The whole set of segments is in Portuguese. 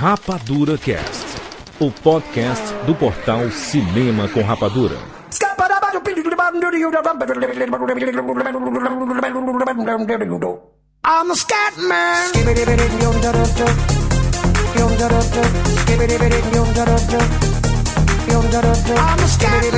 Rapadura Cast, o podcast do portal Cinema com Rapadura. I'm a scat man. I'm a scat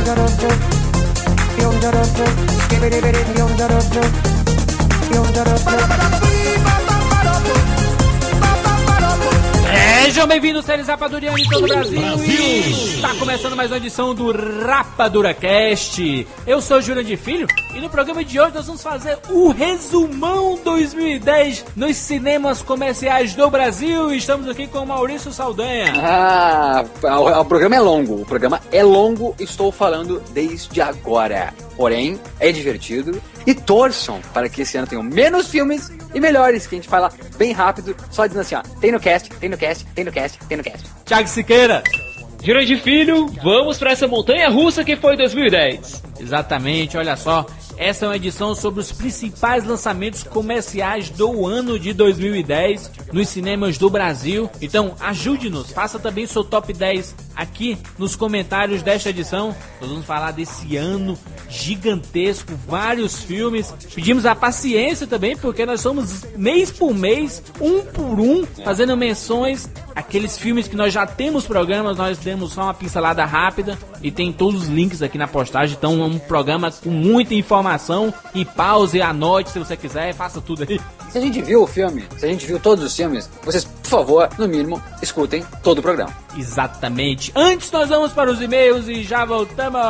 Sejam bem-vindos, séries rapadurianos de todo o Brasil. E está começando mais uma edição do Rapadura Cast. Eu sou o Jurandir Filho e no programa de hoje nós vamos fazer o resumão 2010 nos cinemas comerciais do Brasil. E estamos aqui com o Maurício Saldanha. O programa é longo, estou falando desde agora. Porém, é divertido e torçam para que esse ano tenham menos filmes e melhores, que a gente fala bem rápido, só dizendo assim, ó, tem no cast. Thiago Siqueira. Jurandir Filho, vamos para essa montanha-russa que foi 2010. Exatamente, olha só, essa é uma edição sobre os principais lançamentos comerciais do ano de 2010 nos cinemas do Brasil. Então ajude-nos, faça também seu top 10 aqui nos comentários desta edição. Nós vamos falar desse ano gigantesco, vários filmes. Pedimos a paciência também, porque nós somos mês por mês, um por um, fazendo menções àqueles filmes que nós já temos programas. Nós demos só uma pincelada rápida e tem todos os links aqui na postagem. Então é um programa com muita informação. E pause, anote se você quiser, faça tudo aí. Se a gente viu o filme, se a gente viu todos os filmes, vocês, por favor, no mínimo, escutem todo o programa. Exatamente. Antes nós vamos para os e-mails e já voltamos.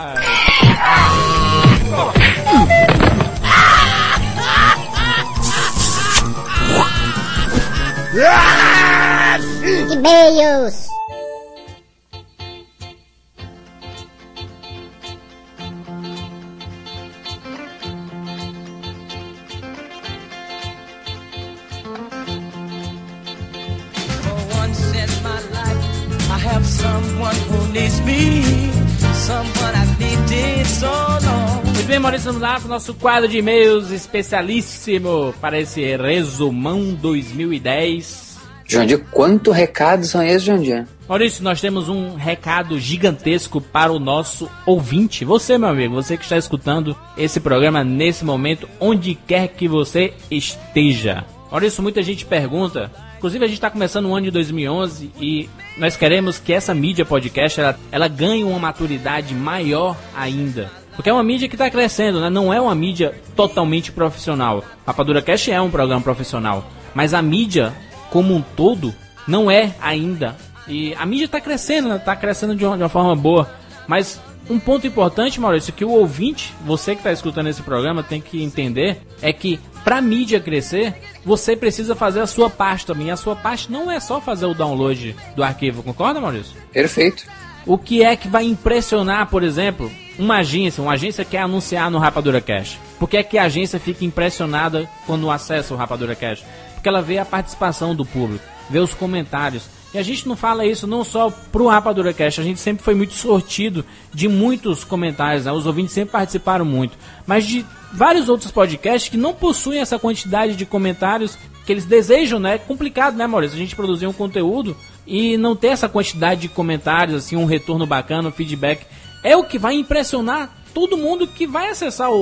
E-mails. Muito bem, Maurício, vamos lá para o nosso quadro de e-mails especialíssimo para esse resumão 2010. Jandir, quantos recados são esses, Jandir? Maurício, nós temos um recado gigantesco para o nosso ouvinte. Você, meu amigo, você que está escutando esse programa nesse momento, onde quer que você esteja. Maurício, muita gente pergunta, inclusive a gente está começando o ano de 2011 e nós queremos que essa mídia podcast ela ganhe uma maturidade maior ainda. Porque é uma mídia que está crescendo, né? Não é uma mídia totalmente profissional. Rapadura Cast é um programa profissional, mas a mídia como um todo não é ainda. E a mídia está crescendo, né? Está crescendo de uma forma boa. Mas um ponto importante, Maurício, que o ouvinte, você que está escutando esse programa, tem que entender, é que para a mídia crescer, você precisa fazer a sua parte também. E a sua parte não é só fazer o download do arquivo, concorda, Maurício? Perfeito. O que é que vai impressionar, por exemplo, uma agência quer anunciar no Rapadura Cast? Por que é que a agência fica impressionada quando acessa o Rapadura Cast? Porque ela vê a participação do público, vê os comentários. E a gente não fala isso não só pro Rapadura Cast, a gente sempre foi muito sortido de muitos comentários, né? Os ouvintes sempre participaram muito, mas de vários outros podcasts que não possuem essa quantidade de comentários que eles desejam, né? É complicado, né, Maurício? A gente produzir um conteúdo e não ter essa quantidade de comentários, assim, um retorno bacana, um feedback, é o que vai impressionar todo mundo que vai acessar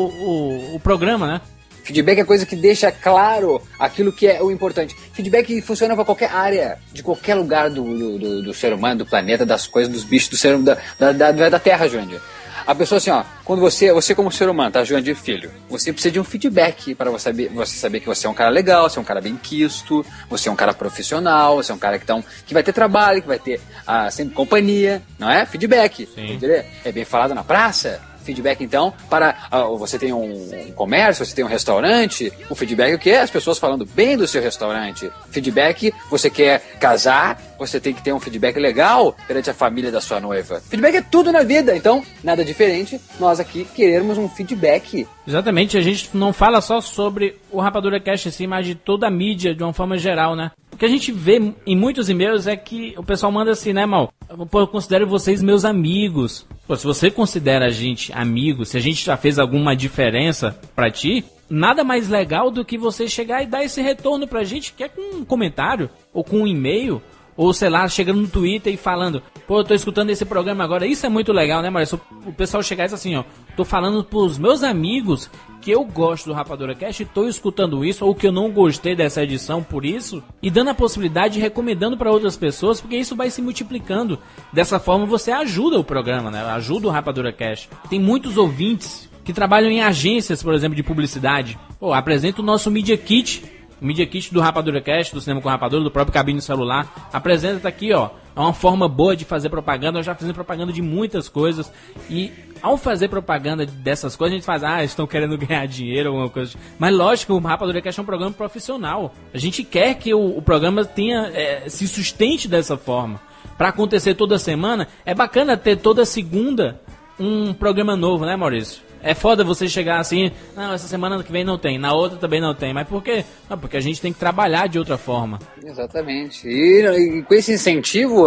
o programa, né? Feedback é coisa que deixa claro aquilo que é o importante. Feedback funciona para qualquer área, de qualquer lugar do ser humano, do planeta, das coisas, dos bichos, do ser humano, da Terra, Jandir. A pessoa assim, ó, quando você como ser humano, tá, Jandir Filho, você precisa de um feedback para você saber que você é um cara legal, você é um cara bem quisto, você é um cara profissional, você é um cara que vai ter trabalho, que vai ter sempre companhia, não é? Feedback. Sim. É bem falado na praça. Feedback, então, para você tem um comércio, você tem um restaurante, o feedback é o quê? As pessoas falando bem do seu restaurante. Feedback, você quer casar, você tem que ter um feedback legal perante a família da sua noiva. Feedback é tudo na vida, então, nada diferente, nós aqui queremos um feedback. Exatamente, a gente não fala só sobre o Rapadura Cast em si, mas de toda a mídia, de uma forma geral, né? O que a gente vê em muitos e-mails é que o pessoal manda assim, né, Mal? Eu considero vocês meus amigos. Pô, se você considera a gente amigo, se a gente já fez alguma diferença pra ti, nada mais legal do que você chegar e dar esse retorno pra gente, que é com um comentário, ou com um e-mail, ou sei lá, chegando no Twitter e falando, pô, eu tô escutando esse programa agora, isso é muito legal, né, Maurício? O pessoal chegar e dizer assim, ó, tô falando pros meus amigos que eu gosto do Rapadura Cast e tô escutando isso, ou que eu não gostei dessa edição por isso, e dando a possibilidade de recomendando para outras pessoas, porque isso vai se multiplicando. Dessa forma você ajuda o programa, né? Ajuda o Rapadura Cast. Tem muitos ouvintes que trabalham em agências, por exemplo, de publicidade. Pô, apresenta o nosso Media Kit, o Media Kit do Rapadura Cast, do Cinema com Rapadura, do próprio Cabine Celular. Apresenta, tá aqui, ó. É uma forma boa de fazer propaganda. Eu já fiz propaganda de muitas coisas. E ao fazer propaganda dessas coisas, a gente faz, estão querendo ganhar dinheiro, alguma coisa. Mas lógico, o Rapadura Cast é um programa profissional. A gente quer que o programa tenha, se sustente dessa forma. Pra acontecer toda semana, é bacana ter toda segunda um programa novo, né, Maurício? É foda você chegar assim, não, essa semana que vem não tem, na outra também não tem. Mas por quê? Não, porque a gente tem que trabalhar de outra forma. Exatamente. E com esse incentivo,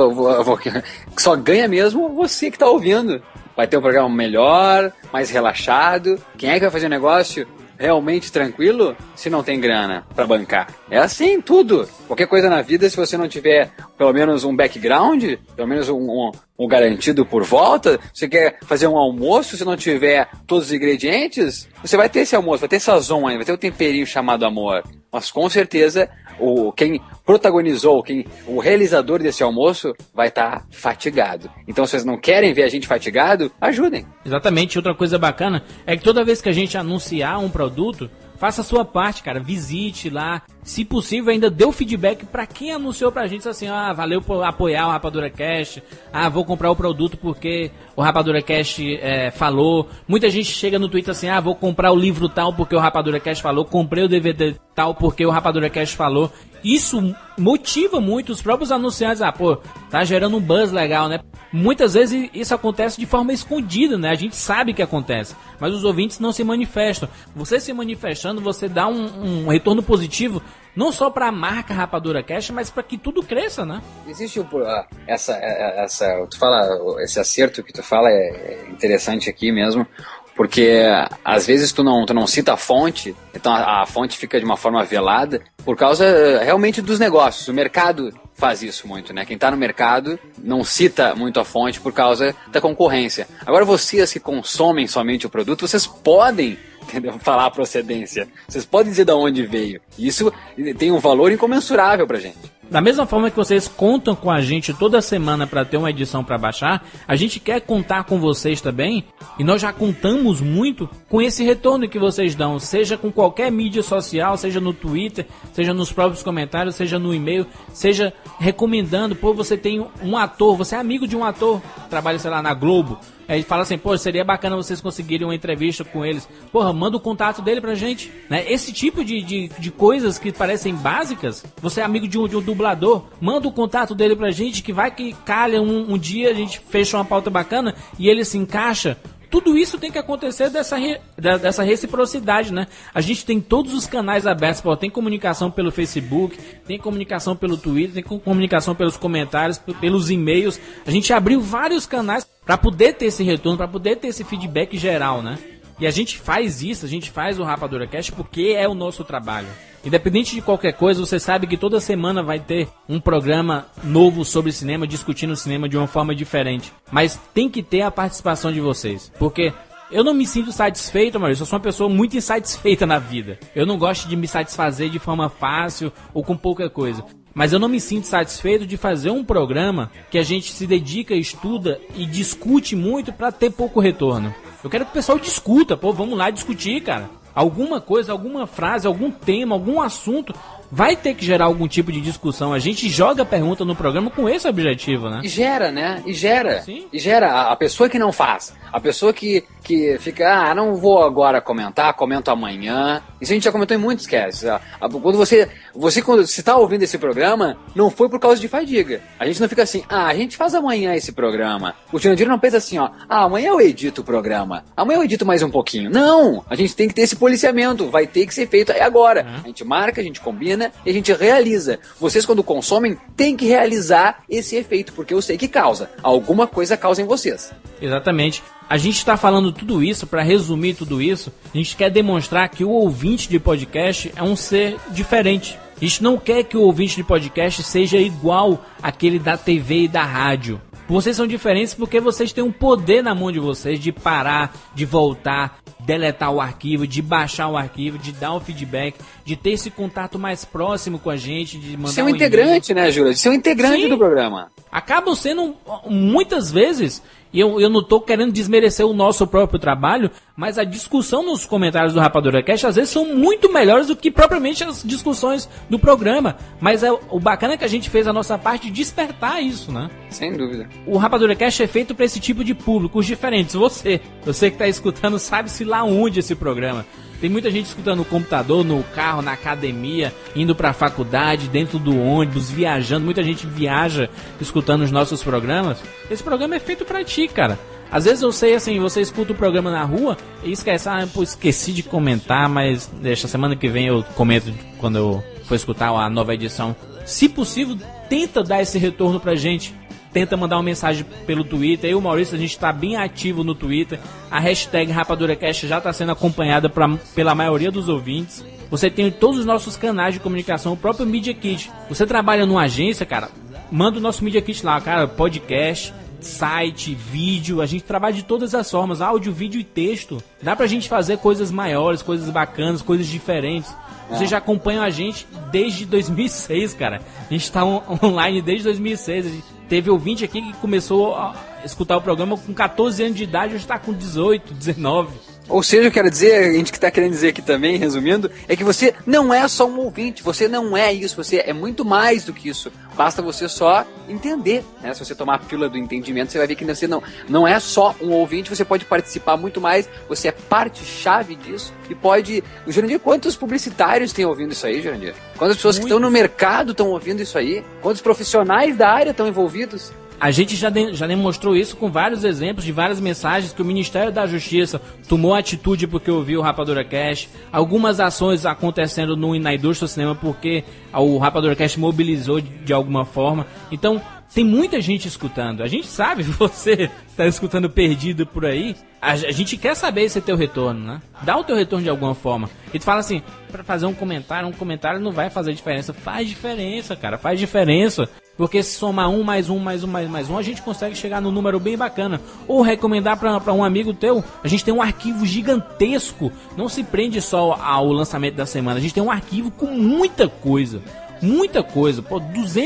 só ganha mesmo você que está ouvindo. Vai ter um programa melhor, mais relaxado. Quem é que vai fazer o negócio realmente tranquilo se não tem grana para bancar? É assim tudo. Qualquer coisa na vida, se você não tiver pelo menos um background, pelo menos um garantido por volta, você quer fazer um almoço, se não tiver todos os ingredientes, você vai ter esse almoço, vai ter sazon ainda, vai ter o temperinho chamado amor. Mas com certeza, quem protagonizou, o realizador desse almoço vai estar fatigado. Então, se vocês não querem ver a gente fatigado, ajudem. Exatamente. Outra coisa bacana é que toda vez que a gente anunciar um produto, faça a sua parte, cara. Visite lá. Se possível, ainda dê o feedback pra quem anunciou pra gente assim, valeu por apoiar o Rapadura Cast. Vou comprar o produto porque o Rapadura Cast falou. Muita gente chega no Twitter assim, vou comprar o livro tal porque o Rapadura Cast falou. Comprei o DVD tal porque o Rapadura Cast falou. Isso motiva muito os próprios anunciantes. Tá gerando um buzz legal, né? Muitas vezes isso acontece de forma escondida, né? A gente sabe que acontece, mas os ouvintes não se manifestam. Você se manifestando, você dá um retorno positivo, não só para a marca Rapadura Cast, mas para que tudo cresça, né? Existe esse acerto que tu fala é interessante aqui mesmo, porque às vezes tu não cita a fonte, então a fonte fica de uma forma velada por causa realmente dos negócios. O mercado faz isso muito, né? Quem tá no mercado não cita muito a fonte por causa da concorrência. Agora vocês que consomem somente o produto, vocês podem, entendeu, falar a procedência. Vocês podem dizer de onde veio. Isso tem um valor incomensurável pra gente. Da mesma forma que vocês contam com a gente toda semana para ter uma edição para baixar, a gente quer contar com vocês também, e nós já contamos muito com esse retorno que vocês dão, seja com qualquer mídia social, seja no Twitter, seja nos próprios comentários, seja no e-mail, seja recomendando. Você tem um ator, você é amigo de um ator, trabalha, sei lá, na Globo. Aí fala assim, seria bacana vocês conseguirem uma entrevista com eles. Manda o contato dele pra gente, né? Esse tipo de coisas que parecem básicas, você é amigo de um dublador, manda o contato dele pra gente, que vai que calha um dia, a gente fecha uma pauta bacana e ele se encaixa. Tudo isso tem que acontecer dessa reciprocidade, né? A gente tem todos os canais abertos, tem comunicação pelo Facebook, tem comunicação pelo Twitter, tem comunicação pelos comentários, pelos e-mails. A gente abriu vários canais para poder ter esse retorno, para poder ter esse feedback geral, né? E a gente faz isso, a gente faz o Rapadura Cast porque é o nosso trabalho. Independente de qualquer coisa, você sabe que toda semana vai ter um programa novo sobre cinema, discutindo cinema de uma forma diferente. Mas tem que ter a participação de vocês, porque eu não me sinto satisfeito, Maurício, eu sou uma pessoa muito insatisfeita na vida. Eu não gosto de me satisfazer de forma fácil ou com pouca coisa. Mas eu não me sinto satisfeito de fazer um programa que a gente se dedica, estuda e discute muito para ter pouco retorno. Eu quero que o pessoal discuta, vamos lá discutir, cara. Alguma coisa, alguma frase, algum tema, algum assunto vai ter que gerar algum tipo de discussão. A gente joga a pergunta no programa com esse objetivo, né? E gera, né? E gera. Sim. E gera. A pessoa que não faz. A pessoa que fica, não vou agora comentar, comento amanhã. Isso a gente já comentou em muitos casts. Quando você quando você está ouvindo esse programa, não foi por causa de fadiga. A gente não fica assim, a gente faz amanhã esse programa. O Jurandir não pensa assim, amanhã eu edito o programa. Amanhã eu edito mais um pouquinho. Não! A gente tem que ter esse policiamento. Vai ter que ser feito agora. A gente marca, a gente combina e a gente realiza. Vocês, quando consomem, tem que realizar esse efeito, porque eu sei que causa. Alguma coisa causa em vocês. Exatamente. A gente está falando tudo isso, para resumir tudo isso, a gente quer demonstrar que o ouvinte de podcast é um ser diferente. A gente não quer que o ouvinte de podcast seja igual àquele da TV e da rádio. Vocês são diferentes porque vocês têm um poder na mão de vocês de parar, de voltar, deletar o arquivo, de baixar o arquivo, de dar um feedback, de ter esse contato mais próximo com a gente, de mandar ser um integrante, né, Júlia? De ser um integrante do programa. Acabam sendo, muitas vezes, e eu não tô querendo desmerecer o nosso próprio trabalho, mas a discussão nos comentários do Rapadura Cast às vezes são muito melhores do que propriamente as discussões do programa. Mas o bacana é que a gente fez a nossa parte de despertar isso, né? Sem dúvida. O Rapadura Cast é feito para esse tipo de públicos diferentes. Você que tá escutando, sabe-se lá onde esse programa. Tem muita gente escutando no computador, no carro, na academia, indo pra faculdade, dentro do ônibus, viajando. Muita gente viaja escutando os nossos programas. Esse programa é feito pra ti, cara. Às vezes eu sei, assim, você escuta o programa na rua e esquece, esqueci de comentar, mas deixa, semana que vem eu comento quando eu for escutar a nova edição. Se possível, tenta dar esse retorno pra gente. Tenta mandar uma mensagem pelo Twitter. Eu e o Maurício, a gente está bem ativo no Twitter. A hashtag RapaduraCast já está sendo acompanhada pela maioria dos ouvintes. Você tem todos os nossos canais de comunicação, o próprio Media Kit. Você trabalha numa agência, cara, manda o nosso Media Kit lá, cara, podcast, site, vídeo. A gente trabalha de todas as formas, áudio, vídeo e texto. Dá pra gente fazer coisas maiores, coisas bacanas, coisas diferentes. Você já acompanha a gente desde 2006, cara. A gente tá online desde 2006. A gente teve ouvinte aqui que começou a escutar o programa com 14 anos de idade, hoje tá com 18, 19. Ou seja, eu quero dizer, a gente que está querendo dizer aqui também, resumindo, é que você não é só um ouvinte, você não é isso, você é muito mais do que isso. Basta você só entender, né? Se você tomar a pílula do entendimento, você vai ver que você não é só um ouvinte, você pode participar muito mais, você é parte-chave disso e pode... Jurandir, quantos publicitários têm ouvindo isso aí, Jurandir? Quantas pessoas que estão no mercado estão ouvindo isso aí? Quantos profissionais da área estão envolvidos? A gente já demonstrou isso com vários exemplos de várias mensagens que o Ministério da Justiça tomou atitude porque ouviu o Rapadura Cast. Algumas ações acontecendo na indústria do cinema porque o Rapadura Cast mobilizou de alguma forma. Então, tem muita gente escutando. A gente sabe, você está escutando perdido por aí. A gente quer saber esse teu retorno, né? Dá o teu retorno de alguma forma. E tu fala assim, para fazer um comentário não vai fazer diferença. Faz diferença, cara, faz diferença. Porque se somar mais um, a gente consegue chegar num número bem bacana. Ou recomendar para um amigo teu. A gente tem um arquivo gigantesco. Não se prende só ao lançamento da semana. A gente tem um arquivo com muita coisa. Muita coisa. Pô,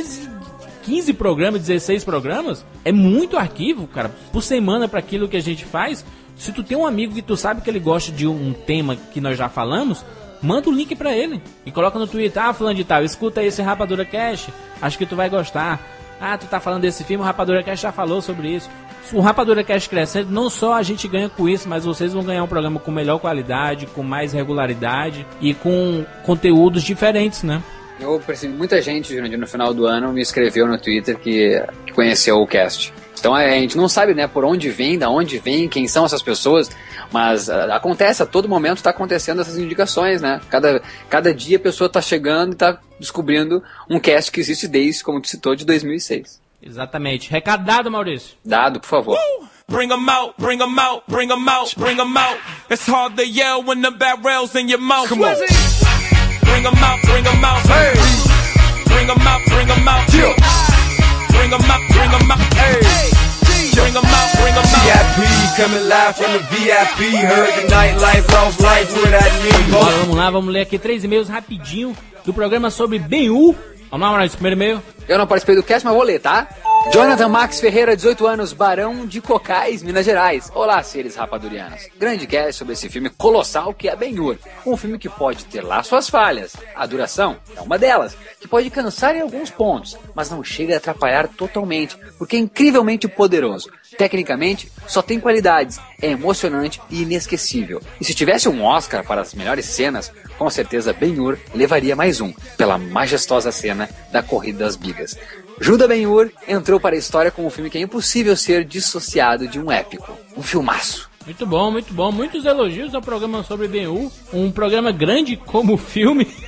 215 programas, 16 programas. É muito arquivo, cara. Por semana para aquilo que a gente faz. Se tu tem um amigo que tu sabe que ele gosta de um tema que nós já falamos, manda o link pra ele e coloca no Twitter, fulano de tal, escuta esse Rapadura Cast, acho que tu vai gostar. Tu tá falando desse filme, o Rapadura Cast já falou sobre isso. O Rapadura Cast crescendo, não só a gente ganha com isso, mas vocês vão ganhar um programa com melhor qualidade, com mais regularidade e com conteúdos diferentes, né? Eu percebi muita gente, Jurandir, no final do ano me escreveu no Twitter que conheceu o cast. Então a gente não sabe, né, por onde vem, da onde vem, quem são essas pessoas, mas acontece, a todo momento está acontecendo essas indicações, né? Cada dia a pessoa está chegando e está descobrindo um cast que existe desde, como tu citou, de 2006. Exatamente. Recado dado, Maurício? Dado, por favor. Bring 'em out, bring 'em out, bring 'em out, bring 'em out. It's hard to yell when the barrel's in your mouth. Come on. Bring 'em out, bring 'em out. Hey. Bring 'em out, bring 'em out. Yeah. Bring 'em out, bring 'em out. Hey. Bring 'em out, bring 'em out. VIP coming live from the VIP. Heard the nightlife, lost life without me. Vamos lá, vamos ler aqui 3 e-mails rapidinho do programa sobre Ben-Hur. Vamos lá, Maurício, primeiro e-mail. Eu não participei do cast, mas vou ler, tá? Jonathan Max Ferreira, 18 anos, Barão de Cocais, Minas Gerais. Olá, seres rapadurianos. Grande cast sobre esse filme colossal que é Ben-Hur. Um filme que pode ter lá suas falhas. A duração é uma delas, que pode cansar em alguns pontos, mas não chega a atrapalhar totalmente, porque é incrivelmente poderoso. Tecnicamente, só tem qualidades, é emocionante e inesquecível. E se tivesse um Oscar para as melhores cenas, com certeza Ben-Hur levaria mais um, pela majestosa cena da Corrida das Bigas. Judah Ben-Hur entrou para a história como um filme que é impossível ser dissociado de um épico, um filmaço. Muito bom, muito bom. Muitos elogios ao programa sobre Ben-Hur. Um programa grande como filme.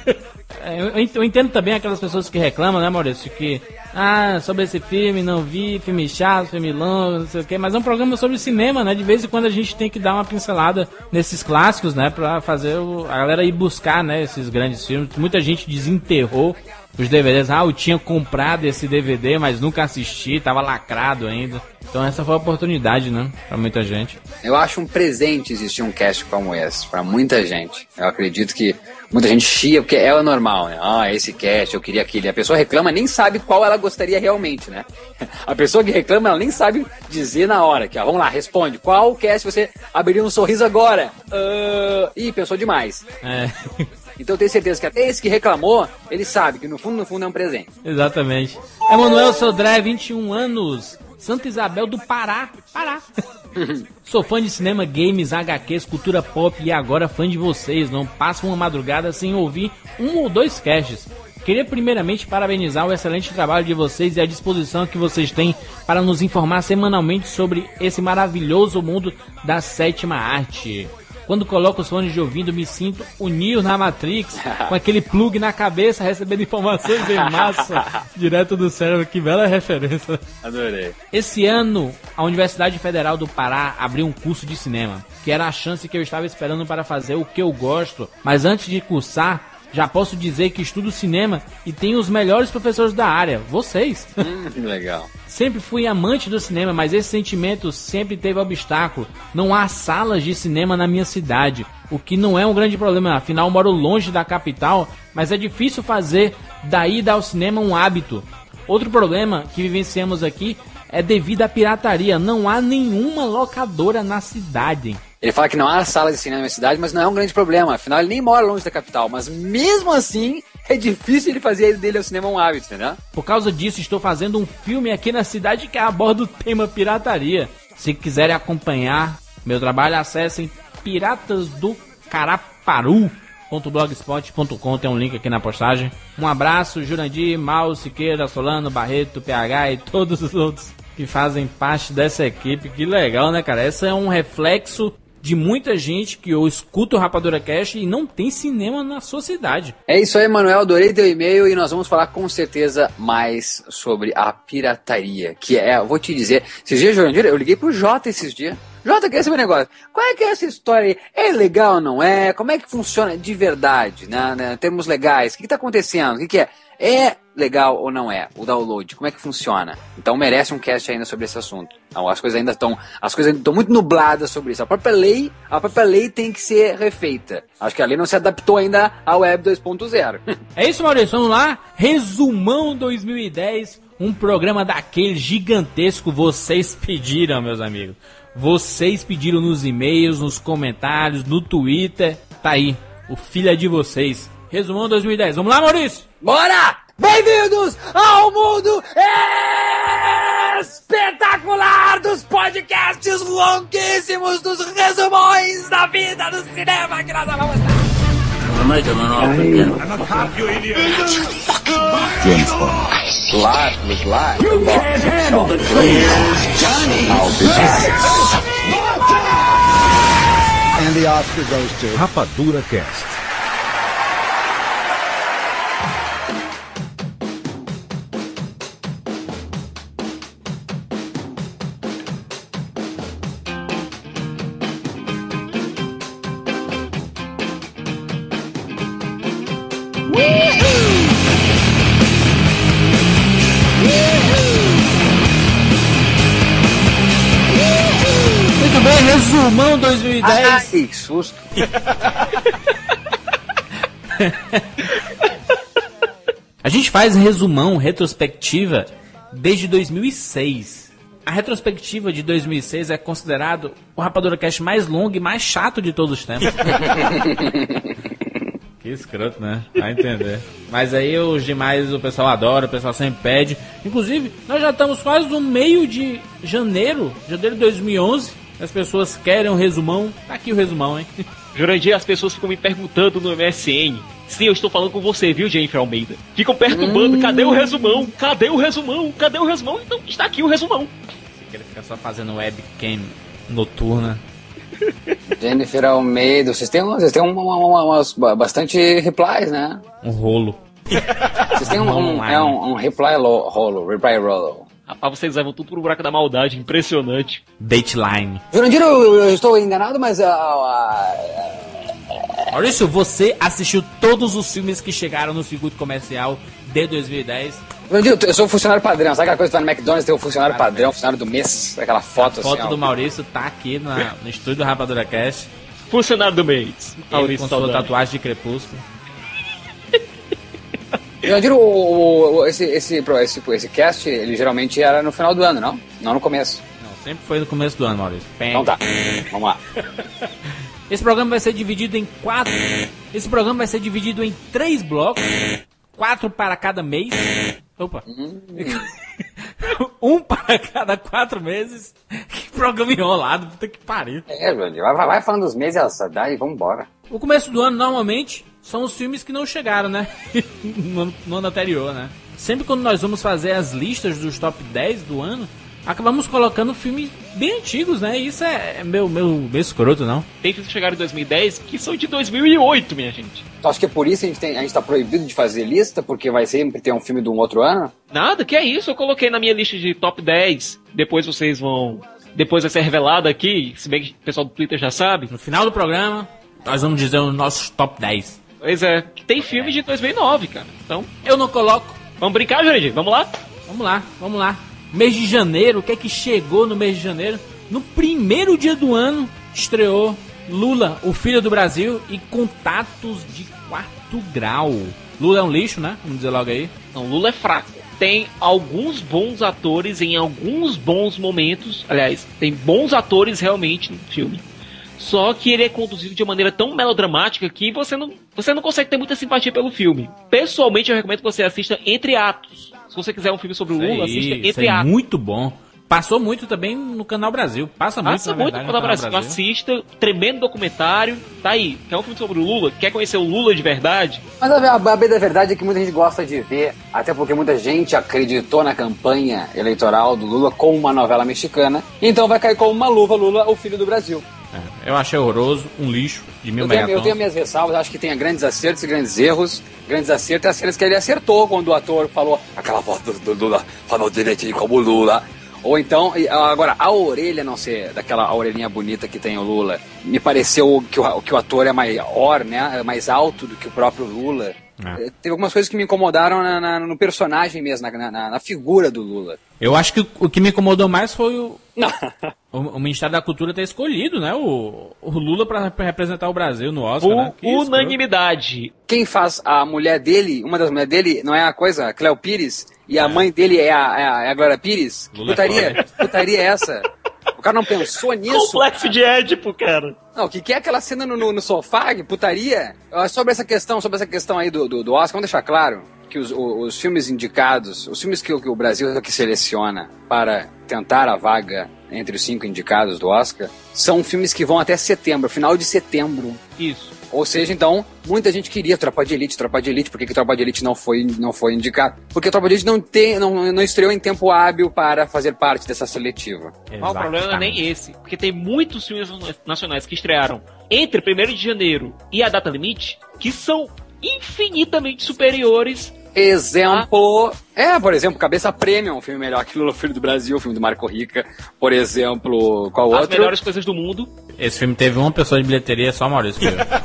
Eu entendo também aquelas pessoas que reclamam, né, Maurício, que sobre esse filme, não vi, filme chato, filme longo, não sei o que, mas é um programa sobre cinema, né, de vez em quando a gente tem que dar uma pincelada nesses clássicos, né, pra fazer a galera ir buscar, né, esses grandes filmes. Muita gente desenterrou os DVDs, eu tinha comprado esse DVD, mas nunca assisti, tava lacrado ainda. Então essa foi a oportunidade, né, pra muita gente. Eu acho um presente existir um cast como esse, pra muita gente. Eu acredito que muita gente chia, porque é o normal, né? Esse cast, eu queria aquele. A pessoa reclama, nem sabe qual ela gostaria realmente, né? A pessoa que reclama, ela nem sabe dizer na hora, que vamos lá, responde. Qual cast você abriria um sorriso agora? Ih, pensou demais. Então eu tenho certeza que até esse que reclamou, ele sabe que no fundo é um presente. Exatamente. Emanuel Sodré, 21 anos, Santa Isabel do Pará. Sou fã de cinema, games, HQs, cultura pop e agora fã de vocês. Não passo uma madrugada sem ouvir um ou dois casts. Queria primeiramente parabenizar o excelente trabalho de vocês e a disposição que vocês têm para nos informar semanalmente sobre esse maravilhoso mundo da sétima arte. Quando coloco os fones de ouvido, me sinto o Neo na Matrix, com aquele plug na cabeça, recebendo informações em massa, direto do cérebro. Que bela referência. Adorei. Esse ano, a Universidade Federal do Pará abriu um curso de cinema, que era a chance que eu estava esperando para fazer o que eu gosto. Mas antes de cursar, já posso dizer que estudo cinema e tenho os melhores professores da área, vocês. Legal. Sempre fui amante do cinema, mas esse sentimento sempre teve obstáculo. Não há salas de cinema na minha cidade, o que não é um grande problema, afinal moro longe da capital, mas é difícil fazer da ida ao cinema um hábito. Outro problema que vivenciamos aqui é devido à pirataria, não há nenhuma locadora na cidade. Ele fala que não há sala de cinema na cidade, mas não é um grande problema, afinal ele nem mora longe da capital, mas mesmo assim é difícil ele fazer dele ao cinema um hábito, entendeu? Por causa disso estou fazendo um filme aqui na cidade que aborda o tema pirataria. Se quiserem acompanhar meu trabalho, acessem piratasdocaraparu.blogspot.com, tem um link aqui na postagem. Um abraço, Jurandir, Mal, Siqueira, Solano, Barreto, PH e todos os outros que fazem parte dessa equipe. Que legal, né, cara? Esse é um reflexo de muita gente que eu escuto o Rapadura Cast e não tem cinema na sua cidade. É isso aí, Manuel, adorei teu e-mail e nós vamos falar com certeza mais sobre a pirataria, que é, eu vou te dizer, esses dias, Jurandir, eu liguei pro Jota esses dias. Jota, quer saber um negócio? Qual é que é essa história aí? É legal ou não é? Como é que funciona de verdade, né? Em termos legais? O que tá acontecendo? O que é? É legal ou não é? O download, como é que funciona? Então merece um cast ainda sobre esse assunto. Então, as coisas ainda estão muito nubladas sobre isso. A própria lei tem que ser refeita. Acho que a lei não se adaptou ainda à Web 2.0. É isso, Maurício, vamos lá. Resumão 2010, um programa daquele gigantesco. Vocês pediram, meus amigos. Vocês pediram nos e-mails, nos comentários, no Twitter. Tá aí, o filho é de vocês. Resumão 2010. Vamos lá, Maurício? Bora! Bem-vindos ao mundo espetacular dos podcasts longuíssimos, dos resumões da vida do cinema que nós vamos dar. James Bond. Live. You can't handle the truth. I'll be back. And the Oscar goes to Rapadura Cast. Muito bem, resumão 2010. Ai, que susto. A gente faz resumão, retrospectiva, desde 2006. A retrospectiva de 2006 é considerado o Rapadura Cast mais longo e mais chato de todos os tempos. Que escroto, né? Vai entender. Mas aí os demais o pessoal adora, o pessoal sempre pede. Inclusive, nós já estamos quase no meio de janeiro de 2011. As pessoas querem um resumão. Tá aqui o resumão, hein? Jurandir, as pessoas ficam me perguntando no MSN. Sim, eu estou falando com você, viu, Jennifer Almeida? Ficam perturbando, cadê o resumão? Cadê o resumão? Cadê o resumão? Então, está aqui o resumão. Ele fica só fazendo webcam noturna. Jennifer Almeida, vocês têm umas bastante replies, né? Um rolo. Vocês têm um reply rolo. Rapaz, vocês levam tudo pro buraco da maldade, impressionante. Dateline. Jurandir, eu estou enganado, mas Maurício, você assistiu todos os filmes que chegaram no circuito comercial de 2010? Jurandir, eu sou funcionário padrão. Sabe aquela coisa que tá no McDonald's, tem o funcionário padrão, funcionário do mês, aquela foto assim. A foto do Maurício tá aqui no estúdio do Rapadura Cast. Funcionário do mês. Ele com sua tatuagem de crepúsculo. Jurandir, esse cast, ele geralmente era no final do ano, não? Não no começo. Não, sempre foi no começo do ano, Maurício. Então tá, vamos lá. Esse programa vai ser dividido em 4. Esse programa vai ser dividido em 3 blocos. 4 para cada mês. Opa. Um para cada 4 meses. Que programa enrolado, puta que pariu. Jurandir, vai falando dos meses, e vamos embora. O começo do ano, normalmente, são os filmes que não chegaram, né? no ano anterior, né? Sempre quando nós vamos fazer as listas dos top 10 do ano, acabamos colocando filmes bem antigos, né? Isso é meu escroto, não? Tem filmes que chegaram em 2010 que são de 2008, minha gente. Tu acha que é por isso a gente tá proibido de fazer lista? Porque vai sempre ter um filme de um outro ano? Nada, que é isso. Eu coloquei na minha lista de top 10. Depois vocês vão... Depois vai ser revelado aqui, se bem que o pessoal do Twitter já sabe. No final do programa, nós vamos dizer os nossos top 10. Pois é, que tem filme de 2009, cara. Então, eu não coloco. Vamos brincar, Jurandir? Vamos lá? Vamos lá. Mês de janeiro, o que é que chegou no mês de janeiro? No primeiro dia do ano, estreou Lula, o Filho do Brasil e Contatos de Quarto Grau. Lula é um lixo, né? Vamos dizer logo aí. Não, Lula é fraco. Tem alguns bons atores em alguns bons momentos. Aliás, tem bons atores realmente no filme. Só que ele é conduzido de uma maneira tão melodramática que você não consegue ter muita simpatia pelo filme. Pessoalmente, eu recomendo que você assista Entre Atos. Se você quiser um filme sobre o Lula, assista Entre Atos. Muito bom. Passou muito também no Canal Brasil. Passa muito no Canal Brasil. Assista, tremendo documentário. Tá aí. Quer um filme sobre o Lula? Quer conhecer o Lula de verdade? Mas a bem da verdade é que muita gente gosta de ver, até porque muita gente acreditou na campanha eleitoral do Lula como uma novela mexicana. Então vai cair como uma luva Lula, o Filho do Brasil. Eu achei horroroso, um lixo de 1000 megatons. Eu tenho minhas ressalvas, acho que tem grandes acertos e grandes erros. Grandes acertos e acertos que ele acertou quando o ator falou aquela voz do Lula, falou direitinho como Lula. Ou então, agora, a orelha não ser daquela orelhinha bonita que tem o Lula, me pareceu que o ator é maior, né, mais alto do que o próprio Lula. Teve algumas coisas que me incomodaram no personagem mesmo, na figura do Lula. Eu acho que o que me incomodou mais foi o Ministério da Cultura ter escolhido, né, o Lula para representar o Brasil no Oscar, né? Unanimidade. Quem faz a mulher dele, uma das mulheres dele, não é a coisa, Cléo Pires, e a mãe dele é a Glória Pires? Putaria essa? O cara não pensou nisso? Complexo de Édipo, cara. Não, o que é aquela cena no sofá, que putaria? Sobre essa questão aí do Oscar, vamos deixar claro que os filmes indicados, os filmes que o Brasil que seleciona para tentar a vaga entre os 5 indicados do Oscar, são filmes que vão até setembro, final de setembro. Isso. Ou seja, então, muita gente queria Tropa de Elite. Por que Tropa de Elite não foi indicado? Porque Tropa de Elite não estreou em tempo hábil para fazer parte dessa seletiva. Mas o problema não é nem esse, porque tem muitos filmes nacionais que estrearam entre 1º de janeiro e a data limite, que são infinitamente superiores. Por exemplo, Cabeça Premium, um filme melhor que Lula, Filho do Brasil, o filme do Marco Rica. Por exemplo, qual outro? As Melhores Coisas do Mundo. Esse filme teve uma pessoa de bilheteria, só o Maurício.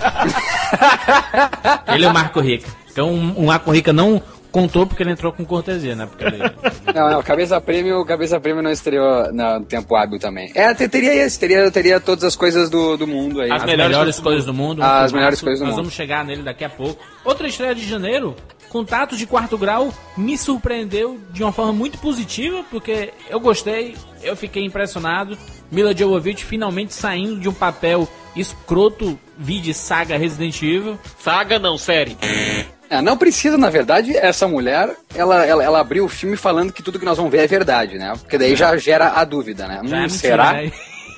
Ele é o Marco Rica. Então o Marco Rica não contou porque ele entrou com cortesia, né? Porque ele... Não, Cabeça Premium não estreou no tempo hábil também. Teria todas as coisas do mundo aí. As melhores coisas do mundo. As melhores coisas do mundo. Nós vamos chegar nele daqui a pouco. Outra estreia de janeiro, Contatos de Quarto Grau, me surpreendeu de uma forma muito positiva, porque eu gostei, eu fiquei impressionado. Mila Jovovich finalmente saindo de um papel escroto, vide saga Resident Evil. Saga não, série. Não precisa, na verdade, essa mulher, ela abriu o filme falando que tudo que nós vamos ver é verdade, né? Porque daí já gera a dúvida, né? Já será? Né?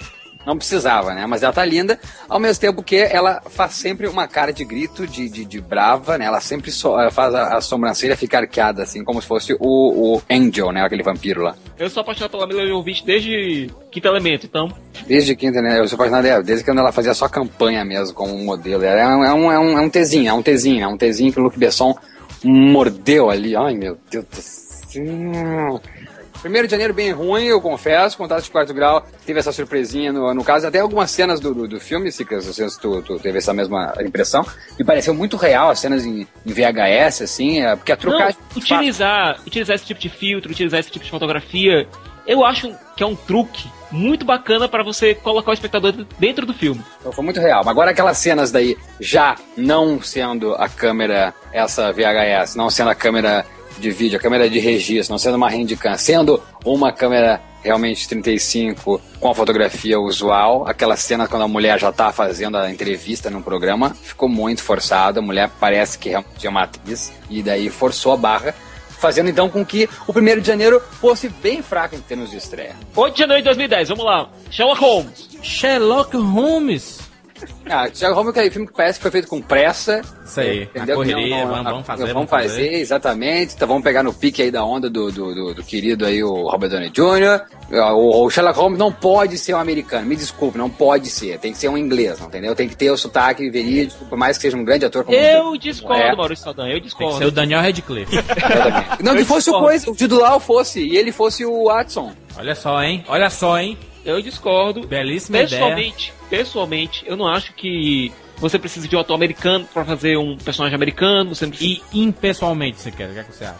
Não precisava, né? Mas ela tá linda, ao mesmo tempo que ela faz sempre uma cara de grito, de brava, né? Ela sempre ela faz a sobrancelha ficar arqueada, assim, como se fosse o Angel, né? Aquele vampiro lá. Eu sou apaixonado pela Mila Jovovich desde Quinto Elemento, então... Desde Quinto, né? Eu sou apaixonado dela, desde quando ela fazia só campanha mesmo, como modelo. É um tezinho que o Luc Besson mordeu ali. Ai, meu Deus do céu... 1º de janeiro bem ruim, eu confesso, Contato de Quarto Grau teve essa surpresinha no caso, até algumas cenas do filme, Cicas, não sei se tu teve essa mesma impressão, me pareceu muito real as cenas em VHS, assim, porque a trucagem... Não, utilizar esse tipo de filtro, utilizar esse tipo de fotografia, eu acho que é um truque muito bacana para você colocar o espectador dentro do filme. Então foi muito real. Agora aquelas cenas daí, já não sendo a câmera, essa VHS, não sendo a câmera de vídeo, a câmera de registro, não sendo uma handicam, sendo uma câmera realmente 35 com a fotografia usual, aquela cena quando a mulher já tá fazendo a entrevista num programa, ficou muito forçado, a mulher parece que realmente é uma atriz, e daí forçou a barra, fazendo então com que o 1º de janeiro fosse bem fraco em termos de estreia. 8 de janeiro de 2010, vamos lá, Sherlock Holmes. Sherlock Holmes. Sherlock Holmes é aquele filme que parece que foi feito com pressa. Isso aí, entendeu? A correria, vamos fazer, exatamente. Então vamos pegar no pique aí da onda do querido aí, o Robert Downey Jr. O Sherlock Holmes não pode ser um americano, me desculpe, não pode ser. Tem que ser um inglês, não entendeu? Tem que ter o sotaque verídico, por mais que seja um grande ator como eu discordo, Maurício Saldanha, eu discordo. Tem que ser o Daniel Radcliffe. Não, que fosse o Jude Law fosse, e ele fosse o Watson. Olha só, hein? Eu discordo. Belíssima ideia. Pessoalmente, eu não acho que você precisa de um ator americano pra fazer um personagem americano. Você não precisa... E impessoalmente, você quer? O que é que você acha?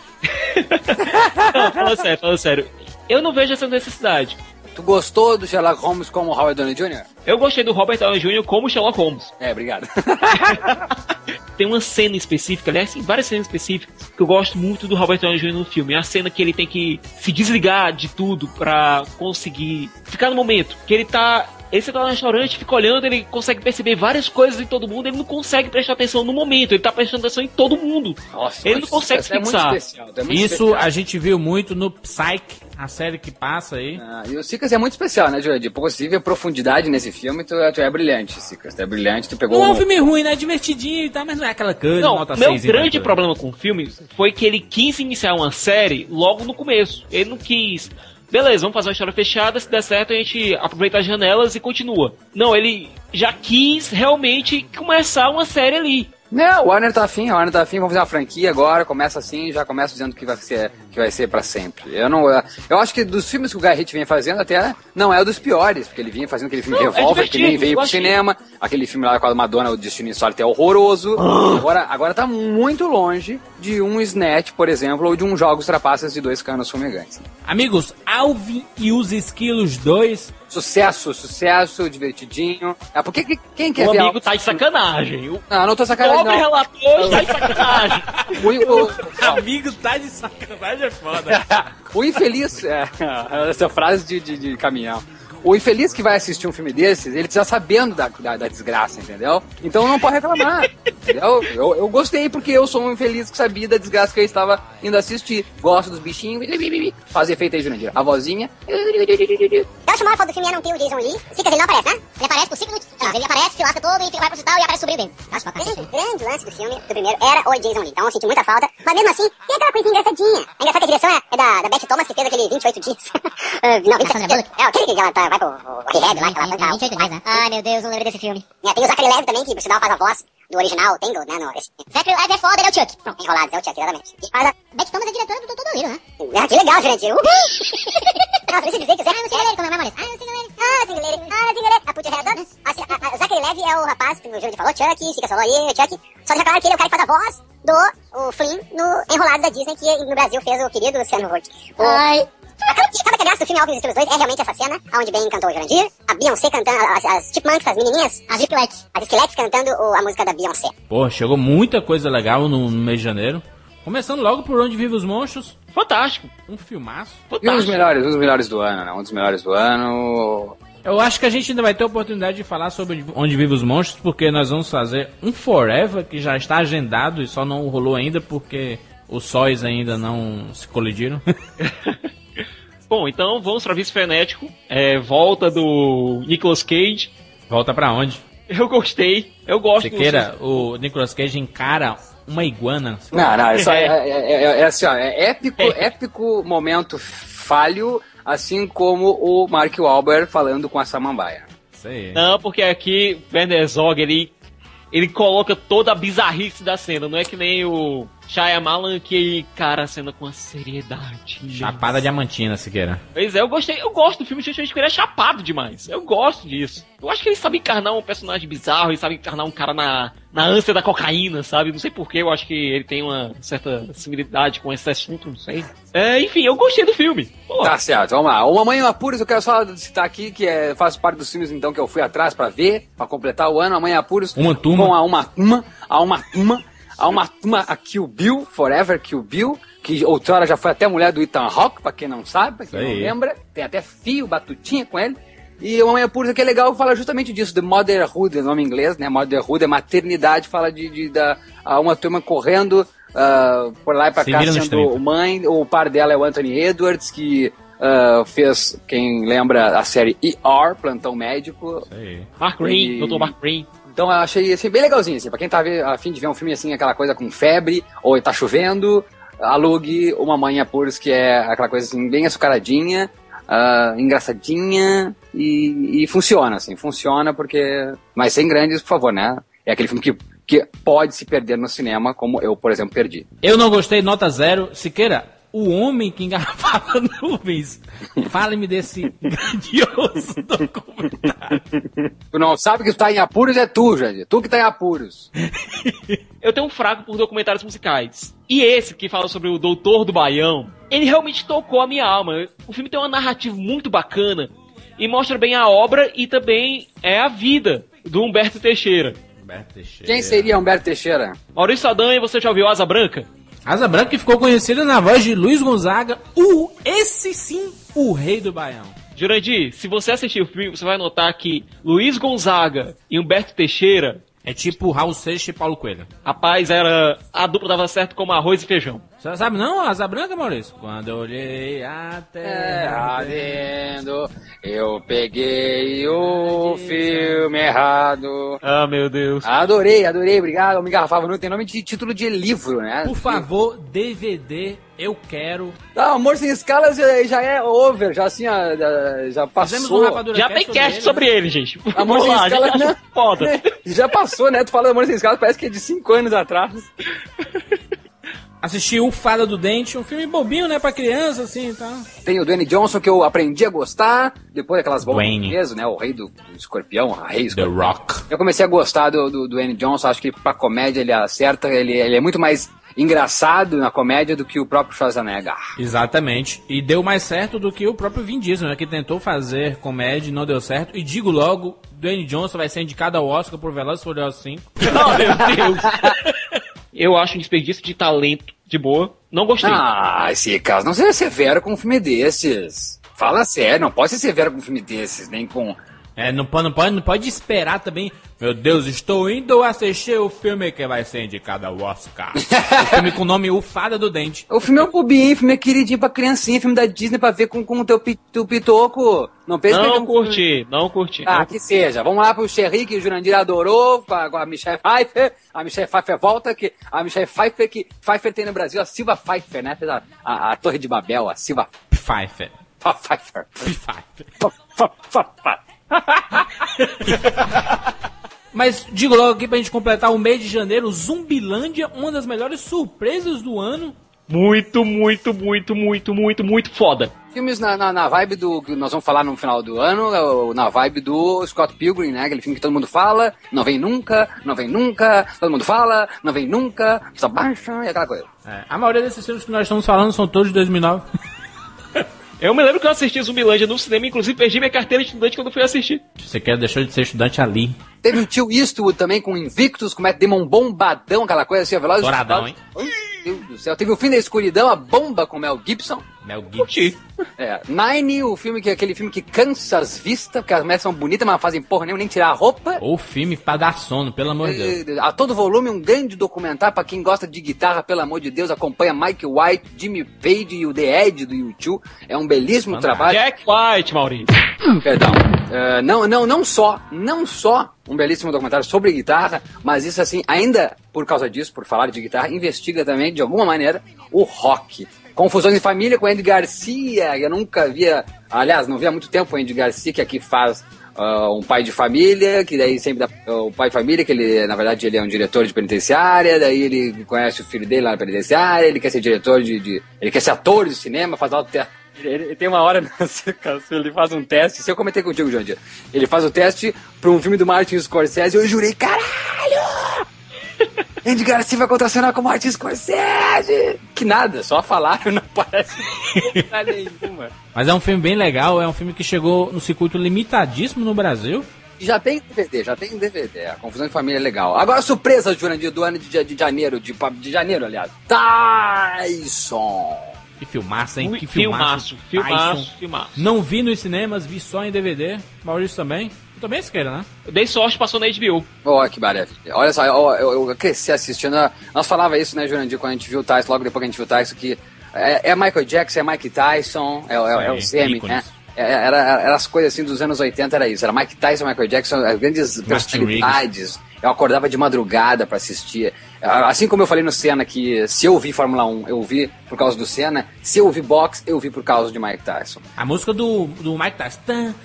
Não, fala sério. Eu não vejo essa necessidade. Tu gostou do Sherlock Holmes como Robert Downey Jr.? Eu gostei do Robert Downey Jr. como Sherlock Holmes. Obrigado. Tem uma cena específica, aliás, tem várias cenas específicas que eu gosto muito do Robert Downey Jr. no filme. É a cena que ele tem que se desligar de tudo pra conseguir ficar no momento. Que ele tá no restaurante, fica olhando, ele consegue perceber várias coisas em todo mundo, ele não consegue prestar atenção no momento, ele tá prestando atenção em todo mundo. Nossa, ele não consegue fixar. É muito especial, isso especial. A gente viu muito no Psyche, a série que passa aí. E o Cicas é muito especial, né, Jurandir? Possível profundidade nesse filme, tu é brilhante, Cicas. Tu é brilhante, tu pegou... Não é um filme ruim, né? É divertidinho e tal, mas não é aquela coisa. Não, nota meu 6 grande problema com o filme foi que ele quis iniciar uma série logo no começo. Ele não quis... Beleza, vamos fazer uma história fechada, se der certo a gente aproveita as janelas e continua. Não, ele já quis realmente começar uma série ali. Não, o Warner tá afim, vamos fazer uma franquia agora, começa assim, já começa dizendo que vai ser pra sempre. Eu acho que dos filmes que o Guy Ritchie vem fazendo até não é dos piores, porque ele vinha fazendo aquele filme Revolver, que nem veio pro cinema, aquele filme lá com a Madonna, o Destino Insólito, é horroroso. Agora tá muito longe de um Snatch, por exemplo, ou de um Jogos Trapaças de 2 Canos Fumegantes. Amigos, Alvin e os Esquilos 2... Sucesso, divertidinho. Porque quem quer ver... O amigo tá de sacanagem. Não tô sacanagem, não. O relator tá de sacanagem. O amigo tá de sacanagem é foda. O infeliz... essa frase de caminhão. O infeliz que vai assistir um filme desses, ele precisa sabendo da desgraça, entendeu? Então não pode reclamar, entendeu? Eu gostei porque eu sou um infeliz que sabia da desgraça que eu estava indo assistir. Gosto dos bichinhos. Faz efeito aí, Jurandir. A vozinha. Eu acho o maior foda do filme é não ter o Jason Lee. Cicas, ele não aparece, né? Ele aparece por 5 minutos. Ele aparece, se lasca todo e vai pro hospital e aparece o sobrinho dele. Acho bacana. O grande lance do filme, do primeiro, era o Jason Lee. Então eu senti muita falta. Mas mesmo assim, tem aquela coisinha engraçadinha. É engraçado que a direção é da Beth Thomas, que fez aquele 28 dias. Não, 27 dias. Aquele que ela vai pro rehab lá, que ela banca. 28 dias, né? Ai, meu Deus, não lembro desse filme. Tem o Zachary Levi também, que por sinal faz a voz do original, Tangled, né? Zachary Levi é foda, ele é o Chuck. Pronto, Enrolados, é o Chuck, exatamente. E faz a... Beth Thomas é diretora do Doutor Dolittle, né? Que legal, gente. Nossa, deixa eu dizer que o Zachary Levi, como é o nome desse? Put your head up. O Zachary Levi é o rapaz que o Júlio falou, Chuck, Chica falou aí, Chuck. Só deixa claro que ele é o cara que faz a voz do Flynn no Enrolados da Disney, que no Brasil fez o querido Luciano Huck. Ai... Acaba que a graça do filme Alvin e os Esquilos 2 é realmente essa cena, onde bem cantou o Jurandir, a Beyoncé cantando, as Chipmunks, as menininhas, as Skelettes cantando a música da Beyoncé. Pô, chegou muita coisa legal no mês de janeiro. Começando logo por Onde Vivem os Monstros. Fantástico. Um filmaço. E um dos melhores do ano, né? Um dos melhores do ano. Eu acho que a gente ainda vai ter a oportunidade de falar sobre Onde Vivem os Monstros, porque nós vamos fazer um Forever, que já está agendado e só não rolou ainda porque os sóis ainda não se colidiram. Bom, então vamos pra Vício Frenético. Volta do Nicolas Cage. Volta pra onde? Eu gostei, eu gosto. Siqueira, o Nicolas Cage encara uma iguana. Não, isso é assim, ó, épico momento falho, assim como o Mark Wahlberg falando com a Samambaia. Isso aí. Não, porque aqui o Werner Herzog, ele coloca toda a bizarrice da cena, não é que nem o Shyamalan que encara a cena com a seriedade. Chapada diamantina, Siqueira. Pois é, eu gosto do filme, justamente porque ele é chapado demais. Eu gosto disso. Eu acho que ele sabe encarnar um personagem bizarro, ele sabe encarnar um cara na ânsia da cocaína, sabe? Não sei porquê, eu acho que ele tem uma certa similaridade com esse assunto, não sei. Enfim, eu gostei do filme. Pô. Tá certo, vamos lá. Uma Mãe em Apuros, eu quero só citar aqui, que faz parte dos filmes, então, que eu fui atrás pra ver, pra completar o ano. Uma Mãe em Apuros. Uma turma. Com a Uma Thurman, a Kill Bill, Forever Kill Bill, que outrora já foi até mulher do Ethan Hawke, pra quem não sabe, pra quem não lembra. Tem até fio, batutinha com ele. E Uma Mãe em Apuros, que é legal, fala justamente disso, de Motherhood, é o nome em inglês, né? Motherhood é maternidade, fala da Uma Thurman correndo por lá e pra cá sendo mãe. O par dela é o Anthony Edwards, que fez, quem lembra, a série ER, Plantão Médico. Mark Green, Dr. Mark Green. Então eu achei assim, bem legalzinho, assim, pra quem tá a fim de ver um filme assim, aquela coisa com febre, ou tá chovendo, alugue Uma Mãe em Apuros, que é aquela coisa assim, bem açucaradinha, engraçadinha, e funciona, assim, porque... Mas sem grandes, por favor, né? É aquele filme que pode se perder no cinema, como eu, por exemplo, perdi. Eu não gostei, nota 0. Siqueira, o homem que engarrafava nuvens. Fale-me desse grandioso documentário. Tu não sabe que tu tá em apuros, é tu, Jandir. Tu que tá em apuros. Eu tenho um fraco por documentários musicais. E esse que fala sobre o Doutor do Baião, ele realmente tocou a minha alma. O filme tem uma narrativa muito bacana e mostra bem a obra e também a vida do Humberto Teixeira. Quem seria Humberto Teixeira? Maurício Saldanha, você já ouviu Asa Branca? Asa Branca, que ficou conhecida na voz de Luiz Gonzaga, esse sim, o rei do Baião. Jurandir, se você assistir o filme, você vai notar que Luiz Gonzaga e Humberto Teixeira... É tipo Raul Seixas e Paulo Coelho. Rapaz, a dupla dava certo como arroz e feijão. Você sabe não, Asa Branca, Maurício? Quando eu olhei a terra ardendo, eu peguei o filme errado. Ah, meu Deus. Adorei, obrigado. Eu me engarrafava no tem nome de título de livro, né? Por favor, DVD, eu quero. Não, Amor Sem Escalas já é over, já assim, já passou. Já tem cast sobre ele, gente. Amor Sem Escalas, né? Foda. Já passou, né? Tu fala Amor Sem Escalas, parece que é de 5 anos atrás. Assisti o Fada do Dente, um filme bobinho, né, pra criança, assim, e tal. Tem o Dwayne Johnson, que eu aprendi a gostar, depois daquelas bombas de peso, né, o rei do escorpião, a rei escorpião. The Rock. Eu comecei a gostar do Dwayne Johnson, acho que pra comédia ele acerta, ele é muito mais engraçado na comédia do que o próprio Schwarzenegger. Exatamente, e deu mais certo do que o próprio Vin Diesel, né, que tentou fazer comédia e não deu certo, e digo logo, Dwayne Johnson vai ser indicado ao Oscar por Velozes e Furiosos 5. Oh, meu Deus. Eu acho um desperdício de talento, de boa. Não gostei. Esse caso não seja severo com um filme desses. Fala sério, não pode ser severo com um filme desses, nem com... Não pode esperar também. Meu Deus, estou indo assistir o filme que vai ser indicado ao Oscar. O filme com o nome O Fada do Dente. O filme é um bobinho, o filme é queridinho pra criancinha, filme da Disney pra ver com o teu pitoco. Não pensa que não curti. Que seja. Vamos lá pro Cherry, que o Jurandir adorou, com a Michelle Pfeiffer. A Michelle Pfeiffer volta, que a Michelle Pfeiffer, que Pfeiffer tem no Brasil, a Silva Pfeiffer, né? Fez a Torre de Babel, a Silva Pfeiffer. Pfeiffer. Mas digo logo aqui pra gente completar o mês de janeiro, Zumbilândia, uma das melhores surpresas do ano. Muito foda. Filmes na vibe do que nós vamos falar no final do ano, na vibe do Scott Pilgrim, né? Aquele filme que todo mundo fala, não vem nunca, todo mundo fala, não vem nunca, só baixa e aquela coisa. A maioria desses filmes que nós estamos falando são todos de 2009. Eu me lembro que eu assisti Zumbilândia no cinema, inclusive perdi minha carteira de estudante quando fui assistir. Você deixou de ser estudante ali. Teve um tio Eastwood também com Invictus, com Matt Damon bombadão, aquela coisa assim, veloz. Douradão, hein? Deus do céu. Teve O Fim da Escuridão, A Bomba com Mel Gibson. Mel Gibson. Nine, aquele filme que cansa as vistas, porque as mulheres são bonitas, mas não fazem porra nenhuma, nem tirar a roupa. Ou filme pra dar sono, pelo amor de Deus. A todo volume, um grande documentário pra quem gosta de guitarra, pelo amor de Deus. Acompanha Mike White, Jimmy Page e o The Edge do U2. É um belíssimo trabalho. Jack White, Maurício. Perdão. Não só um belíssimo documentário sobre guitarra, mas isso assim, ainda por causa disso, por falar de guitarra, investiga também, de alguma maneira, o rock. Confusões de Família com Andy Garcia, eu nunca via, aliás, não via há muito tempo o Andy Garcia, que aqui faz um pai de família, que daí sempre dá o pai de família, que ele, na verdade, ele é um diretor de penitenciária, daí ele conhece o filho dele lá na penitenciária, ele quer ser diretor ele quer ser ator de cinema, faz algo. Ele tem uma hora, ele faz um teste, se eu comentei contigo, Jandir, ele faz o teste pra um filme do Martin Scorsese e eu jurei, caralho! Andy Garcia vai contracenar com o Martin Scorsese! Que nada, só falaram, não parece nada nenhuma. Mas é um filme bem legal, é um filme que chegou no circuito limitadíssimo no Brasil. Já tem DVD, a Confusão de Família é legal. Agora, surpresa, Jurandir, do ano de janeiro, de janeiro, aliás. Tyson! Que filmaço, hein? Que filmaço. Não vi nos cinemas, vi só em DVD. Maurício também. Tu também é esquerda, né? Eu dei sorte, passou na HBO. Que maravilha. Olha só, eu cresci assistindo. Nós falava isso, né, Jurandir, quando a gente viu o Tyson, logo depois que a gente viu o Tyson, que é Michael Jackson, é Mike Tyson, é o Semi, né? Era as coisas assim dos anos 80, era isso. Era Mike Tyson, Michael Jackson, as grandes personalidades. Eu acordava de madrugada pra assistir. Assim como eu falei no Senna que se eu vi Fórmula 1, eu vi por causa do Senna. Se eu vi boxe, eu vi por causa de Mike Tyson. A música do Mike Tyson.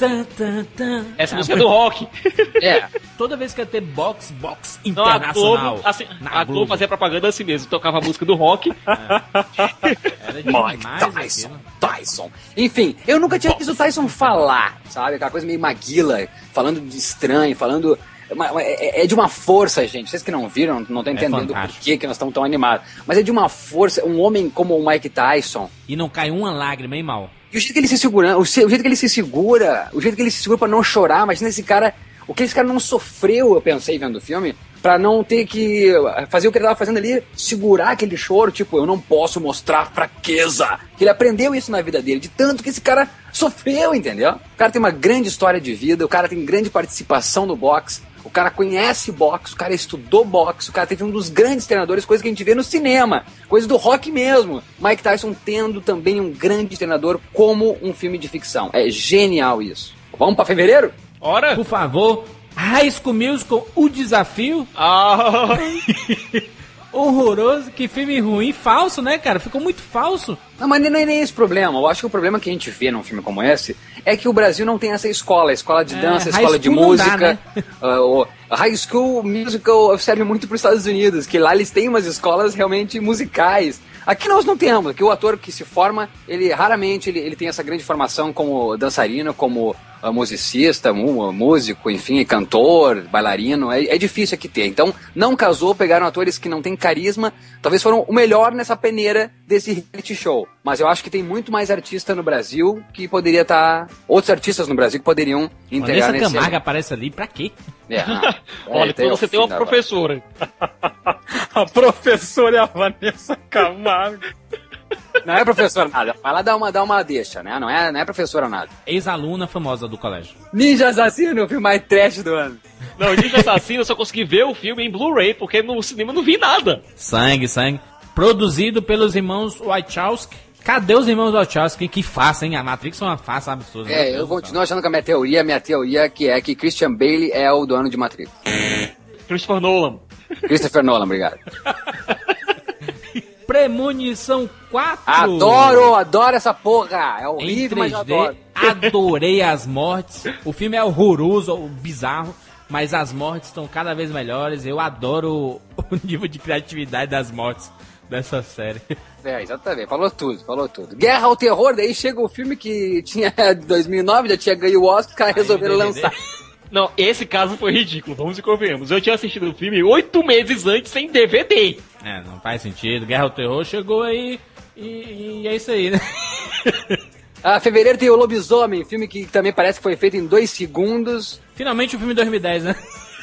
Essa música é do rock. Toda vez que ia ter boxe internacional. A Globo fazia propaganda assim mesmo. Tocava a música do rock. Era demais. Mike Tyson. Enfim, eu nunca tinha visto o Tyson falar, sabe? Aquela coisa meio Maguila, falando de estranho, falando... É de uma força, gente. Vocês que não viram, não estão entendendo por que nós estamos tão animados. Mas é de uma força, um homem como o Mike Tyson. E não cai uma lágrima, hein, Mal? E o jeito que ele se segura, o jeito que ele se segura pra não chorar, imagina esse cara, o que esse cara não sofreu, eu pensei vendo o filme, pra não ter que fazer o que ele tava fazendo ali, segurar aquele choro, tipo, eu não posso mostrar fraqueza. Ele aprendeu isso na vida dele, de tanto que esse cara sofreu, entendeu? O cara tem uma grande história de vida, o cara tem grande participação no boxe, o cara conhece boxe, o cara estudou boxe, o cara teve um dos grandes treinadores, coisa que a gente vê no cinema, coisa do rock mesmo. Mike Tyson tendo também um grande treinador como um filme de ficção. É genial isso. Vamos pra fevereiro? Ora! Por favor, High School Musical, O Desafio. Horroroso, que filme ruim, falso, né, cara? Ficou muito falso. Não, mas nem é esse problema. Eu acho que o problema que a gente vê num filme como esse é que o Brasil não tem essa escola de dança, escola de música. Dá, né? High School Musical serve muito para os Estados Unidos, que lá eles têm umas escolas realmente musicais. Aqui nós não temos, que o ator que se forma, ele raramente ele tem essa grande formação como dançarino, como musicista, músico, enfim, cantor, bailarino, é difícil aqui ter. Então, não casou, pegaram atores que não têm carisma, talvez foram o melhor nessa peneira desse reality show. Mas eu acho que tem muito mais artista no Brasil que poderia estar... Outros artistas no Brasil que poderiam integrar nesse... Vanessa Camargo aparece ali, pra quê? Olha, então você tem uma professora. A professora é a Vanessa Camargo. Não é professora nada, vai lá dar uma deixa, né? Não é professora nada. Ex-aluna famosa do colégio. Ninja Assassino, o filme mais trash do ano. Não, Ninja Assassino eu só consegui ver o filme em Blu-ray, porque no cinema eu não vi nada. Sangue. Produzido pelos irmãos Wachowski. Cadê os irmãos Wachowski? Que farsa, hein? A Matrix é uma farsa absurda. Eu continuo achando que a minha teoria que é que Christian Bale é o dono de Matrix. Christopher Nolan, obrigado. Premonição 4. Adoro essa porra. É horrível, mas eu adoro. Adorei as mortes. O filme é horroroso, bizarro, mas as mortes estão cada vez melhores. Eu adoro o nível de criatividade das mortes dessa série. Exatamente. Falou tudo. Guerra ao Terror, daí chega o filme que tinha 2009, já tinha ganho o Oscar, os caras resolveram lançar. Não, esse caso foi ridículo, vamos e convenhamos. Eu tinha assistido o filme 8 meses antes sem DVD. Não faz sentido. Guerra ao Terror chegou aí e é isso aí, né? Fevereiro tem o Lobisomem, filme que também parece que foi feito em 2 segundos. Finalmente o filme de 2010, né?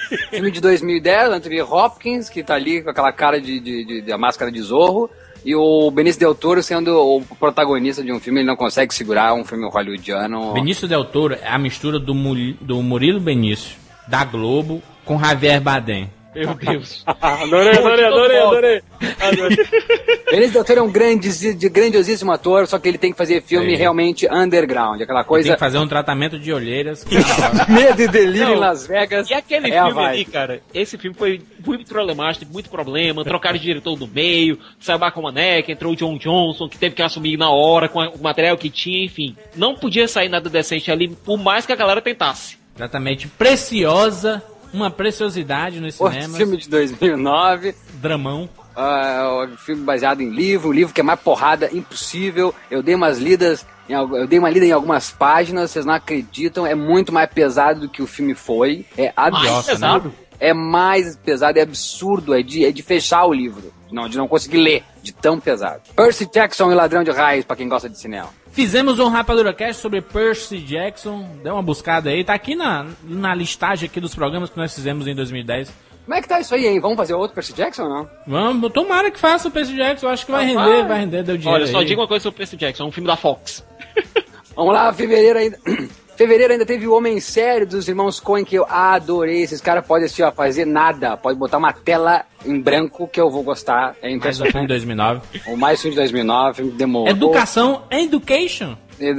Filme de 2010, Anthony Hopkins, que tá ali com aquela cara de a máscara de Zorro. E o Benício Del Toro sendo o protagonista de um filme, ele não consegue segurar um filme hollywoodiano. Benício Del Toro é a mistura do Murilo Benício, da Globo, com Javier Bardem. Meu Deus. Adorei. Benício Del Toro é um grandiosíssimo ator, só que ele tem que fazer filme realmente underground, aquela coisa... Tem que fazer um tratamento de olheiras. Medo e delírio em Las Vegas. E aquele filme ali, cara, esse filme foi muito problemático, muito problema, trocaram de diretor no meio, saiu Marco Manek, entrou o John Johnson, que teve que assumir na hora com o material que tinha, enfim. Não podia sair nada decente ali, por mais que a galera tentasse. Exatamente. Preciosa, uma preciosidade nos cinemas. O filme de 2009. Dramão. Filme baseado em livro, um livro que é mais porrada impossível. Eu dei uma lida em algumas páginas, vocês não acreditam, é muito mais pesado do que o filme foi. É mais pesado? É mais pesado, é absurdo, é de fechar o livro, de não conseguir ler, de tão pesado. Percy Jackson e Ladrão de Raios, pra quem gosta de cinema. Fizemos um Rapadura Cast sobre Percy Jackson, dê uma buscada aí, tá aqui na listagem aqui dos programas que nós fizemos em 2010. Como é que tá isso aí, hein? Vamos fazer outro Percy Jackson ou não? Vamos, tomara que faça o Percy Jackson, eu acho que vai render, deu dinheiro. Olha, só diga uma coisa sobre o Percy Jackson, é um filme da Fox. Vamos lá, fevereiro ainda teve o Homem Sério dos Irmãos Coen, que eu adorei. Esses caras podem assistir, fazer nada. Pode botar uma tela em branco que eu vou gostar. É mais um filme de 2009. O mais filme de 2009, filme demorou. Education. Education?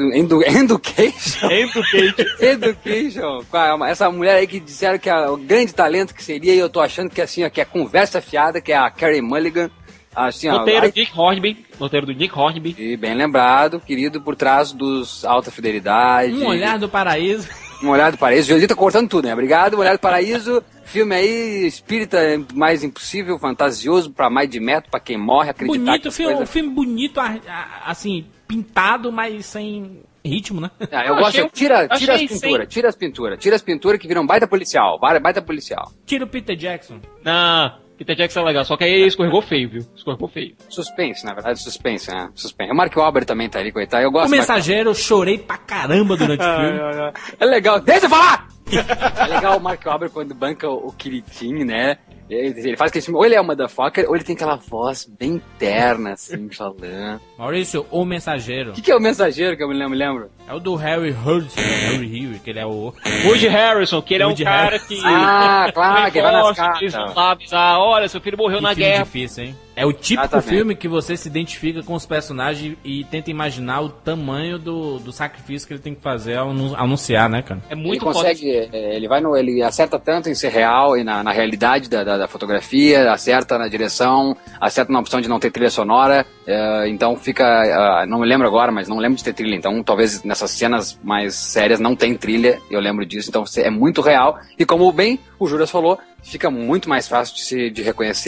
Essa mulher aí que disseram que é o grande talento que seria, e eu tô achando que assim, que é conversa fiada, que é a Carey Mulligan. Assim, Roteiro do Nick Hornby. E bem lembrado, querido, por trás dos Alta Fidelidade. Um Olhar do Paraíso. Um Olhar do Paraíso. Josi tá cortando tudo, né? Obrigado, Um Olhar do Paraíso. Filme aí, espírita mais impossível, fantasioso, pra mais de metro, pra quem morre, acreditar. Bonito, um filme bonito, assim, pintado, mas sem ritmo, né? Eu gosto, tira as pinturas que viram baita policial. Tira o Peter Jackson. Peter Jackson é legal, só que aí escorregou feio, viu? Suspense, na verdade, suspense. O Mark Wahlberg também tá ali, coitado. Eu gosto. O Mensageiro, eu chorei pra caramba durante o filme. É legal. Deixa eu falar! É legal o Mark Wahlberg quando banca o Kiritin, né? Ele faz aquele filme, ou ele é uma motherfucker, ou ele tem aquela voz bem terna, assim, falando. Maurício, o Mensageiro. O que é o Mensageiro que eu me lembro? É o do Harry Hudson, Harry Hill, que ele é o... Woody Harrison, que ele é um cara que... claro, que vai nas cartas. Olha, seu filho morreu na guerra. Difícil, hein? É o típico filme que você se identifica com os personagens e tenta imaginar o tamanho do sacrifício que ele tem que fazer ao anunciar, né, cara? É muito ele consegue, ele acerta tanto em ser real e na realidade da fotografia, acerta na direção, acerta na opção de não ter trilha sonora, então fica, não me lembro agora, mas não lembro de ter trilha, então talvez nessas cenas mais sérias não tem trilha, eu lembro disso, então é muito real, e como bem o Juras falou, fica muito mais fácil de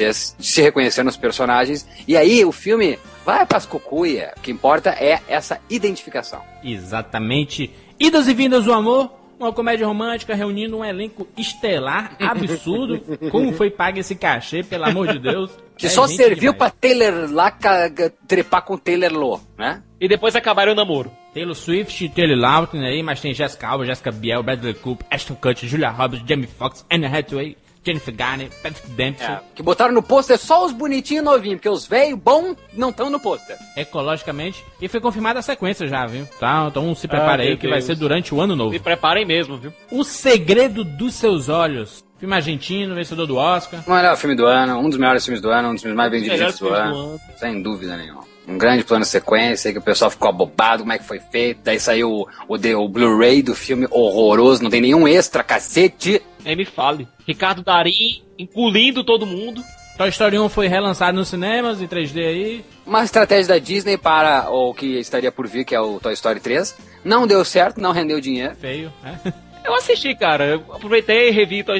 se reconhecer nos personagens. E aí o filme vai pras cucuia. O que importa é essa identificação. Exatamente. Idas e vindas do amor. Uma comédia romântica reunindo um elenco estelar absurdo. Como foi pago esse cachê, pelo amor de Deus? Que só serviu pra Taylor lá trepar com Taylor Law, né? E depois acabaram o namoro. Taylor Swift e Taylor Lautner aí, mas tem Jessica Alba, Jessica Biel, Bradley Cooper, Ashton Kutcher, Julia Roberts, Jamie Foxx, Anne Hathaway, Jennifer Garner, Patrick Dempsey. Que botaram no pôster só os bonitinhos novinhos, porque os velhos bons não estão no pôster. Ecologicamente. E foi confirmada a sequência já, viu? Tá, então se prepare aí que vai ser durante o ano novo. Se preparem mesmo, viu? O Segredo dos Seus Olhos. Filme argentino, vencedor do Oscar. O melhor filme do ano, um dos melhores filmes do ano, um dos filmes mais vendidos do ano. Sem dúvida nenhuma. Um grande plano de sequência, que o pessoal ficou abobado, como é que foi feito. Daí saiu o Blu-ray do filme horroroso, não tem nenhum extra, cacete. Nem me fale. Ricardo Darín engolindo todo mundo. Toy Story 1 foi relançado nos cinemas, em 3D aí. Uma estratégia da Disney para o que estaria por vir, que é o Toy Story 3. Não deu certo, não rendeu dinheiro. Feio, né? Eu assisti, cara. Eu aproveitei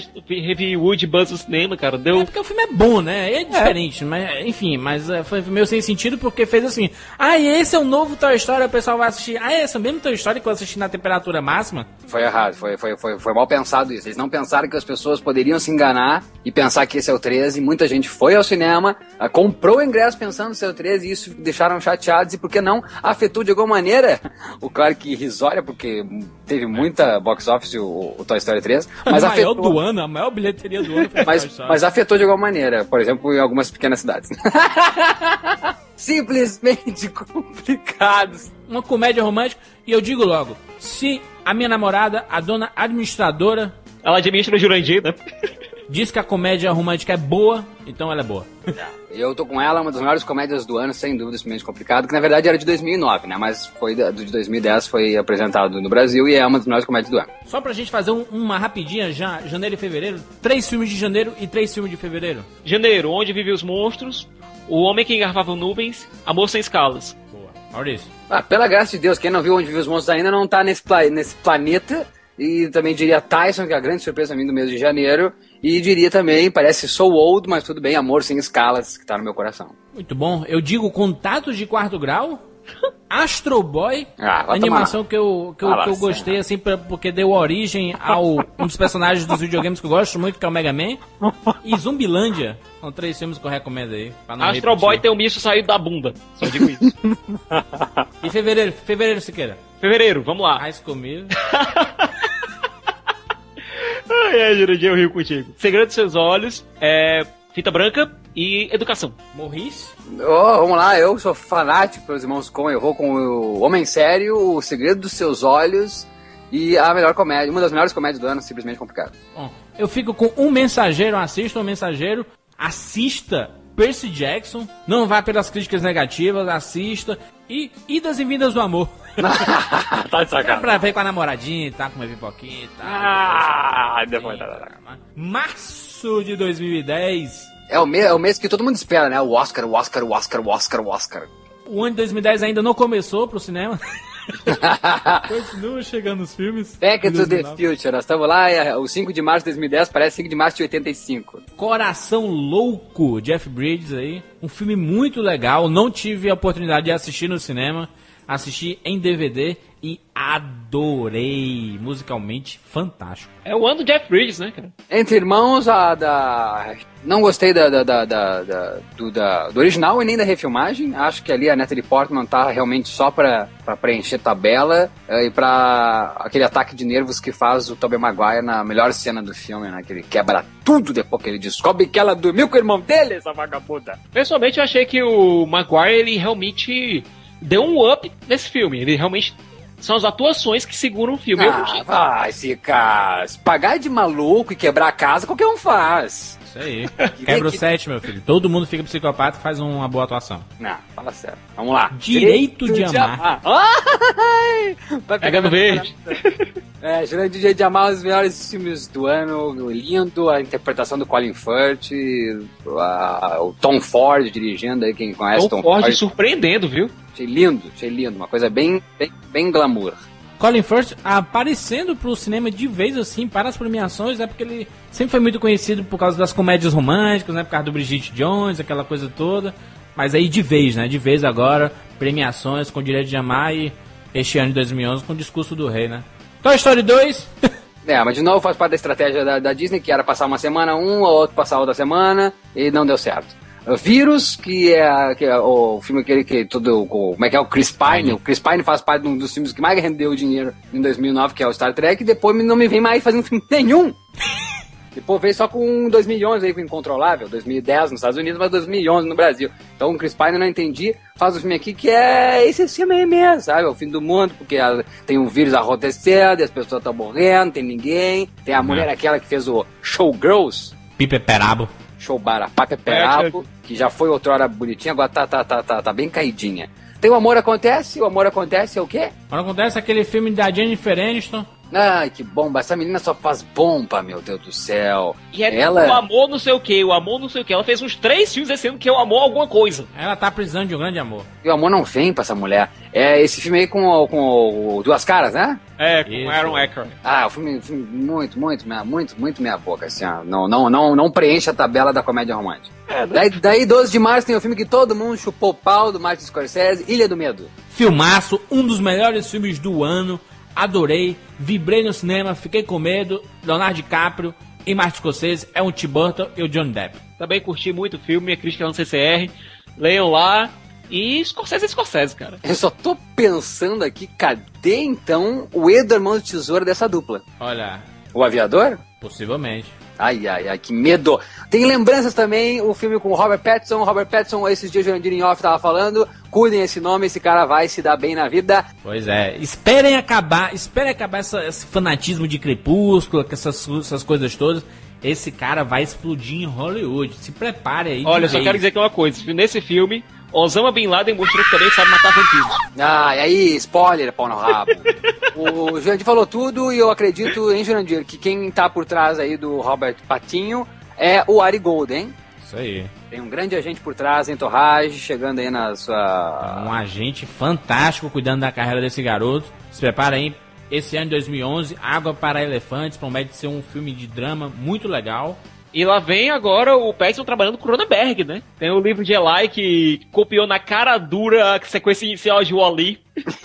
e revi Woody Buzz no cinema, cara. Deu... É porque o filme é bom, né? É diferente, mas enfim, mas foi meio sem sentido porque fez assim. E esse é o novo Toy Story, o pessoal vai assistir. Esse é o mesmo Toy Story que eu assisti na temperatura máxima? Foi errado, foi mal pensado isso. Eles não pensaram que as pessoas poderiam se enganar e pensar que esse é o 13. Muita gente foi ao cinema, comprou o ingresso pensando no seu 13 e isso deixaram chateados e, por que não, afetou de alguma maneira. O claro que irrisória, porque teve muita box office o Toy Story 3, mas a maior afetou, do ano, a maior bilheteria do ano foi Toy Story. mas afetou de alguma maneira, por exemplo, em algumas pequenas cidades. Simplesmente complicados. Uma comédia romântica, e eu digo logo, se a minha namorada, a dona administradora, ela administra o Jurandir, né? diz que a comédia romântica é boa, então ela é boa. Eu tô com ela, uma das maiores comédias do ano, sem dúvida, simplesmente complicado, que na verdade era de 2009, né? Mas foi de 2010, foi apresentado no Brasil e é uma das melhores comédias do ano. Só pra gente fazer uma rapidinha já, janeiro e fevereiro, 3 filmes de janeiro e 3 filmes de fevereiro. Janeiro, Onde Vivem os Monstros, O Homem que Engarrafava Nuvens, Amor Sem Escalas. Boa. Maurício. Pela graça de Deus, quem não viu Onde Vivem os Monstros ainda não tá nesse planeta. E também diria Tyson, que é a grande surpresa pra mim do mês de janeiro. E diria também, parece So Old, mas tudo bem, Amor Sem Escalas, que tá no meu coração. Muito bom. Eu digo Contatos de Quarto Grau, Astro Boy, animação que eu gostei, assim, porque deu origem ao um dos personagens dos videogames que eu gosto muito, que é o Mega Man. E Zumbilândia. São 3 filmes que eu recomendo aí. Astro Boy tem um misto saído da bunda. Só digo isso. E fevereiro, Siqueira? Fevereiro, vamos lá. Mais comigo. Jurandir, eu rio contigo. Segredo dos Seus Olhos, Fita Branca e Educação. Morris? Vamos lá, eu sou fanático pelos irmãos Coen, eu vou com o Homem Sério, O Segredo dos Seus Olhos e a melhor comédia, uma das melhores comédias do ano, Simplesmente Complicado. Bom, eu fico com Um Mensageiro, assista Um Mensageiro, assista Percy Jackson, não vá pelas críticas negativas, assista, e Idas e Vindas do Amor. Tá de sacanagem. É pra ver com a namoradinha, tá com uma pipoquinha e tal. Depois Março de 2010. É o mês que todo mundo espera, né? O Oscar. O ano de 2010 ainda não começou pro cinema. Continua chegando os filmes. Back to the Future, nós estamos lá, o 5 de março de 2010 parece 5 de março de 85. Coração Louco, Jeff Bridges aí. Um filme muito legal, não tive a oportunidade de assistir no cinema. Assisti em DVD e adorei. Musicalmente, fantástico. É o ano do Jeff Bridges, né, cara? Entre Irmãos, não gostei do original e nem da refilmagem. Acho que ali a Natalie Portman tá realmente só pra preencher tabela e pra aquele ataque de nervos que faz o Tobey Maguire na melhor cena do filme, né? Que ele quebra tudo depois que ele descobre que ela dormiu com o irmão dele, essa vagabunda. Pessoalmente, eu achei que o Maguire, ele realmente deu um up nesse filme. Ele realmente... São as atuações que seguram o filme. Vai, Sica. Pagar de maluco e quebrar a casa, qualquer um faz. Isso aí. Quebra o 7, meu filho. Todo mundo fica psicopata e faz uma boa atuação. Não, fala sério. Vamos lá. Direito de amar. Pegando verde. Direito de amar, os melhores filmes do ano. Lindo, a interpretação do Colin Firth, o Tom Ford dirigindo aí, quem conhece Tom Ford surpreendendo, viu? Achei lindo, uma coisa bem glamour. Colin Firth aparecendo pro cinema de vez assim, para as premiações, porque ele sempre foi muito conhecido por causa das comédias românticas, né, por causa do Bridget Jones, aquela coisa toda, mas aí de vez, né, de vez agora, premiações com Direito de Amar e este ano de 2011 com o Discurso do Rei, né. Toy Story 2... mas de novo faz parte da estratégia da Disney, que era passar uma semana um, ou outro passar outra semana, e não deu certo. Vírus, que é o filme que tudo, como é que é, o Chris Pine. O Chris Pine faz parte de um dos filmes que mais rendeu dinheiro em 2009, que é o Star Trek, e depois não me vem mais fazendo filme nenhum. Depois veio só com 2011 aí, com Incontrolável, 2010 nos Estados Unidos, mas 2011 no Brasil. Então o Chris Pine eu não entendi, faz um filme aqui que é esse filme aí mesmo, sabe? É o fim do mundo, porque tem um vírus acontecendo, as pessoas estão morrendo, tem ninguém, tem a mulher aquela que fez o Showgirls. Pipe Perabo. Showbara, Perabo, que já foi outrora bonitinha, agora tá bem caidinha. Tem o Amor Acontece é o quê? O Amor Acontece é aquele filme da Jennifer Aniston. Ai, que bomba, essa menina só faz bomba, meu Deus do céu. E ela... o amor não sei o que, ela fez uns 3 filmes esse ano que é o amor alguma coisa. Ela tá precisando de um grande amor. E o amor não vem pra essa mulher. É esse filme aí com o Duas Caras, né? Com Aaron Eckhart. O filme muito meia boca, assim, ó. Não preenche a tabela da comédia romântica. Daí 12 de março tem o filme que todo mundo chupou pau do Martin Scorsese, Ilha do Medo. Filmaço, um dos melhores filmes do ano. Adorei, vibrei no cinema, fiquei com medo. Leonardo DiCaprio e Martin Scorsese, é um Tim Burton e o Johnny Depp. Também curti muito o filme, minha crítica é no CCR. Leiam lá. E Scorsese é Scorsese, cara. Eu só tô pensando aqui, cadê então o Edward Mão de Tesoura dessa dupla? Olha, O Aviador? possivelmente. Ai, que medo. Tem lembranças também, o filme com o Robert Pattinson. Robert Pattinson, esses dias o Jurandir em off tava falando. Cuidem esse nome, esse cara vai se dar bem na vida. Pois é, esperem acabar esse fanatismo de Crepúsculo, com essas coisas todas. Esse cara vai explodir em Hollywood. Se prepare aí. Olha, só quero dizer aqui uma coisa. Nesse filme, Osama Bin Laden mostrou que também sabe matar vampiros. E aí, spoiler, pau no rabo. O Jurandir falou tudo e eu acredito em Jurandir que quem tá por trás aí do Robert Pattinson é o Ari Gold, hein? Isso aí. Tem um grande agente por trás, Entourage, chegando aí na sua... Um agente fantástico cuidando da carreira desse garoto. Se prepara aí. Esse ano de 2011, Água para Elefantes, promete ser um filme de drama muito legal. E lá vem agora o Pattinson trabalhando com o Cronenberg, né? Tem o livro de Eli que copiou na cara dura a sequência inicial de Wall-E.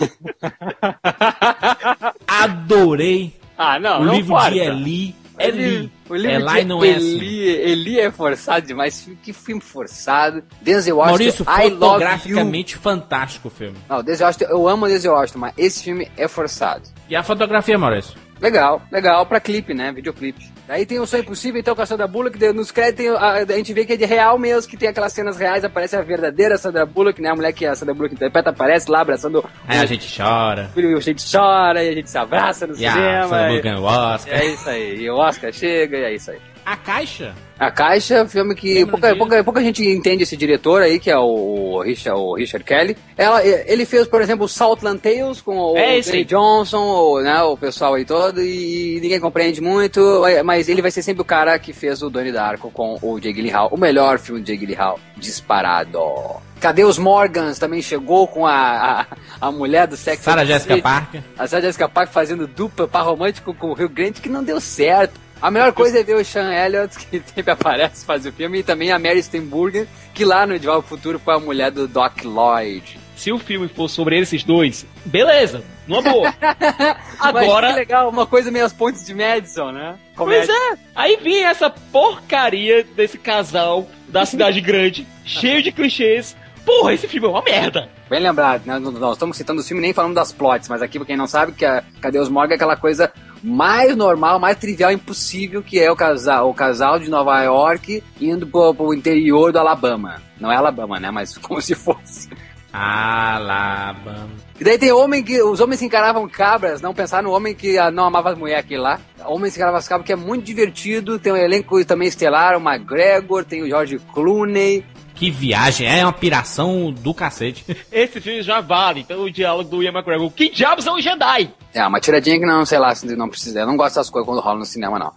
Adorei não, o não livro importa. de Eli. O livro Eli de não é assim. Eli é forçado demais. Que filme forçado. Denzel Washington, Maurício, I Love You. fotograficamente fantástico o filme. Não, Denzel Washington, eu amo o Denzel Washington, mas esse filme é forçado. E a fotografia, Maurício? Legal pra clipe, né? Videoclipe. Daí tem o Sonho Impossível, então, com a Sandra Bullock, nos créditos a gente vê que é de real mesmo, que tem aquelas cenas reais, aparece a verdadeira Sandra Bullock, né? A mulher que a Sandra Bullock interpreta, aparece lá abraçando... Aí a gente chora. A gente chora, e a gente se abraça no E cinema. a Sandra Bullock ganha o Oscar. É isso aí, e o Oscar chega, e é isso aí. A Caixa? A Caixa é um filme que pouca gente entende esse diretor aí, que é o Richard Kelly. Ele fez, por exemplo, o Southland Tales com o Terry Johnson, né, o pessoal aí todo, e ninguém compreende muito, mas ele vai ser sempre o cara que fez o Donnie Darko com o Jake Gyllenhaal, o melhor filme do Jake Gyllenhaal, disparado. Cadê os Morgans? Também chegou com a mulher do Sex Sarah Jessica Parker. A Sarah Jessica Parker fazendo dupla par romântico com o Hugh Grant, que não deu certo. A melhor coisa é ver o Sean Elliott, que sempre aparece, faz o filme, e também a Mary Steenburgen, que lá no De Volta ao Futuro foi a mulher do Doc Lloyd. Se o filme for sobre esses dois, beleza, numa boa. Agora... Mas que legal, uma coisa meio as pontes de Madison, né? Pois é. Aí vem essa porcaria desse casal da cidade grande, cheio de clichês. Porra, esse filme é uma merda. Bem lembrado, né? Nós estamos citando o filme nem falando das plots, mas aqui, pra quem não sabe, que Cadê os Morgan é aquela coisa mais normal, mais trivial impossível, que é o casal de Nova York indo pro interior do Alabama. Não é Alabama, né? Mas como se fosse. Alabama. E daí tem os homens que encaravam cabras, não pensaram no homem que não amava as mulheres aqui lá. Homens que encaravam as cabras, que é muito divertido. Tem um elenco também estelar, o McGregor, tem o George Clooney. Que viagem, é uma piração do cacete. Esse filme já vale pelo diálogo do Ian McGregor. Que diabos é um Jedi? É, uma tiradinha que não, sei lá, não precisa. Eu não gosto dessas coisas quando rola no cinema, não.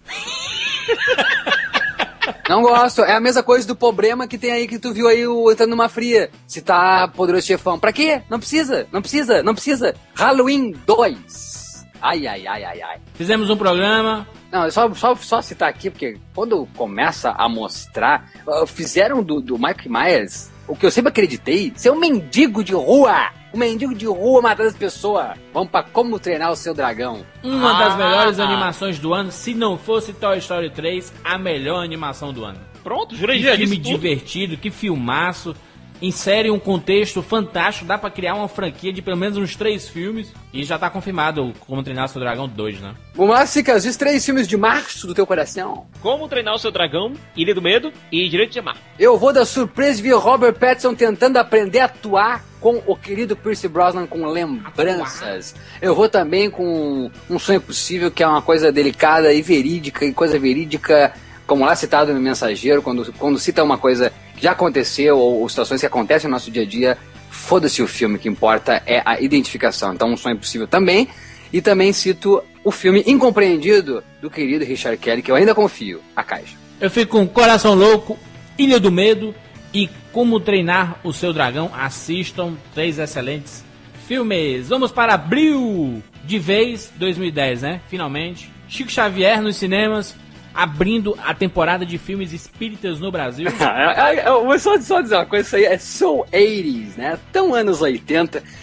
Não gosto. É a mesma coisa do problema que tem aí, que tu viu aí entrando numa fria. Se tá Poderoso Chefão. Pra quê? Não precisa. Halloween 2. Ai. Fizemos um programa... Não, só citar aqui, porque quando começa a mostrar, fizeram do Mike Myers, o que eu sempre acreditei, ser um mendigo de rua. Um mendigo de rua matando as pessoas. Vamos pra Como Treinar o Seu Dragão. Uma das melhores animações do ano, se não fosse Toy Story 3, a melhor animação do ano. Pronto, jurei que já filme disse tudo. divertido, que filmaço. Insere um contexto fantástico, dá pra criar uma franquia de pelo menos uns 3 filmes. E já tá confirmado Como Treinar Seu Dragão 2, né? O Márcio, os 3 filmes de março do teu coração. Como Treinar o Seu Dragão, Ilha do Medo e Direito de Amar. Eu vou dar surpresa de ver Robert Pattinson tentando aprender a atuar com o querido Pierce Brosnan com lembranças. Eu vou também com Um Sonho Impossível, que é uma coisa delicada e verídica, como lá citado no Mensageiro, quando cita uma coisa que já aconteceu ou situações que acontecem no nosso dia a dia, foda-se o filme, o que importa é a identificação. Então, Um Sonho Impossível também. E também cito o filme Incompreendido do querido Richard Kelly, que eu ainda confio, A Caixa. Eu fico com Coração Louco, Ilha do Medo e Como Treinar o Seu Dragão. Assistam, 3 excelentes filmes. Vamos para abril de vez, 2010, né? Finalmente. Chico Xavier nos cinemas, abrindo a temporada de filmes espíritas no Brasil. Eu vou só dizer uma coisa, isso aí é so 80s, né? Tão anos 80,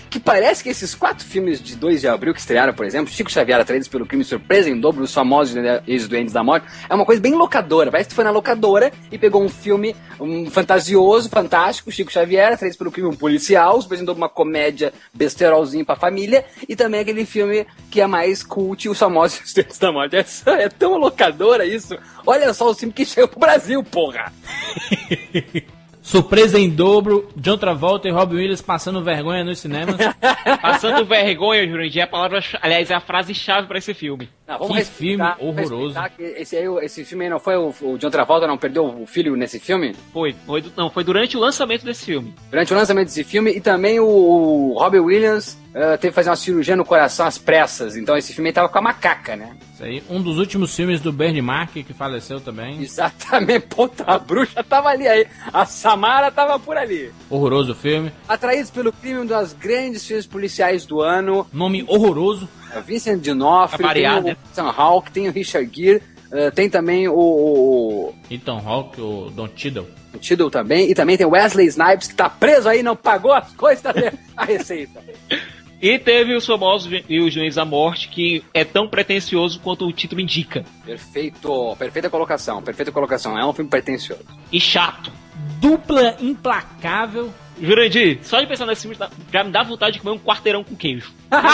que parece que esses 4 filmes de 2 de abril que estrearam, por exemplo, Chico Xavier, Atraídos pelo Crime, Surpresa em Dobro, Os Famosos Ex-Doentes da Morte, é uma coisa bem locadora. Parece que tu foi na locadora e pegou um filme fantasioso, fantástico, Chico Xavier, Atraídos pelo Crime, um policial, Surpresa em Dobro, uma comédia besterolzinho pra família, e também aquele filme que é mais cult, Os Famosos Ex-Doentes da Morte. É tão locadora isso. Olha só o filme que chegou pro Brasil, porra! Surpresa em Dobro, John Travolta e Robin Williams passando vergonha nos cinemas. Passando vergonha, Jurandir, é a palavra, aliás, é a frase-chave pra esse filme. Não, vamos Que filme horroroso. Esse filme aí não foi o John Travolta, não perdeu o filho nesse filme? Foi durante o lançamento desse filme. Durante o lançamento desse filme, e também o Robin Williams teve que fazer uma cirurgia no coração às pressas, então esse filme aí tava com a macaca, né? Isso aí, um dos últimos filmes do Bernie Mac, que faleceu também. Exatamente, puta, a bruxa tava ali aí, a Samara tava por ali. Horroroso filme. Atraídos pelo Crime, um dos grandes filmes policiais do ano. Nome horroroso. Vincent D'Onofrio, variado, tem o Ethan Hawke, tem o Richard Gere, tem também o Ethan Hawke, o Don Cheadle. O Tiddle também, e também tem o Wesley Snipes, que tá preso aí, não pagou as coisas, a receita. E teve Os Famosos e os Doentes da Morte, que é tão pretensioso quanto o título indica. Perfeito, perfeita colocação, é um filme pretensioso. E chato. Dupla implacável. Jurandir, só de pensar nesse filme já me dá vontade de comer um quarteirão com queijo.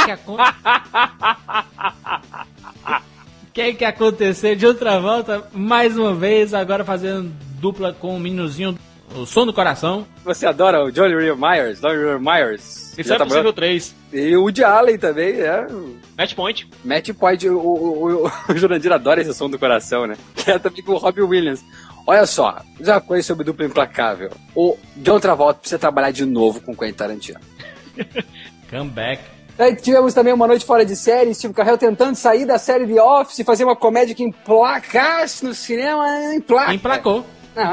O que aconteceu? De outra volta, mais uma vez, agora fazendo dupla com o meninozinho, o Som do Coração. Você adora o Johnny Lee Myers. Isso é possível 3. E o Woody Allen também, Match Point. O Jurandir adora esse Som do Coração, né? Que é também com o Robin Williams. Olha só, diz uma coisa sobre dupla implacável. O John Travolta precisa trabalhar de novo com o Quentin Tarantino. Comeback. Aí tivemos também Uma Noite Fora de Série, Steve Carell tentando sair da série The Office e fazer uma comédia que emplacasse no cinema, Emplacou.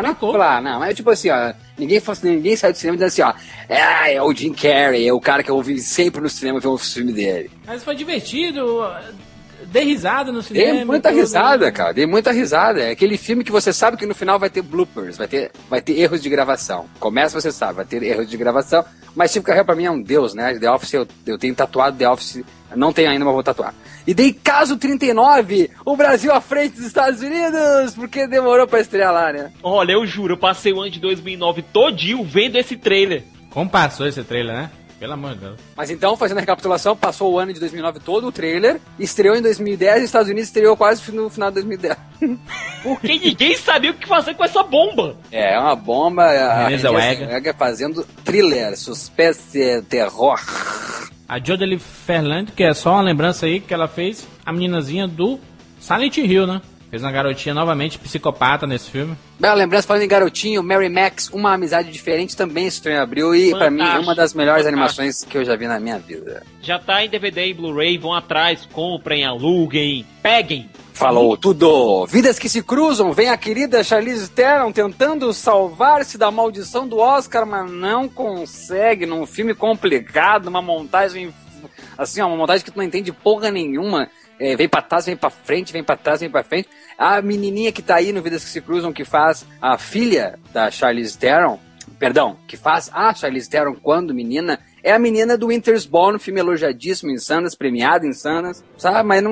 Não, mas tipo assim, ó, ninguém saiu do cinema dizendo assim, ó, é o Jim Carrey, é o cara que eu ouvi sempre no cinema ver um filme dele. Mas foi divertido, dei risada no cinema. Dei muita risada, cara, dei muita risada. É aquele filme que você sabe que no final vai ter bloopers, vai ter erros de gravação. Começa, você sabe, vai ter erros de gravação, mas Steve Carell pra mim é um deus, né? The Office, eu tenho tatuado The Office, não tenho ainda, mas vou tatuar. E dei caso 39, o Brasil à frente dos Estados Unidos, porque demorou pra estrear lá, né? Olha, eu juro, eu passei o ano de 2009 todinho vendo esse trailer. Como passou esse trailer, né? Pelo amor de Deus. Mas então, fazendo a recapitulação, passou o ano de 2009 todo, o trailer, estreou em 2010 e os Estados Unidos estreou quase no final de 2010. Porque ninguém sabia o que fazer com essa bomba. É uma bomba, a Renée Zellweger fazendo thriller, suspense, terror. A Jodie Ferland, que é só uma lembrança aí que ela fez, a meninazinha do Silent Hill, né? Fez uma garotinha novamente psicopata nesse filme. Bela lembrança, falando em garotinho, Mary Max, Uma Amizade Diferente, também estreou em abril e pra mim é uma das melhores animações que eu já vi na minha vida. Já tá em DVD e Blu-ray, vão atrás, comprem, aluguem, peguem. Falou tudo! Vidas que se cruzam, vem a querida Charlize Theron tentando salvar-se da maldição do Oscar, mas não consegue, num filme complicado, uma montagem, assim, uma montagem que tu não entende porra nenhuma. Vem pra trás, vem pra frente, vem pra trás, vem pra frente. A menininha que tá aí no Vidas que se Cruzam, que faz a filha da Charlize Theron, que faz a Charlize Theron quando menina, é a menina do Winter's Bone, filme elogiadíssimo em Sundance, premiado em Sundance, sabe? Mas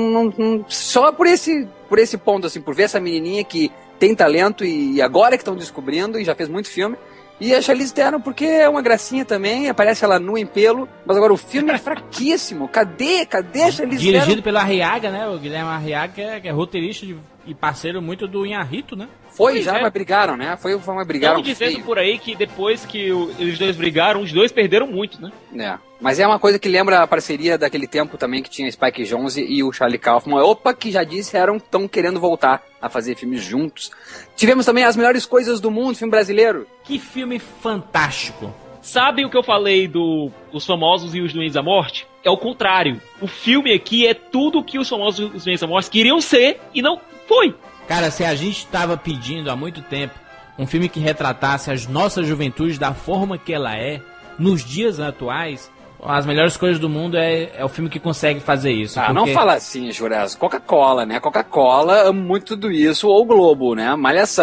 não só por esse ponto, assim, por ver essa menininha que tem talento e agora que estão descobrindo e já fez muito filme. E a Charlize Theron, porque é uma gracinha também, aparece ela nua em pelo, mas agora o filme é fraquíssimo. Cadê a Charlize Theron? Dirigido pelo Arriaga, né? O Guilherme Arriaga, que é roteirista e parceiro muito do Inharrito, né? Mas brigaram, né? Brigaram. Estão dizendo por aí que depois que os dois brigaram, os dois perderam muito, né? Mas é uma coisa que lembra a parceria daquele tempo também que tinha Spike Jonze e o Charlie Kaufman. Que já disseram que estão querendo voltar a fazer filmes juntos. Tivemos também As Melhores Coisas do Mundo, filme brasileiro. Que filme fantástico. Sabem o que eu falei Os Famosos e os Doentes da Morte? É o contrário. O filme aqui é tudo o que Os Famosos e os Doentes da Morte queriam ser e não foi. Cara, se a gente estava pedindo há muito tempo um filme que retratasse as nossas juventudes da forma que ela é, nos dias atuais, As Melhores Coisas do Mundo é o filme que consegue fazer isso. Porque... não fala assim, Juras. Coca-Cola, né? Coca-Cola ama muito tudo isso, ou Globo, né? Malhação.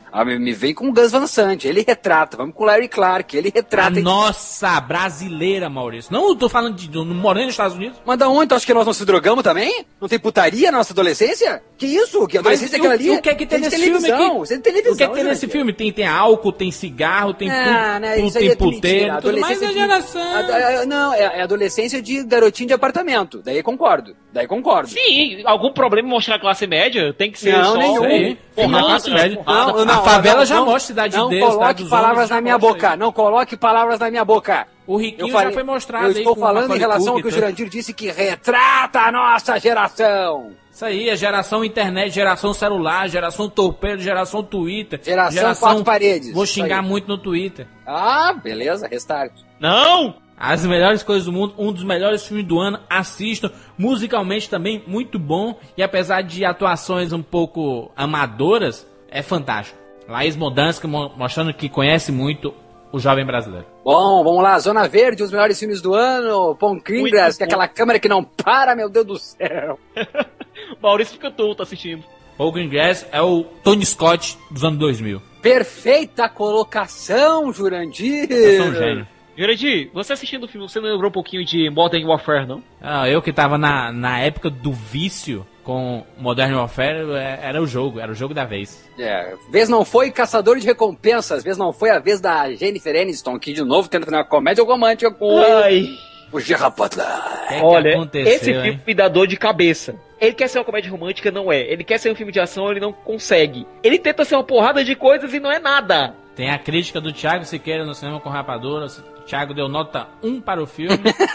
Me vem com o Gus Van Sant, ele retrata. Vamos com o Larry Clark, ele retrata. A nossa brasileira, Maurício. Não, eu tô falando morando nos Estados Unidos. Mas da onde? Tu acha que nós não se drogamos também? Não tem putaria na nossa adolescência? Que isso? Que adolescência é aquela ali? O que é que tem nesse filme aqui? Isso é de televisão. O que é que tem nesse filme? Tem álcool, tem cigarro, tem tem puteiro, tudo mais é geração. Não, é adolescência de garotinho de apartamento. Daí concordo. Sim, algum problema em mostrar a classe média? Tem que ser não, só... nenhum. Na classe média. Não, a favela já mostra cidade não deles. Não coloque palavras na minha boca. Não coloque palavras na minha boca. O Riquinho já foi mostrado aí. Eu estou falando em relação ao que o Jurandir disse, que retrata a nossa geração. Isso aí, a geração internet, geração celular, geração torpedo, geração Twitter. Geração quatro paredes. Vou xingar muito no Twitter. Ah, beleza, restart. Não! As melhores coisas do mundo, um dos melhores filmes do ano, assistam. Musicalmente também, muito bom. E apesar de atuações um pouco amadoras, é fantástico. Laís Modansky mostrando que conhece muito o jovem brasileiro. Bom, vamos lá. Zona Verde, os melhores filmes do ano. Paul Greengrass, que é aquela câmera que não para, meu Deus do céu. Maurício fica tonto assistindo. Paul Greengrass é o Tony Scott dos anos 2000. Perfeita colocação, Jurandir. Eu sou um gênio. Jurandir, você assistindo o filme, você não lembrou um pouquinho de Modern Warfare, não? Ah, eu que tava na época do vício com Modern Warfare, era o jogo da vez. Vez não foi Caçador de Recompensas, vez não foi a vez da Jennifer Aniston, que de novo tenta fazer uma comédia romântica com o Gerard Butler. Olha, esse filme me dá dor de cabeça. Ele quer ser uma comédia romântica, não é. Ele quer ser um filme de ação, ele não consegue. Ele tenta ser uma porrada de coisas e não é nada. Tem a crítica do Thiago Siqueira no Cinema com Rapadura. O Thiago deu nota 1 para o filme.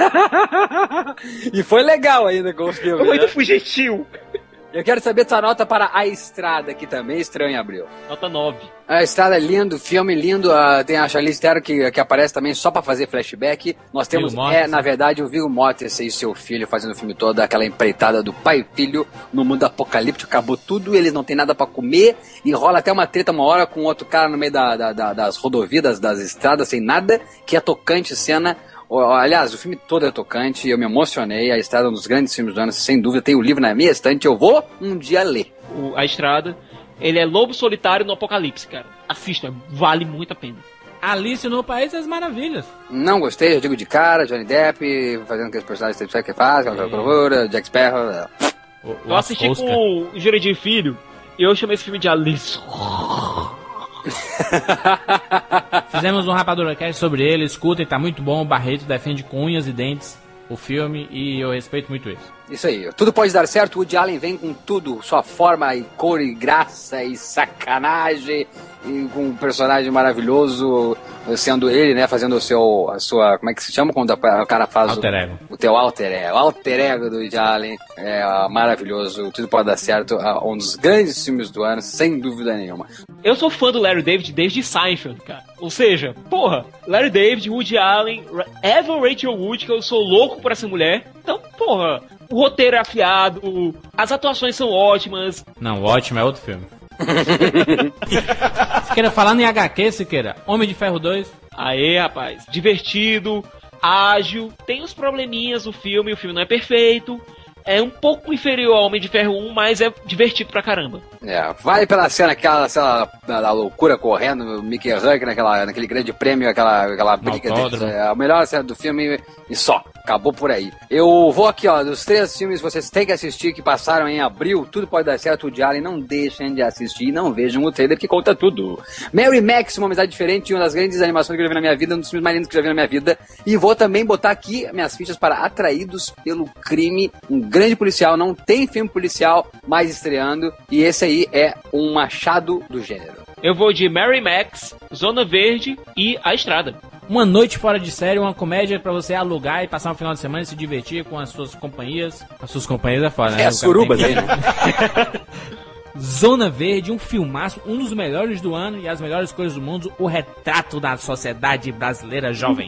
E foi legal ainda com o filme. Foi muito fugitiu. Eu quero saber sua nota para A Estrada, que também estreou em abril. Nota 9. A Estrada é lindo, filme lindo. Tem a Charlize Theron que aparece também só pra fazer flashback. Nós temos, na verdade, o Viggo Mortensen e seu filho fazendo o filme todo, aquela empreitada do pai e filho no mundo apocalíptico. Acabou tudo, eles não tem nada pra comer. E rola até uma treta uma hora com outro cara no meio das rodovias, das estradas, sem nada, que é tocante cena. Aliás, o filme todo é tocante, eu me emocionei. A Estrada é um dos grandes filmes do ano, sem dúvida. Tem o livro na minha estante, eu vou um dia ler. A Estrada, ele é lobo solitário no apocalipse, cara. Assista, vale muito a pena. Alice no País das Maravilhas. Não gostei, eu digo de cara, Johnny Depp, fazendo aqueles personagens que faz, aquela procura, Jack Sparrow. Eu assisti com o Jurandir Filho e eu chamei esse filme de Alice. Fizemos um Rapadura Cast sobre ele, escutem, tá muito bom. O Barreto defende com unhas e dentes o filme e eu respeito muito isso. Isso aí, tudo pode dar certo, o Woody Allen vem com tudo, sua forma e cor e graça e sacanagem, e com um personagem maravilhoso, sendo ele, né, fazendo a sua, como é que se chama quando o cara faz alter ego. O teu alter ego do Woody Allen, é maravilhoso, tudo pode dar certo, um dos grandes filmes do ano, sem dúvida nenhuma. Eu sou fã do Larry David desde Seinfeld, cara, ou seja, Larry David, Woody Allen, Evan Rachel Wood, que eu sou louco por essa mulher, então, o roteiro é afiado, as atuações são ótimas. Não, o ótimo é outro filme. Siqueira, falando em HQ, Siqueira, Homem de Ferro 2. Aê, rapaz, divertido, ágil, tem uns probleminhas o filme não é perfeito, é um pouco inferior ao Homem de Ferro 1, mas é divertido pra caramba. Vale pela cena, aquela cena da loucura correndo, o Mickey Rourke naquele grande prêmio, aquela briga deles, a melhor cena do filme e só. Acabou por aí. Eu vou aqui, dos 3 filmes que vocês têm que assistir, que passaram em abril, tudo pode dar certo, o Woody Allen, não deixem de assistir, não vejam o trailer que conta tudo. Mary Max, Uma Amizade Diferente, uma das grandes animações que eu já vi na minha vida, um dos filmes mais lindos que eu já vi na minha vida. E vou também botar aqui minhas fichas para Atraídos pelo Crime, um grande policial, não tem filme policial mais estreando, e esse aí é um machado do gênero. Eu vou de Mary Max, Zona Verde e A Estrada. Uma noite fora de série, uma comédia pra você alugar e passar um final de semana e se divertir com as suas companhias. As suas companhias é foda, né? É a suruba daí, né? Zona Verde, um filmaço, um dos melhores do ano e as melhores coisas do mundo, o retrato da sociedade brasileira jovem.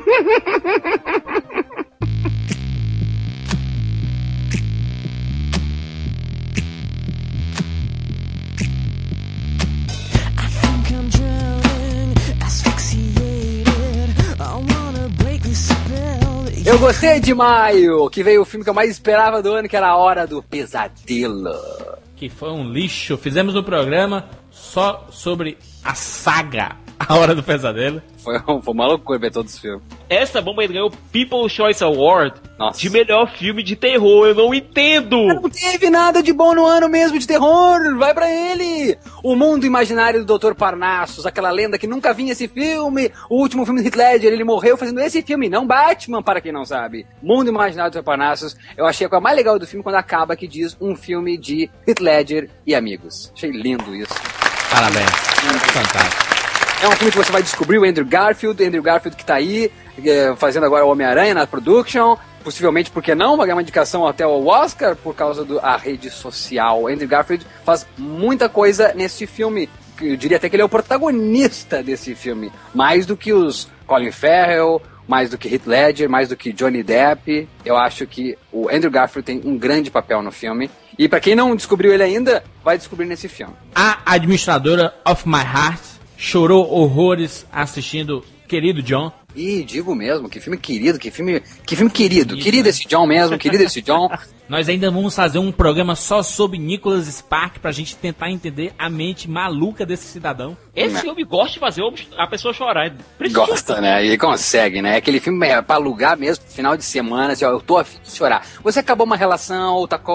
Eu gostei de maio, que veio o filme que eu mais esperava do ano, que era A Hora do Pesadelo. Que foi um lixo. Fizemos um programa só sobre a saga A Hora do Pesadelo. Foi uma loucura ver todos os filmes. Essa bomba ganhou o People's Choice Award de melhor filme de terror. Eu não entendo. Não teve nada de bom no ano mesmo de terror. Vai pra ele. O Mundo Imaginário do Dr. Parnassus, aquela lenda que nunca vinha esse filme. O último filme do Heath Ledger, ele morreu fazendo esse filme, não Batman, para quem não sabe. Mundo Imaginário do Dr. Parnassus. Eu achei a coisa mais legal do filme quando acaba que diz um filme de Heath Ledger e amigos. Achei lindo isso. Parabéns. Fantástico. É um filme que você vai descobrir o Andrew Garfield que tá aí, fazendo agora o Homem-Aranha na production, possivelmente, porque não, vai ganhar uma indicação até o Oscar por causa da rede social. O Andrew Garfield faz muita coisa nesse filme, eu diria até que ele é o protagonista desse filme, mais do que os Colin Farrell, mais do que Heath Ledger, mais do que Johnny Depp. Eu acho que o Andrew Garfield tem um grande papel no filme. E pra quem não descobriu ele ainda, vai descobrir nesse filme. A administradora of my heart chorou horrores assistindo Querido John. E digo mesmo, que filme querido, que filme querido. Querido esse John mesmo, querido esse John. Nós ainda vamos fazer um programa só sobre Nicholas Sparks pra gente tentar entender a mente maluca desse cidadão. Esse filme gosta de fazer a pessoa chorar. Gosta, né? E consegue, né? Aquele filme é pra alugar mesmo, final de semana, assim, ó, eu tô a fim de chorar. Você acabou uma relação,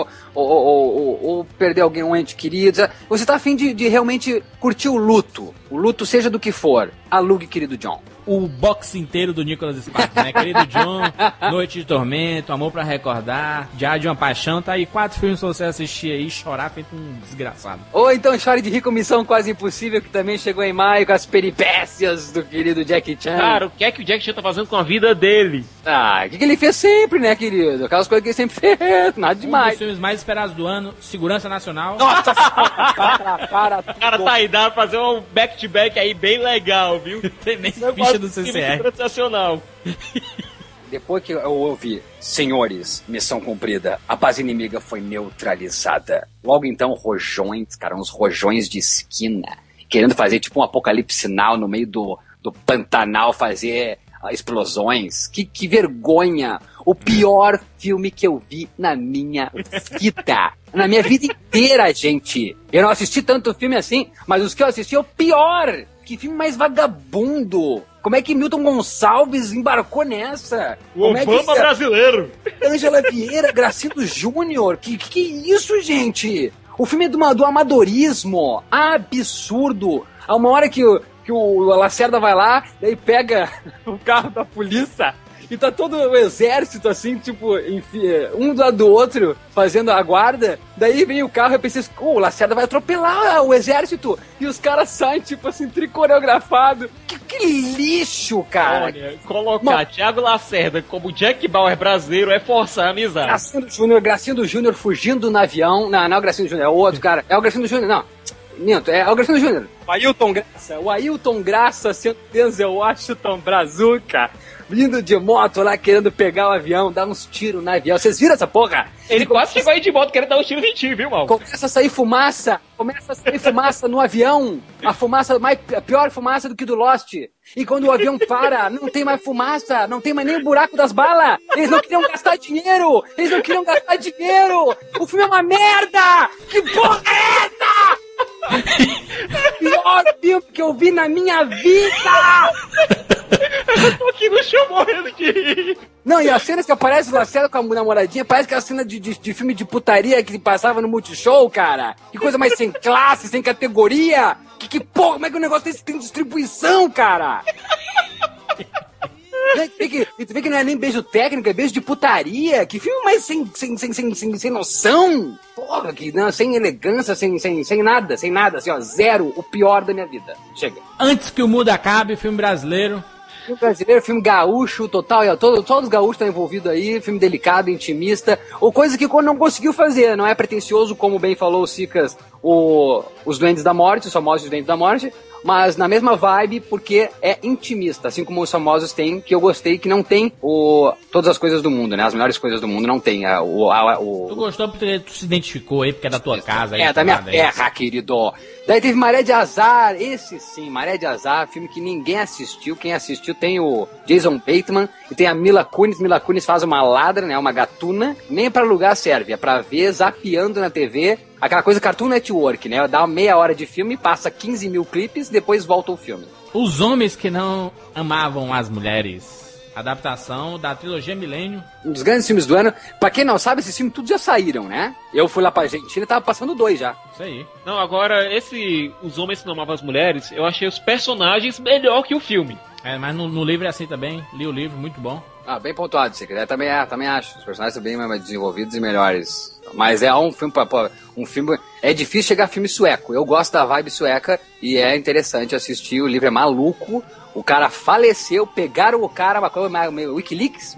ou perdeu alguém, um ente querido, você tá a fim de realmente curtir o luto seja do que for. Alugue Querido John. O box inteiro do Nicholas Sparks, né? Querido John, Noite de Tormento, Amor pra Recordar, Diário de uma Paixão, tá aí 4 filmes pra você assistir aí e chorar feito um desgraçado. Ou então chore de rir com Missão Quase Impossível, que também chegou em maio com as peripécias do querido Jackie Chan. Cara, o que é que o Jackie Chan tá fazendo com a vida dele? Ah, o que ele fez sempre, né, querido? Aquelas coisas que ele sempre fez, nada demais. Um dos filmes mais esperados do ano, Segurança Nacional. Nossa, o cara tá aí, dá pra fazer um back-to-back aí bem legal, viu? Tem nem ficha do CCR. Sensacional. Depois que eu ouvi, senhores, missão cumprida, a base inimiga foi neutralizada. Logo então, rojões, cara, uns rojões de esquina, querendo fazer tipo um apocalipse now no meio do Pantanal, fazer explosões. Que vergonha! O pior filme que eu vi na minha vida. Na minha vida inteira, gente. Eu não assisti tanto filme assim, mas os que eu assisti é o pior. Que filme mais vagabundo. Como é que Milton Gonçalves embarcou nessa? O Obama brasileiro. Ângela Vieira, Gracindo Júnior. Que é isso, gente? O filme é do amadorismo absurdo. Há uma hora que o Lacerda vai lá, daí pega o carro da polícia e tá todo o exército assim, tipo, um do lado do outro, fazendo a guarda. Daí vem o carro e eu pensei, o Lacerda vai atropelar o exército. E os caras saem, tipo assim, tricoreografado. Que lixo, cara. Olha, colocar Thiago Lacerda como Jack Bauer brasileiro é forçar a amizade. Gracindo Júnior fugindo no avião. Não é o Gracindo Júnior, é o outro cara. É o Gracindo Júnior, não. Minto, é o Gracindo Júnior. O Ailton Graça sendo Denzel Washington Brazuca, vindo de moto lá, querendo pegar o avião, dar uns tiros no avião. Vocês viram essa porra? Ele quase chegou aí de moto querendo dar uns tiros em ti, viu, mal? Começa a sair fumaça no avião. A pior fumaça do que do Lost. E quando o avião para, não tem mais fumaça, não tem mais nem o buraco das balas. Eles não queriam gastar dinheiro. O filme é uma merda. Que porra é essa? Pior filme que eu vi na minha vida! Eu tô aqui no chão morrendo de rir. Não, e as cenas que aparece o Lacerda com a namoradinha, parece que é a cena de filme de putaria que passava no Multishow, cara. Que coisa mais sem classe, sem categoria. Que porra, como é que o negócio desse tem distribuição, cara? Tu vê que não é nem beijo técnico, é beijo de putaria. Que filme mais sem noção. Porra, sem elegância, sem nada, assim, ó, zero, o pior da minha vida. Chega. Antes que o mundo acabe, filme brasileiro. Filme brasileiro, filme gaúcho, total, todos os gaúchos estão envolvidos aí, filme delicado, intimista, ou coisa que não conseguiu fazer, não é pretencioso, como bem falou o Cicas, os Duendes da Morte, os famosos Duendes da Morte, mas na mesma vibe, porque é intimista, assim como os famosos têm, que eu gostei, que não tem todas as coisas do mundo, né? As melhores coisas do mundo não tem. Tu gostou porque tu se identificou aí, porque é da tua casa. É, da minha terra, querido. Daí teve Maré de Azar, esse sim, Maré de Azar, filme que ninguém assistiu. Quem assistiu tem o Jason Bateman e tem a Mila Kunis. Mila Kunis faz uma ladra, né? Uma gatuna. Nem pra lugar serve, é pra ver zapeando na TV aquela coisa Cartoon Network, né? Dá meia hora de filme, passa 15 mil clipes, depois volta o filme. Os homens que não amavam as mulheres. Adaptação da trilogia Milênio. Um dos grandes filmes do ano. Pra quem não sabe, esses filmes todos já saíram, né? Eu fui lá pra Argentina e tava passando 2 já. Isso aí. Não, agora, Os Homens que Não Amavam as Mulheres, eu achei os personagens melhor que o filme. Mas no livro é assim também. Li o livro, muito bom. Ah, bem pontuado, se quiser. Também acho. Os personagens são bem mais desenvolvidos e melhores. Mas é um filme é difícil chegar a filme sueco. Eu gosto da vibe sueca e é interessante assistir. O livro é maluco. O cara faleceu, pegaram o cara, uma coisa meio Wikileaks.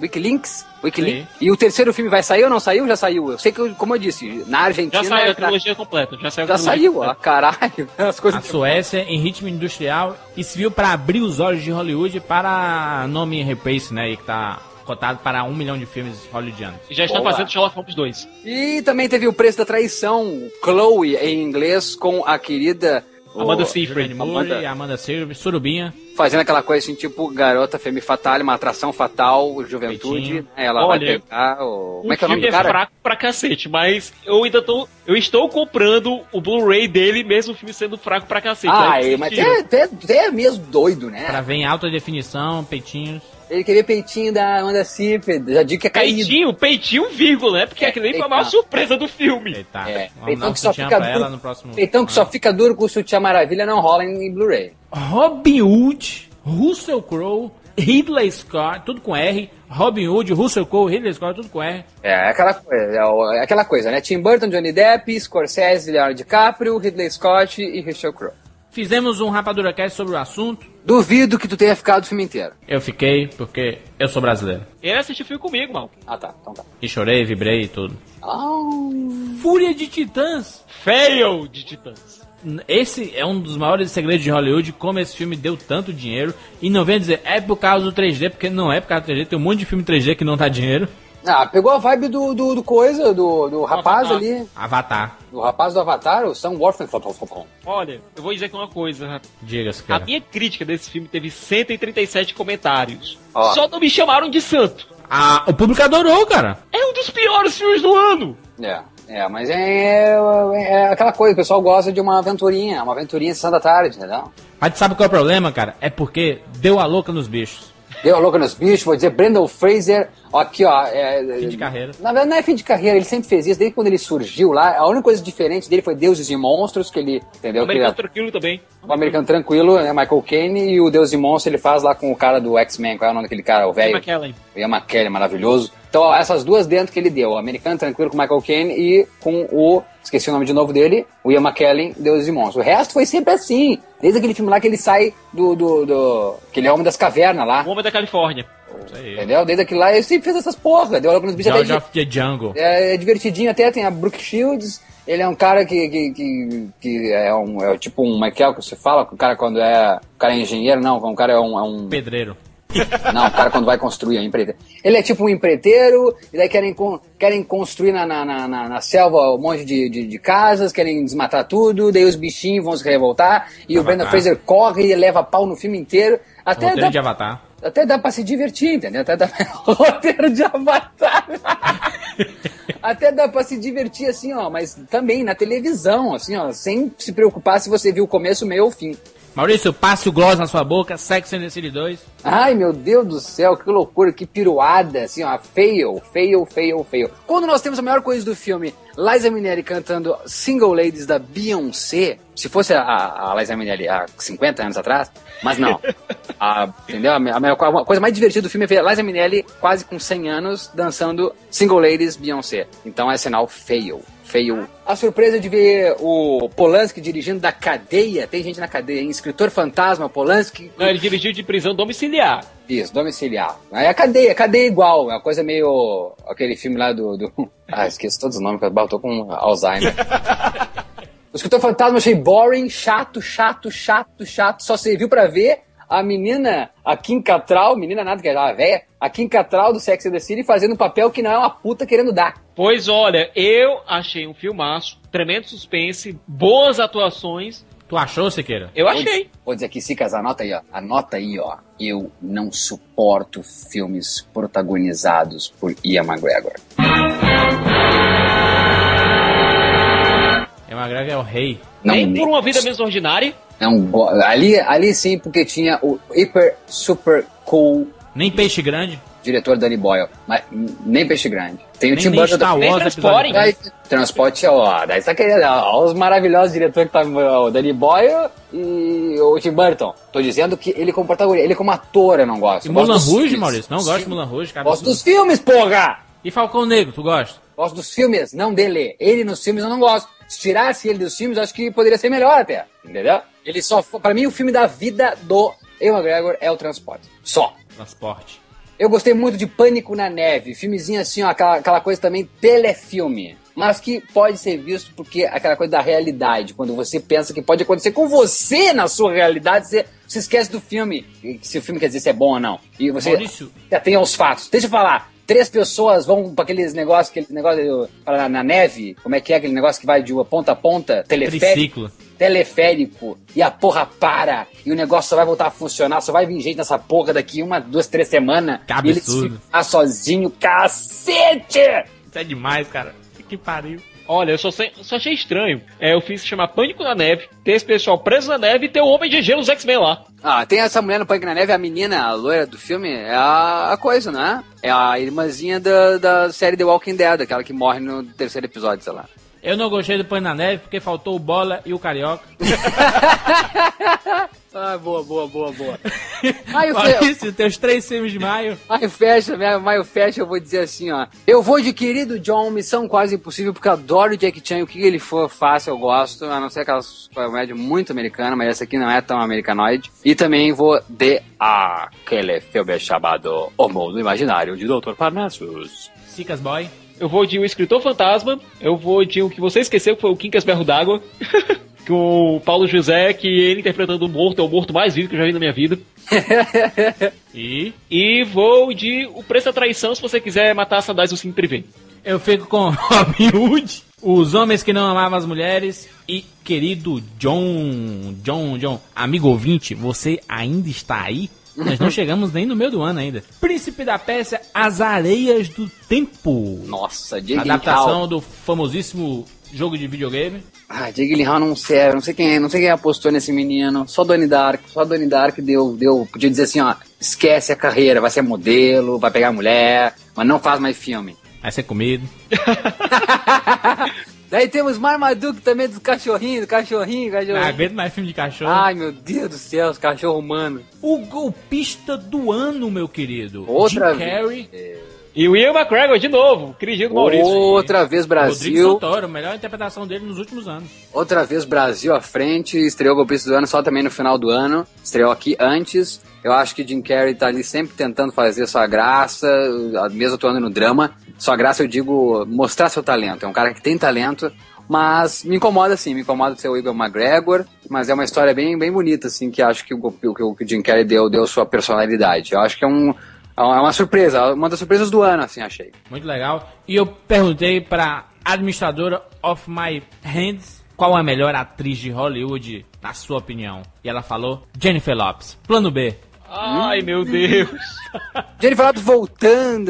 E o terceiro filme vai sair ou não saiu? Já saiu. Eu sei que, como eu disse, na Argentina... Já saiu a trilogia completa. Já saiu, ó, caralho. A Suécia em ritmo industrial e se viu para abrir os olhos de Hollywood para Noomi Rapace, né? E que tá cotado para 1 milhão de filmes hollywoodianos. E já estão fazendo Sherlock Holmes 2. E também teve O Preço da Traição, Chloe em inglês, com a querida... Amanda Seyfried. Amanda Seyfried, Surubinha. Fazendo aquela coisa assim, tipo garota femme fatale, uma atração fatal, juventude. Peitinho. Ela vai pegar o... Como é que é o nome do cara? É fraco pra cacete, mas eu estou comprando o Blu-ray dele, mesmo o filme sendo fraco pra cacete. Mas é mesmo doido, né? Pra ver em alta definição, peitinhos. Ele queria peitinho da Amanda Seyfried, já digo que é caído. Peitinho, vírgula, né? Porque aquele foi a maior surpresa do filme. Eita. Peitão que só fica duro no próximo... Peitão que só fica duro com o Sutiã Maravilha não rola em Blu-ray. Robin Hood, Russell Crowe, Ridley Scott, tudo com R. Robin Hood, Russell Crowe, Ridley Scott, tudo com R. É aquela coisa, né? Tim Burton, Johnny Depp, Scorsese, Leonardo DiCaprio, Ridley Scott e Russell Crowe. Fizemos um Rapadura Cast sobre o assunto. Duvido que tu tenha ficado o filme inteiro. Eu fiquei, porque eu sou brasileiro. Ele assistiu o filme comigo, mal. Tá, então tá. E chorei, vibrei e tudo. Fúria de Titãs. Fail de Titãs. Esse é um dos maiores segredos de Hollywood, como esse filme deu tanto dinheiro. E não vem dizer, é por causa do 3D, porque não é por causa do 3D. Tem um monte de filme 3D que não dá dinheiro. Pegou a vibe do rapaz ali. Avatar. O rapaz do Avatar, o Sam Worthington. Olha, eu vou dizer aqui uma coisa. Diga-se, cara. A minha crítica desse filme teve 137 comentários. Só não me chamaram de santo. O público adorou, cara. É um dos piores filmes do ano. Mas é aquela coisa, o pessoal gosta de uma aventurinha sessão da tarde, entendeu? Mas sabe qual é o problema, cara? É porque deu a louca nos bichos. Deu a louca nos bichos, vou dizer, Brendan Fraser, aqui ó... fim de carreira. Na verdade não é fim de carreira, ele sempre fez isso, desde quando ele surgiu lá, a única coisa diferente dele foi Deuses e Monstros, que ele, entendeu? O Americano Tranquilo também. O Americano Tranquilo, né, Michael Caine, e o Deuses e Monstros ele faz lá com o cara do X-Men, qual é o nome daquele cara, o velho? Ian McKellen, maravilhoso. Então, ó, essas duas dentro que ele deu, o Americano Tranquilo com o Michael Caine e com o, esqueci o nome de novo dele, o Ian McKellen, Deuses e Monstros. O resto foi sempre assim, desde aquele filme lá que ele sai que ele é o Homem das Cavernas lá. O Homem da Califórnia. Entendeu? Desde aquilo lá, ele sempre fez essas porra. Deu logo nos bichos George of the Jungle. É divertidinho até, tem a Brooke Shields. Ele é um cara que é tipo um Michael que você fala, que o cara quando o cara é engenheiro, não, o cara é um pedreiro. Não, o cara quando vai construir, é um empreiteiro. Ele é tipo um empreiteiro, e daí querem construir na selva um monte de casas, querem desmatar tudo, daí os bichinhos vão se revoltar, e o Brendan Fraser corre e leva pau no filme inteiro. Roteiro de Avatar. Até dá pra se divertir, entendeu? Até dá roteiro de Avatar. Até dá pra se divertir assim, ó, mas também na televisão, assim, ó, sem se preocupar se você viu o começo, o meio ou o fim. Maurício, passe o gloss na sua boca, Sex and the City 2. Ai, meu Deus do céu, que loucura, que piruada, assim, ó, fail. Quando nós temos a melhor coisa do filme, Liza Minnelli cantando Single Ladies da Beyoncé, se fosse a Liza Minnelli há 50 anos atrás, mas não. Entendeu? A coisa mais divertida do filme é ver a Liza Minnelli quase com 100 anos dançando Single Ladies Beyoncé. Então é sinal fail. A surpresa de ver o Polanski dirigindo da cadeia, tem gente na cadeia, hein? Escritor fantasma, Polanski. Não, ele dirigiu de prisão domiciliar. Isso, domiciliar. É a cadeia igual, é uma coisa meio aquele filme lá esqueço todos os nomes, porque eu tô com Alzheimer. O Escritor Fantasma eu achei boring, chato, só serviu pra ver a menina, a Kim Cattrall, menina nada que era velha, a Kim Cattrall do Sex and the City fazendo um papel que não é uma puta querendo dar. Pois olha, eu achei um filmaço, tremendo suspense, boas atuações. Tu achou, Siqueira? Eu achei. Vou dizer aqui, Sicas, anota aí, ó. Eu não suporto filmes protagonizados por Ian McGregor. Ewan McGregor é o rei. Nem por Uma Vida Menos Ordinária. Não, ali sim, porque tinha o hiper, super cool... Nem Peixe Grande. Diretor Danny Boyle, mas nem Peixe Grande. Tem o Tim nem Burton. Star Wars, Transporte. Transporte, ó, daí você tá querendo, ó, os maravilhosos diretores que tá, o Danny Boyle e o Tim Burton. Tô dizendo que ele como protagonista, ele como ator eu não gosto. E Moulin Rouge, Maurício? Não gosto de Moulin Rouge, cara. Gosto dos filmes, porra! E Falcão Negro, tu gosta? Gosto dos filmes, não dele. Ele nos filmes eu não gosto. Se tirasse ele dos filmes, eu acho que poderia ser melhor até, entendeu? Ele só, pra mim, o filme da vida do Ewan McGregor é o Transporte. Só. Transporte. Eu gostei muito de Pânico na Neve, filmezinho assim, ó, aquela coisa também, telefilme. Mas que pode ser visto porque aquela coisa da realidade, quando você pensa que pode acontecer com você na sua realidade, você esquece do filme, se o filme quer dizer se é bom ou não. E você Maurício. já tem os fatos. Deixa eu falar, 3 pessoas vão para aquele negócio na neve, como é que é aquele negócio que vai de ponta a ponta, Triciclo. teleférico, e a porra para, e o negócio só vai voltar a funcionar, só vai vir gente nessa porra daqui 1, 2, 3 semanas, Que e ele absurdo. ficar sozinho, cacete! Isso é demais, cara. Que pariu. Olha, eu só achei estranho. Eu fiz se chamar Pânico na Neve, ter esse pessoal preso na neve e ter o Homem de Gelo, os X-Men lá. Ah, tem essa mulher no Pânico na Neve, a menina, a loira do filme, é a coisa, né? É a irmãzinha da série The Walking Dead, aquela que morre no 3º episódio, sei lá. Eu não gostei do Pânico na Neve porque faltou o Bola e o Carioca. Ah, boa. Maurício, teus 3 filmes de maio. Maio fecha, eu vou dizer assim, ó. Eu vou de Querido John, Missão Quase Impossível, porque eu adoro o Jackie Chan, o que ele for faça eu gosto, a não ser aquelas comédia muito americana, mas essa aqui não é tão americanoide. E também vou de aquele filme chamado O Mundo Imaginário, de Dr. Parnassus. Sicas Boy. Eu vou de O Escritor Fantasma, eu vou de O Que Você Esqueceu, que foi o Quincas Berro d'Água, com o Paulo José, que ele interpretando o morto, é o morto mais vivo que eu já vi na minha vida. E vou de O Preço da Traição, se você quiser matar as saudades do Cine Privé. Eu fico com Robin Hood, Os Homens que Não Amavam as Mulheres e Querido John. Amigo ouvinte, você ainda está aí? Nós não chegamos nem no meio do ano ainda. Príncipe da Pérsia, As Areias do Tempo. Nossa, Jake Adaptação Gyllenhaal. do famosíssimo jogo de videogame. Ah, Jake Gyllenhaal não serve, não sei quem apostou nesse menino. Só Donnie Dark deu. Podia dizer assim, ó, esquece a carreira, vai ser modelo, vai pegar mulher, mas não faz mais filme. Vai ser comido. Daí temos Marmaduke também dos cachorrinhos. Não aguento mais filme de cachorro. Ai, meu Deus do céu, os cachorros humanos. O golpista do ano, meu querido. Outra Jim Carrey. E o Ian McGregor, de novo, queridinho do Maurício. Outra vez Rodrigo Brasil. Santoro, melhor interpretação dele nos últimos anos. Outra vez Brasil à frente. Estreou o Golpista do Ano só também no final do ano. Estreou aqui antes. Eu acho que Jim Carrey tá ali sempre tentando fazer sua graça, mesmo atuando no drama. Sua graça, eu digo, mostrar seu talento. É um cara que tem talento, mas me incomoda ser o Ian McGregor, mas é uma história bem bonita, assim, que acho que o Jim Carrey deu sua personalidade. Eu acho que é uma surpresa, uma das surpresas do ano, assim, achei. Muito legal. E eu perguntei pra administradora of my hands qual a melhor atriz de Hollywood, na sua opinião. E ela falou Jennifer Lopez. Plano B. Ai, meu Deus. Jennifer Lopez voltando,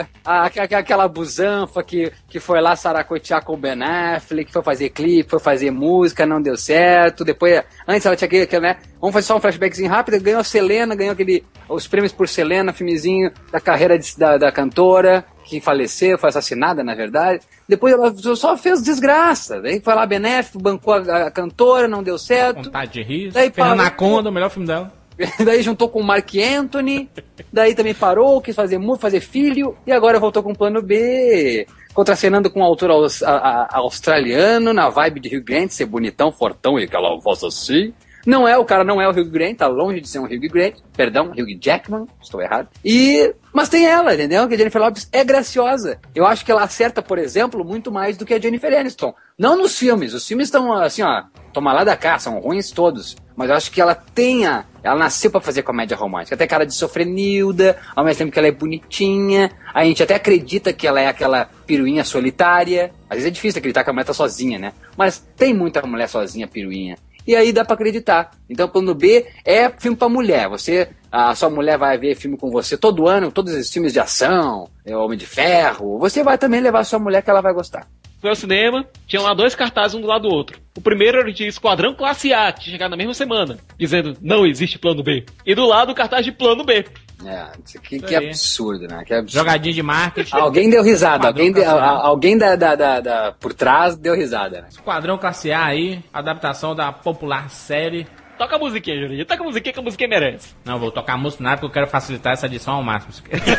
aquela busanfa que foi lá saracotear com o Ben Affleck, foi fazer clipe, foi fazer música, não deu certo. Depois, antes ela tinha aquele, né? Vamos fazer só um flashbackzinho rápido. Ganhou a Selena, ganhou os prêmios por Selena, filmezinho da carreira da cantora, que faleceu, foi assassinada, na verdade. Depois ela só fez desgraça. Daí foi lá, Ben Affleck, bancou a cantora, não deu certo. Vontade de rir. Daí Fez Anaconda, o melhor filme dela. Daí juntou com o Mark Anthony, daí também parou, quis fazer filho, e agora voltou com o plano B, contracenando com um autor australiano, na vibe de Hugh Grant, ser bonitão, fortão e aquela voz assim. O cara não é o Hugh Grant, tá longe de ser um Hugh Grant, perdão, Hugh Jackman, estou errado. Mas tem ela, entendeu? Que a Jennifer Lopez é graciosa. Eu acho que ela acerta, por exemplo, muito mais do que a Jennifer Aniston. Não nos filmes, os filmes estão assim, ó, toma lá da cá, são ruins todos. Mas eu acho que ela nasceu pra fazer comédia romântica. Até cara de sofrenilda, ao mesmo tempo que ela é bonitinha. A gente até acredita que ela é aquela piruinha solitária. Às vezes é difícil acreditar que a mulher tá sozinha, né? Mas tem muita mulher sozinha, piruinha. E aí dá pra acreditar. Então o plano B é filme pra mulher. A sua mulher vai ver filme com você todo ano, todos esses filmes de ação, Homem de Ferro. Você vai também levar a sua mulher que ela vai gostar. fui ao cinema, tinha lá 2 cartazes um do lado do outro. O primeiro era de Esquadrão Classe A, que tinha chegado na mesma semana, dizendo, não existe plano B. E do lado o cartaz de plano B. Isso aqui que absurdo, né? Que absurdo. Jogadinha de marketing. Alguém deu risada, alguém por trás deu risada, né? Esquadrão Classe A aí, adaptação da popular série. Toca a musiquinha, Jurandir. Toca a musiquinha que a musiquinha merece. Não, vou tocar a música nada porque eu quero facilitar essa edição ao máximo.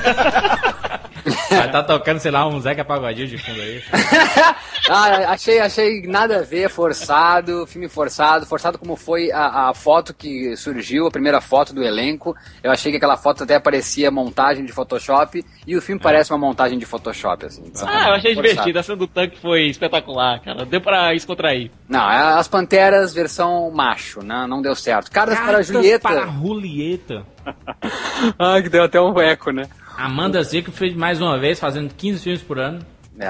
Vai tá tocando, sei lá, um Zeca Pagodinho de fundo aí. Achei nada a ver, forçado, filme forçado como foi a foto que surgiu, a primeira foto do elenco. Eu achei que aquela foto até parecia montagem de Photoshop, e o filme parece uma montagem de Photoshop, assim. Eu achei divertido, a cena do tanque foi espetacular, cara, deu pra descontrair. Não, as Panteras versão macho, né? Não deu certo. Cartas para Julieta. Que deu até um eco, né? Amanda Zico fez mais uma vez, fazendo 15 filmes por ano.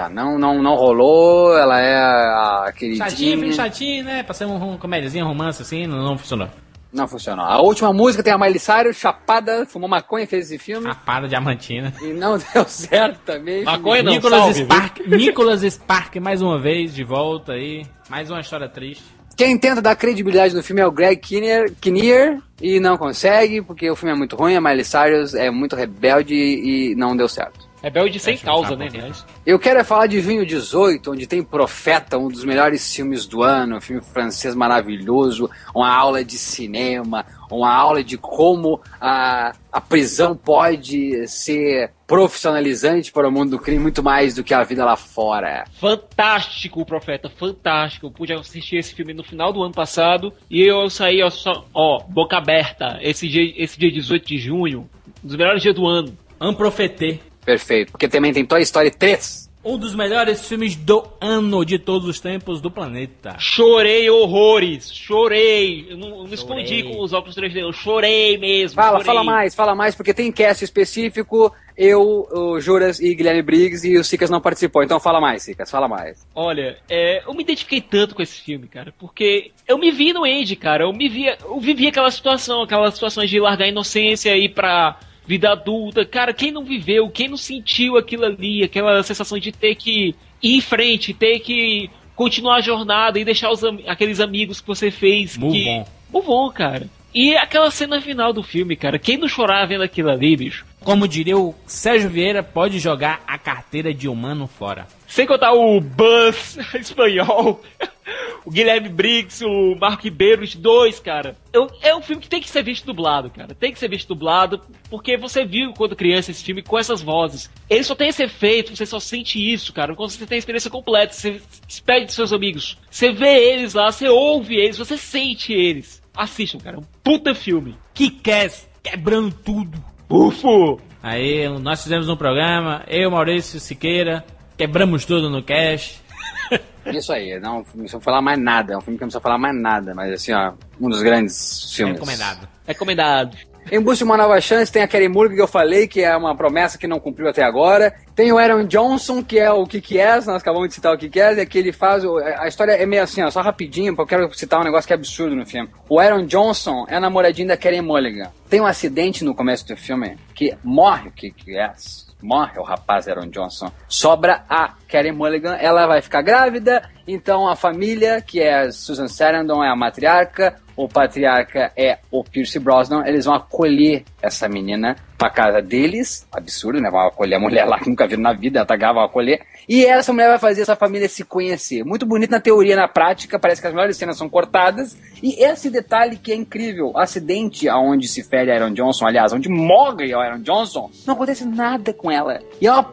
Não rolou, ela é a queridinha. Filme chatinho, né? Pra ser um comédiazinho, romance assim, não funcionou. Não funcionou. A última música tem a Miley Cyrus, chapada, fumou maconha, fez esse filme. Chapada diamantina. E não deu certo também. Maconha não, Nicholas Spark, mais uma vez, de volta aí. Mais uma história triste. Quem tenta dar credibilidade no filme é o Greg Kinnear e não consegue, porque o filme é muito ruim, a Miley Cyrus é muito rebelde e não deu certo. Rebelde sem causa, né, aliás? Eu quero falar de Junho 18, onde tem Profeta, um dos melhores filmes do ano, um filme francês maravilhoso, uma aula de cinema, uma aula de como a prisão pode ser profissionalizante para o mundo do crime, muito mais do que a vida lá fora. Fantástico, Profeta, fantástico. Eu pude assistir esse filme no final do ano passado e eu saí, boca aberta, esse dia 18 de junho, um dos melhores dias do ano. Profetê. Perfeito, porque também tem Toy Story 3. Um dos melhores filmes do ano, de todos os tempos do planeta. Chorei horrores, chorei. Eu não escondi com os óculos 3D, eu chorei mesmo. Fala mais, porque tem cast específico, o Juras e Guilherme Briggs, e o Sicas não participou. Então fala mais, Sicas, fala mais. Olha, eu me identifiquei tanto com esse filme, cara, porque eu me vi no Andy, cara. Eu vivi aquelas situações de largar a inocência e ir pra vida adulta. Cara, quem não viveu, quem não sentiu aquilo ali, aquela sensação de ter que ir em frente, ter que continuar a jornada e deixar aqueles amigos que você fez. Move on, cara. E aquela cena final do filme, cara, quem não chorar vendo aquilo ali, bicho? Como diria o Sérgio Vieira, pode jogar a carteira de humano fora. Sem contar o Buzz espanhol, o Guilherme Briggs, o Marco Ribeiro, os dois, cara. É um filme que tem que ser visto dublado, cara. Tem que ser visto dublado, porque você viu quando criança esse filme com essas vozes. Ele só tem esse efeito, você só sente isso, cara. Quando você tem a experiência completa, você despede dos seus amigos. Você vê eles lá, você ouve eles, você sente eles. Assistam, cara. É um puta filme. Kick-Ass, quebrando tudo. Ufo! Aí, nós fizemos um programa, eu, Maurício Siqueira, quebramos tudo no cast. Isso aí, não precisa falar mais nada, é um filme que não precisa falar mais nada, mas assim, um dos grandes filmes. Recomendado. Em Busca de uma Nova Chance tem a Carey Mulligan que eu falei, que é uma promessa que não cumpriu até agora. Tem o Aaron Johnson, que é o Kick-Ass, nós acabamos de citar o Kick-Ass, é que ele faz... A história é meio assim, só rapidinho, porque eu quero citar um negócio que é absurdo no filme. O Aaron Johnson é namoradinho da Carey Mulligan. Tem um acidente no começo do filme que morre o Kick-Ass. Morre o rapaz Aaron Johnson. Sobra a Carey Mulligan, ela vai ficar grávida, então a família, que é a Susan Sarandon, é a matriarca, o patriarca é o Pierce Brosnan, eles vão acolher essa menina pra casa deles, absurdo, né? Vão acolher a mulher lá que nunca viram na vida, vão acolher, e essa mulher vai fazer essa família se conhecer. Muito bonito na teoria, na prática, parece que as melhores cenas são cortadas, e esse detalhe que é incrível, o acidente aonde se fere a Aaron Johnson, aliás, onde morre a Aaron Johnson, não acontece nada com ela. E é uma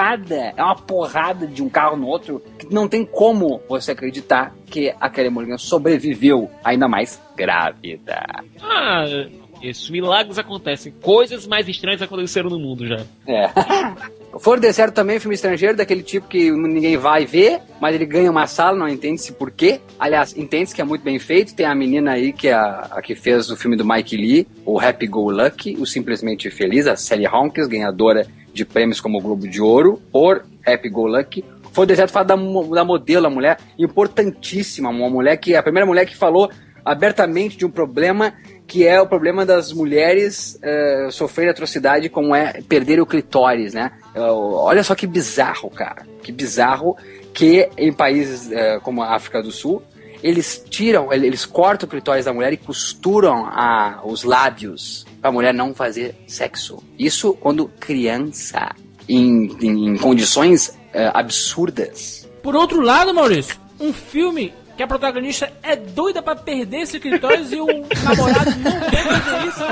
porrada de um carro no outro, que não tem como você acreditar que a Carey Mulligan sobreviveu, ainda mais grávida. Esses milagres acontecem. Coisas mais estranhas aconteceram no mundo já. For de Certo também, filme estrangeiro, daquele tipo que ninguém vai ver, mas ele ganha uma sala, não entende-se por quê. Aliás, entende-se que é muito bem feito. Tem a menina aí, que é a que fez o filme do Mike Lee, o Happy Go Lucky, o Simplesmente Feliz, a Sally Hawkins, ganhadora de prêmios como o Globo de Ouro, por Happy Go Lucky. For de Certo fala da modelo, a mulher importantíssima, uma mulher que, a primeira mulher que falou abertamente de um problema que é o problema das mulheres sofrerem atrocidade como é perder o clitóris, né? Olha só que bizarro, cara. Que bizarro que em países como a África do Sul, eles cortam o clitóris da mulher e costuram os lábios pra mulher não fazer sexo. Isso quando criança, em condições absurdas. Por outro lado, Maurício, um filme que a protagonista é doida pra perder esse clitóris e o namorado não quer fazer isso.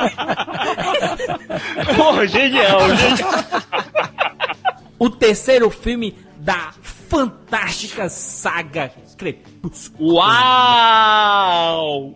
Porra, genial. O terceiro filme da fantástica saga Crepúsculo. Uau!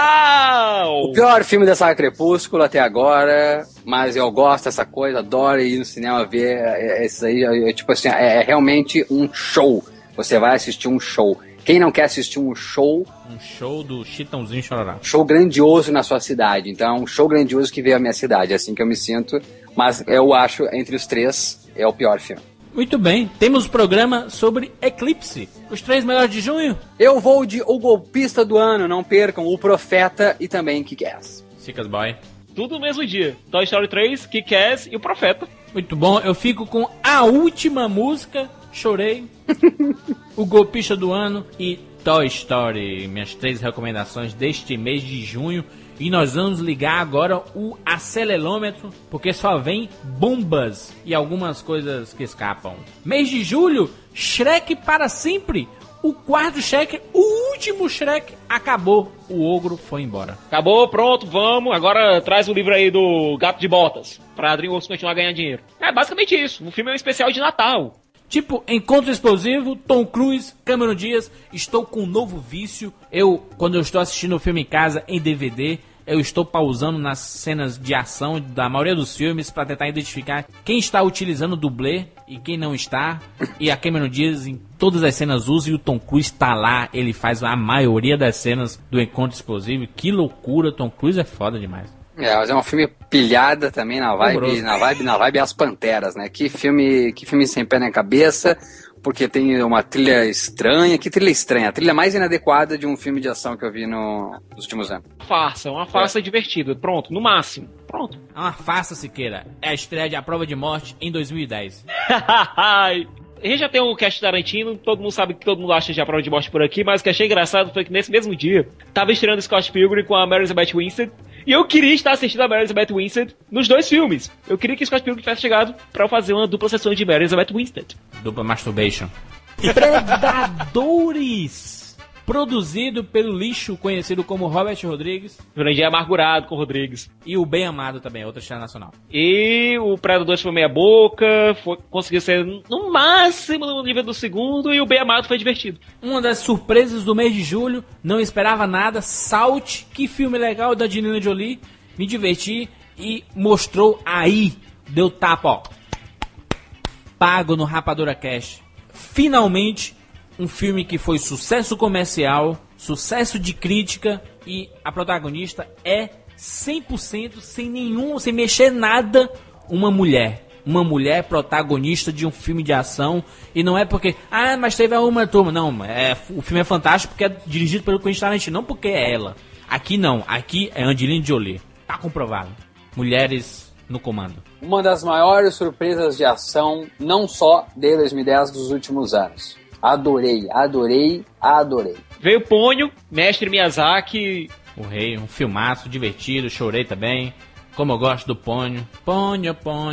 O pior filme da saga Crepúsculo até agora, mas eu gosto dessa coisa, adoro ir no cinema ver esses aí, tipo assim, é realmente um show. Você vai assistir um show. Quem não quer assistir um show... Um show do Chitãozinho Chororó. Show grandioso na sua cidade. Então, um show grandioso que veio à minha cidade. É assim que eu me sinto. Mas eu acho, entre os três, é o pior filme. Muito bem. Temos o programa sobre Eclipse. Os 3 melhores de junho. Eu vou de O Golpista do Ano. Não percam. O Profeta e também Kick-Ass. Sicas Boy. Tudo no mesmo dia. Toy Story 3, Kick-Ass e o Profeta. Muito bom. Eu fico com a última música... Chorei, O Golpista do Ano e Toy Story, minhas 3 recomendações deste mês de junho. E nós vamos ligar agora o acelerômetro, porque só vem bombas e algumas coisas que escapam. Mês de julho, Shrek para sempre. O quarto Shrek, o último Shrek, acabou. O ogro foi embora. Acabou, pronto, vamos. Agora traz o livro aí do Gato de Botas, pra DreamWorks continuar a ganhar dinheiro. É basicamente isso, o filme é um especial de Natal. Tipo, Encontro Explosivo, Tom Cruise, Cameron Diaz, estou com um novo vício. Quando eu estou assistindo o filme em casa, em DVD, eu estou pausando nas cenas de ação da maioria dos filmes para tentar identificar quem está utilizando o dublê e quem não está. E a Cameron Diaz em todas as cenas usa e o Tom Cruise está lá, ele faz a maioria das cenas do Encontro Explosivo. Que loucura, Tom Cruise é foda demais. Mas é um filme pilhada também na vibe As Panteras, né? Que filme sem pé na cabeça, porque tem uma trilha estranha. Que trilha estranha? A trilha mais inadequada de um filme de ação que eu vi nos últimos anos. Uma farsa divertida. Pronto, no máximo. Pronto. É uma farsa, Siqueira. É a estreia de A Prova de Morte em 2010. A gente já tem um cast Tarantino, todo mundo sabe que todo mundo acha de A Prova de Morte por aqui, mas o que achei engraçado foi que nesse mesmo dia tava estreando Scott Pilgrim com a Mary Elizabeth Winstead. E eu queria estar assistindo a Mary Elizabeth Winstead nos 2 filmes. Eu queria que Scott Pilgrim tivesse chegado pra fazer uma dupla sessão de Mary Elizabeth Winstead. Dupla masturbation. Predadores! Produzido pelo lixo conhecido como Robert Rodrigues. Jurandir amargurado com o Rodrigues. E o Bem Amado também, outra estrela nacional. E o Predador foi meia boca, conseguiu ser no máximo no nível do segundo, e o Bem Amado foi divertido. Uma das surpresas do mês de julho, não esperava nada. Salt, que filme legal da Angelina Jolie. Me diverti e mostrou aí, deu tapa, ó. Pago no Rapadura Cash. Finalmente, um filme que foi sucesso comercial, sucesso de crítica, e a protagonista é 100% sem mexer nada, uma mulher. Uma mulher protagonista de um filme de ação. E não é porque, mas teve uma turma. Não, o filme é fantástico porque é dirigido pelo Quentin Tarantino, não porque é ela. Aqui não, aqui é Angelina Jolie. Tá comprovado. Mulheres no comando. Uma das maiores surpresas de ação, não só de 2010, dos últimos anos. Adorei. Veio Ponyo, mestre Miyazaki. O Rei, um filmaço divertido, chorei também. Como eu gosto do Ponyo. Ponyo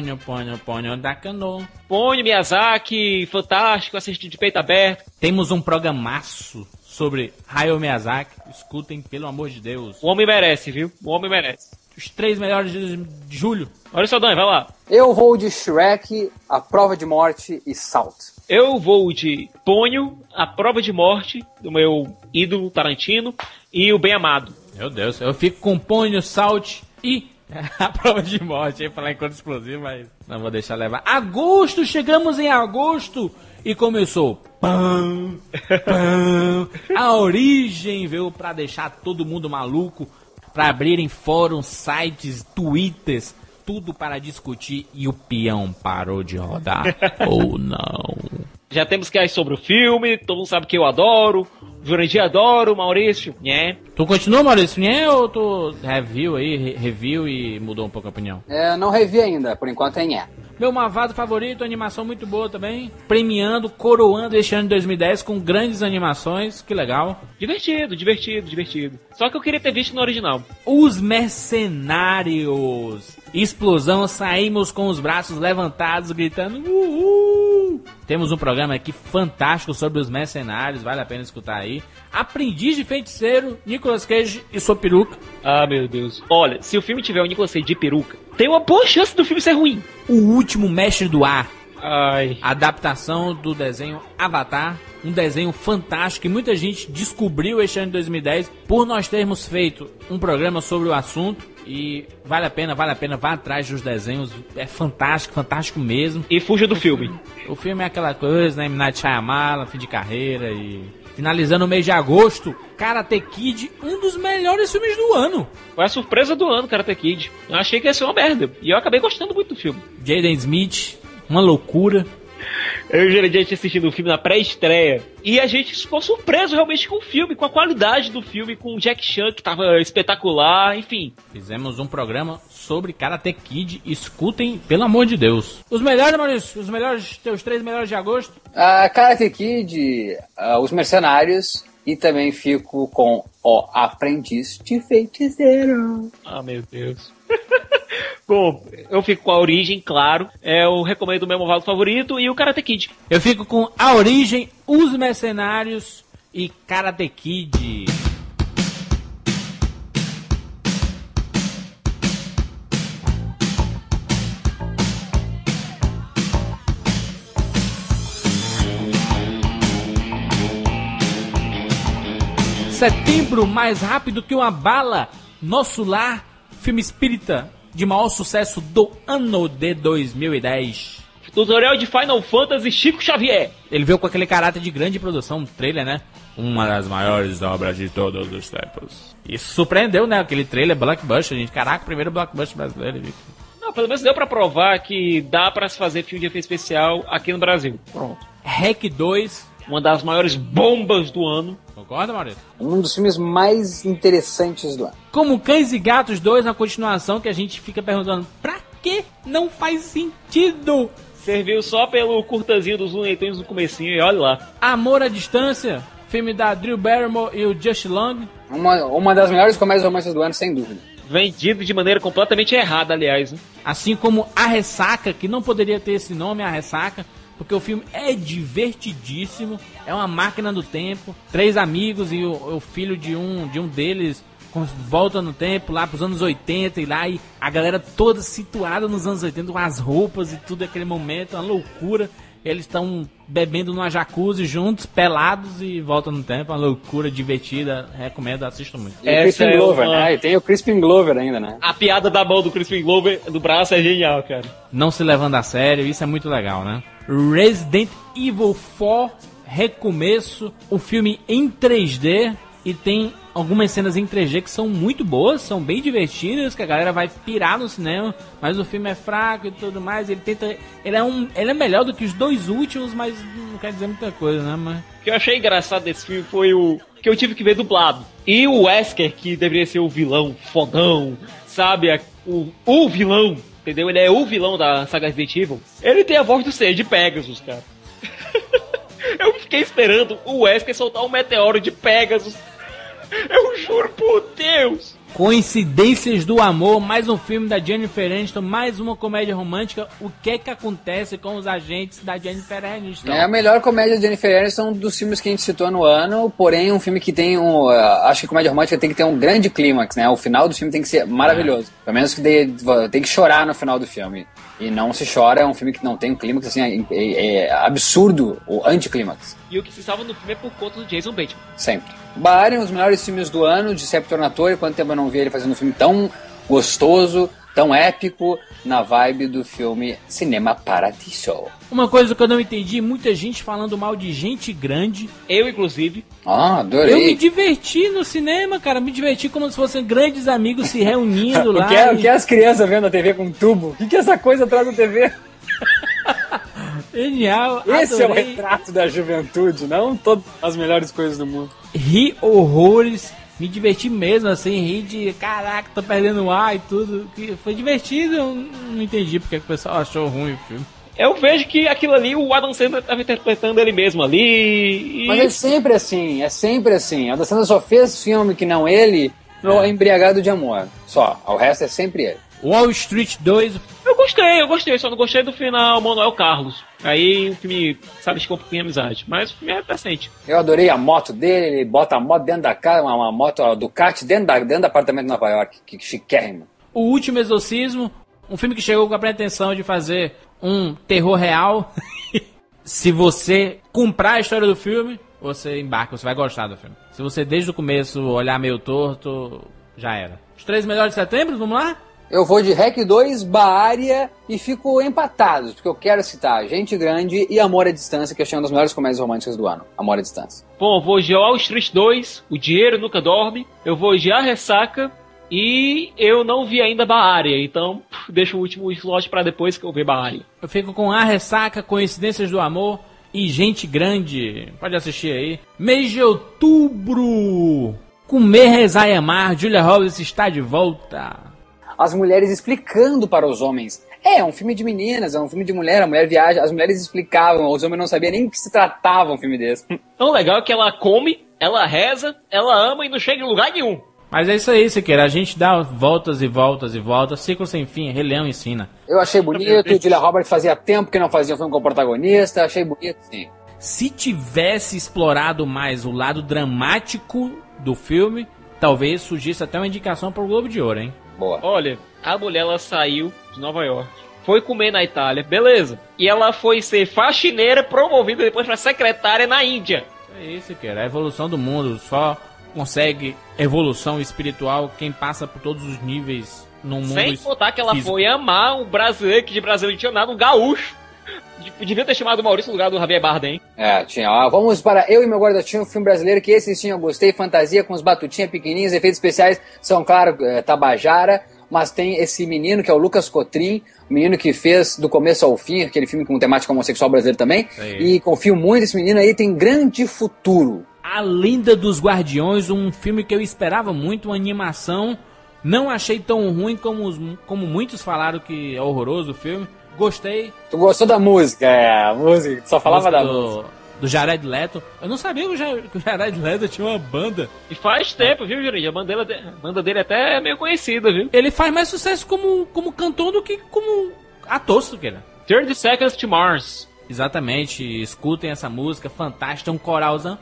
da canoa. Ponyo, Miyazaki, fantástico, assistir de peito aberto. Temos um programaço sobre Hayao Miyazaki. Escutem, pelo amor de Deus. O homem merece, viu? O homem merece. Os 3 melhores de julho. Olha só, Dan, vai lá. Eu vou de Shrek, A Prova de Morte e Salt. Eu vou de Ponyo, A Prova de Morte, do meu ídolo Tarantino, e o Bem Amado. Meu Deus, eu fico com Ponyo, Salt e A Prova de Morte. Eu ia falar Encontro Explosivo, mas não vou deixar levar. Agosto, chegamos em agosto e começou. Pam, a origem veio pra deixar todo mundo maluco, pra abrirem fóruns, sites, twitters, tudo para discutir, e o peão parou de rodar. Ou não. Já temos que ir sobre o filme, todo mundo sabe que eu adoro. Jurandir adoro, Maurício, né? Tu continua, Maurício, né? Ou tu review e mudou um pouco a opinião? Não revi ainda, por enquanto é nhé. Meu malvado favorito, animação muito boa também. Premiando, coroando este ano de 2010 com grandes animações. Que legal. Divertido. Só que eu queria ter visto no original. Os Mercenários. Explosão, saímos com os braços levantados, gritando uhul. Temos um programa aqui fantástico sobre os Mercenários, vale a pena escutar aí. Aprendiz de Feiticeiro, Nicolas Cage e sua peruca. Ah, meu Deus. Olha, se o filme tiver o Nicolas Cage de peruca, tem uma boa chance do filme ser ruim. O Último Mestre do Ar. Ai. Adaptação do desenho Avatar, um desenho fantástico que muita gente descobriu este ano de 2010 por nós termos feito um programa sobre o assunto. E vale a pena, vá atrás dos desenhos, é fantástico mesmo. E fuja do filme. O filme é aquela coisa, né, M. Night Shyamalan, fim de carreira e... Finalizando o mês de agosto, Karate Kid, um dos melhores filmes do ano. Foi a surpresa do ano, Karate Kid. Eu achei que ia ser uma merda, e eu acabei gostando muito do filme. Jaden Smith, uma loucura. Eu e o Jurandir assistindo o filme na pré-estreia. E a gente ficou surpreso realmente com o filme, com a qualidade do filme, com o Jack Chan, que tava espetacular, enfim. Fizemos um programa sobre Karate Kid. Escutem, pelo amor de Deus. Os melhores, Maurício, teus 3 melhores de agosto. Karate Kid, Os Mercenários, e também fico com O Aprendiz de Feiticeiro. Ah, meu Deus. Bom, eu fico com A Origem, claro. Eu recomendo o meu malvado favorito e o Karate Kid. Eu fico com A Origem, Os Mercenários e Karate Kid. Setembro mais rápido que uma bala. Nosso Lar, filme espírita de maior sucesso do ano de 2010. Tutorial de Final Fantasy Chico Xavier. Ele veio com aquele caráter de grande produção, um trailer, né? Uma das maiores obras de todos os tempos. Isso surpreendeu, né? Aquele trailer blockbuster, gente. Caraca, o primeiro blockbuster brasileiro. Gente. Não, pelo menos deu pra provar que dá pra se fazer filme de efeito especial aqui no Brasil. Pronto. REC 2. Uma das maiores bombas do ano. Concorda, Maurício? Um dos filmes mais interessantes do ano. Como Cães e Gatos 2, na continuação, que a gente fica perguntando, pra que não faz sentido? Serviu só pelo curtazinho dos Looney Tunes no comecinho e olha lá. Amor à Distância, filme da Drew Barrymore e o Just Long. Uma das melhores comédias românticas do ano, sem dúvida. Vendido de maneira completamente errada, aliás. Né? Assim como A Ressaca, que não poderia ter esse nome, A Ressaca, porque o filme é divertidíssimo, é uma máquina do tempo. 3 amigos e o filho de um deles volta no tempo lá pros anos 80 e lá, e a galera toda situada nos anos 80 com as roupas e tudo aquele momento, uma loucura. Eles estão bebendo numa jacuzzi juntos, pelados, e voltam no tempo, uma loucura divertida, recomendo, assistam muito. E o Crispin Glover, né? E tem o Crispin Glover ainda, né? A piada da mão do Crispin Glover do braço é genial, cara. Não se levando a sério, isso é muito legal, né? Resident Evil 4, Recomeço, um filme em 3D, e tem algumas cenas em 3D que são muito boas, são bem divertidas, que a galera vai pirar no cinema, mas o filme é fraco e tudo mais. Ele é melhor do que os 2 últimos, mas não quer dizer muita coisa, né? Mas... O que eu achei engraçado desse filme foi o que eu tive que ver dublado. E o Wesker, que deveria ser o vilão fodão, sabe? O vilão, entendeu? Ele é o vilão da saga Resident Evil. Ele tem a voz do ser de Pegasus, cara. Eu fiquei esperando o Wesker soltar um meteoro de Pegasus. Eu juro por Deus. Coincidências do Amor, mais um filme da Jennifer Aniston, mais uma comédia romântica. O que é que acontece com os agentes da Jennifer Aniston? É a melhor comédia da Jennifer Aniston dos filmes que a gente citou no ano, porém um filme que tem acho que comédia romântica tem que ter um grande clímax, né? O final do filme tem que ser maravilhoso. Pelo menos que tem que chorar no final do filme. E não se chora, é um filme que não tem um clímax, assim, é absurdo o anticlímax. E o que se salva no filme é por conta do Jason Bateman. Sempre. Baren, os melhores filmes do ano, Giuseppe Tornatore, quanto tempo eu não vi ele fazendo um filme tão gostoso, tão épico, na vibe do filme Cinema Paradiso. Uma coisa que eu não entendi, muita gente falando mal de gente grande. Eu, inclusive. Adorei. Eu me diverti no cinema, cara, me diverti como se fossem grandes amigos se reunindo lá. O que é as crianças vendo a TV com tubo? O que é essa coisa atrás da TV? Genial. Esse é o adorei. retrato da juventude, não todas as melhores coisas do mundo. Ri horrores, me diverti mesmo, assim, ri de caraca, tô perdendo o ar e tudo. Foi divertido, eu não entendi porque que o pessoal achou ruim o filme. Eu vejo que aquilo ali, o Adam Sandler estava interpretando ele mesmo ali. Mas é sempre assim, é sempre assim. A Adam Sandler só fez filme que não ele, no Embriagado de Amor. Só, o resto é sempre ele. Wall Street 2. Eu gostei, só não gostei do final Manuel Carlos. Aí o filme, sabe, ficou um pouquinho amizade. Mas o filme é decente. Eu adorei a moto dele, ele bota a moto dentro da casa, uma moto a Ducati dentro do apartamento de Nova York. Que chiquérrimo. O Último Exorcismo, um filme que chegou com a pretensão de fazer um terror real. Se você comprar a história do filme, você embarca, você vai gostar do filme. Se você desde o começo olhar meio torto, já era. Os 3 melhores de setembro, vamos lá? Eu vou de REC 2, Baaria e fico empatados, porque eu quero citar Gente Grande e Amor à Distância, que eu achei uma das melhores comédias românticas do ano. Amor à Distância. Bom, eu vou de Wall Street 2, O Dinheiro Nunca Dorme. Eu vou de A Ressaca e eu não vi ainda Baaria, então deixo o último slot pra depois que eu ver Baaria. Eu fico com A Ressaca, Coincidências do Amor e Gente Grande. Pode assistir aí. Mês de outubro. Comer, Rezar e Amar. Julia Roberts está de volta. As mulheres explicando para os homens. É um filme de meninas, é um filme de mulher, a mulher viaja, as mulheres explicavam, os homens não sabiam nem o que se tratava um filme desse. Tão legal que ela come, ela reza, ela ama e não chega em lugar nenhum. Mas é isso aí, Siqueira, a gente dá voltas e voltas e voltas, ciclo sem fim, Rei Leão ensina. Eu achei bonito, Julia Roberts fazia tempo que não fazia um filme com o protagonista, achei bonito, sim. Se tivesse explorado mais o lado dramático do filme, talvez surgisse até uma indicação para o Globo de Ouro, hein? Boa. Olha, a mulher ela saiu de Nova York, foi comer na Itália, beleza. E ela foi ser faxineira, promovida depois para secretária na Índia. É isso, cara. A evolução do mundo só consegue evolução espiritual quem passa por todos os níveis no mundo. Sem contar que ela físico. foi amar um brasileiro que de brasileiro não tinha nada, um gaúcho. Devia ter chamado o Maurício no lugar do Javier Bardem. É, tinha. Vamos para Eu e Meu Guarda-Chuva, um filme brasileiro que esse sim eu gostei, fantasia com os batutinhas pequenininhos, efeitos especiais são, claro, Tabajara, mas tem esse menino que é o Lucas Cotrim, o menino que fez do começo ao fim, aquele filme com temática homossexual brasileiro também, e confio muito nesse menino aí, tem grande futuro. A Lenda dos Guardiões, um filme que eu esperava muito, uma animação, não achei tão ruim como muitos falaram que é horroroso o filme. Gostei. Tu gostou da música? A música, só falava da música. Do Jared Leto. Eu não sabia que o Jared Leto tinha uma banda. E faz tempo, viu, Jurandir? A banda dele até é meio conhecida, viu? Ele faz mais sucesso como cantor do que como ator, Suqueira. 30 Seconds to Mars. Exatamente. Escutem essa música fantástica, um coralzão.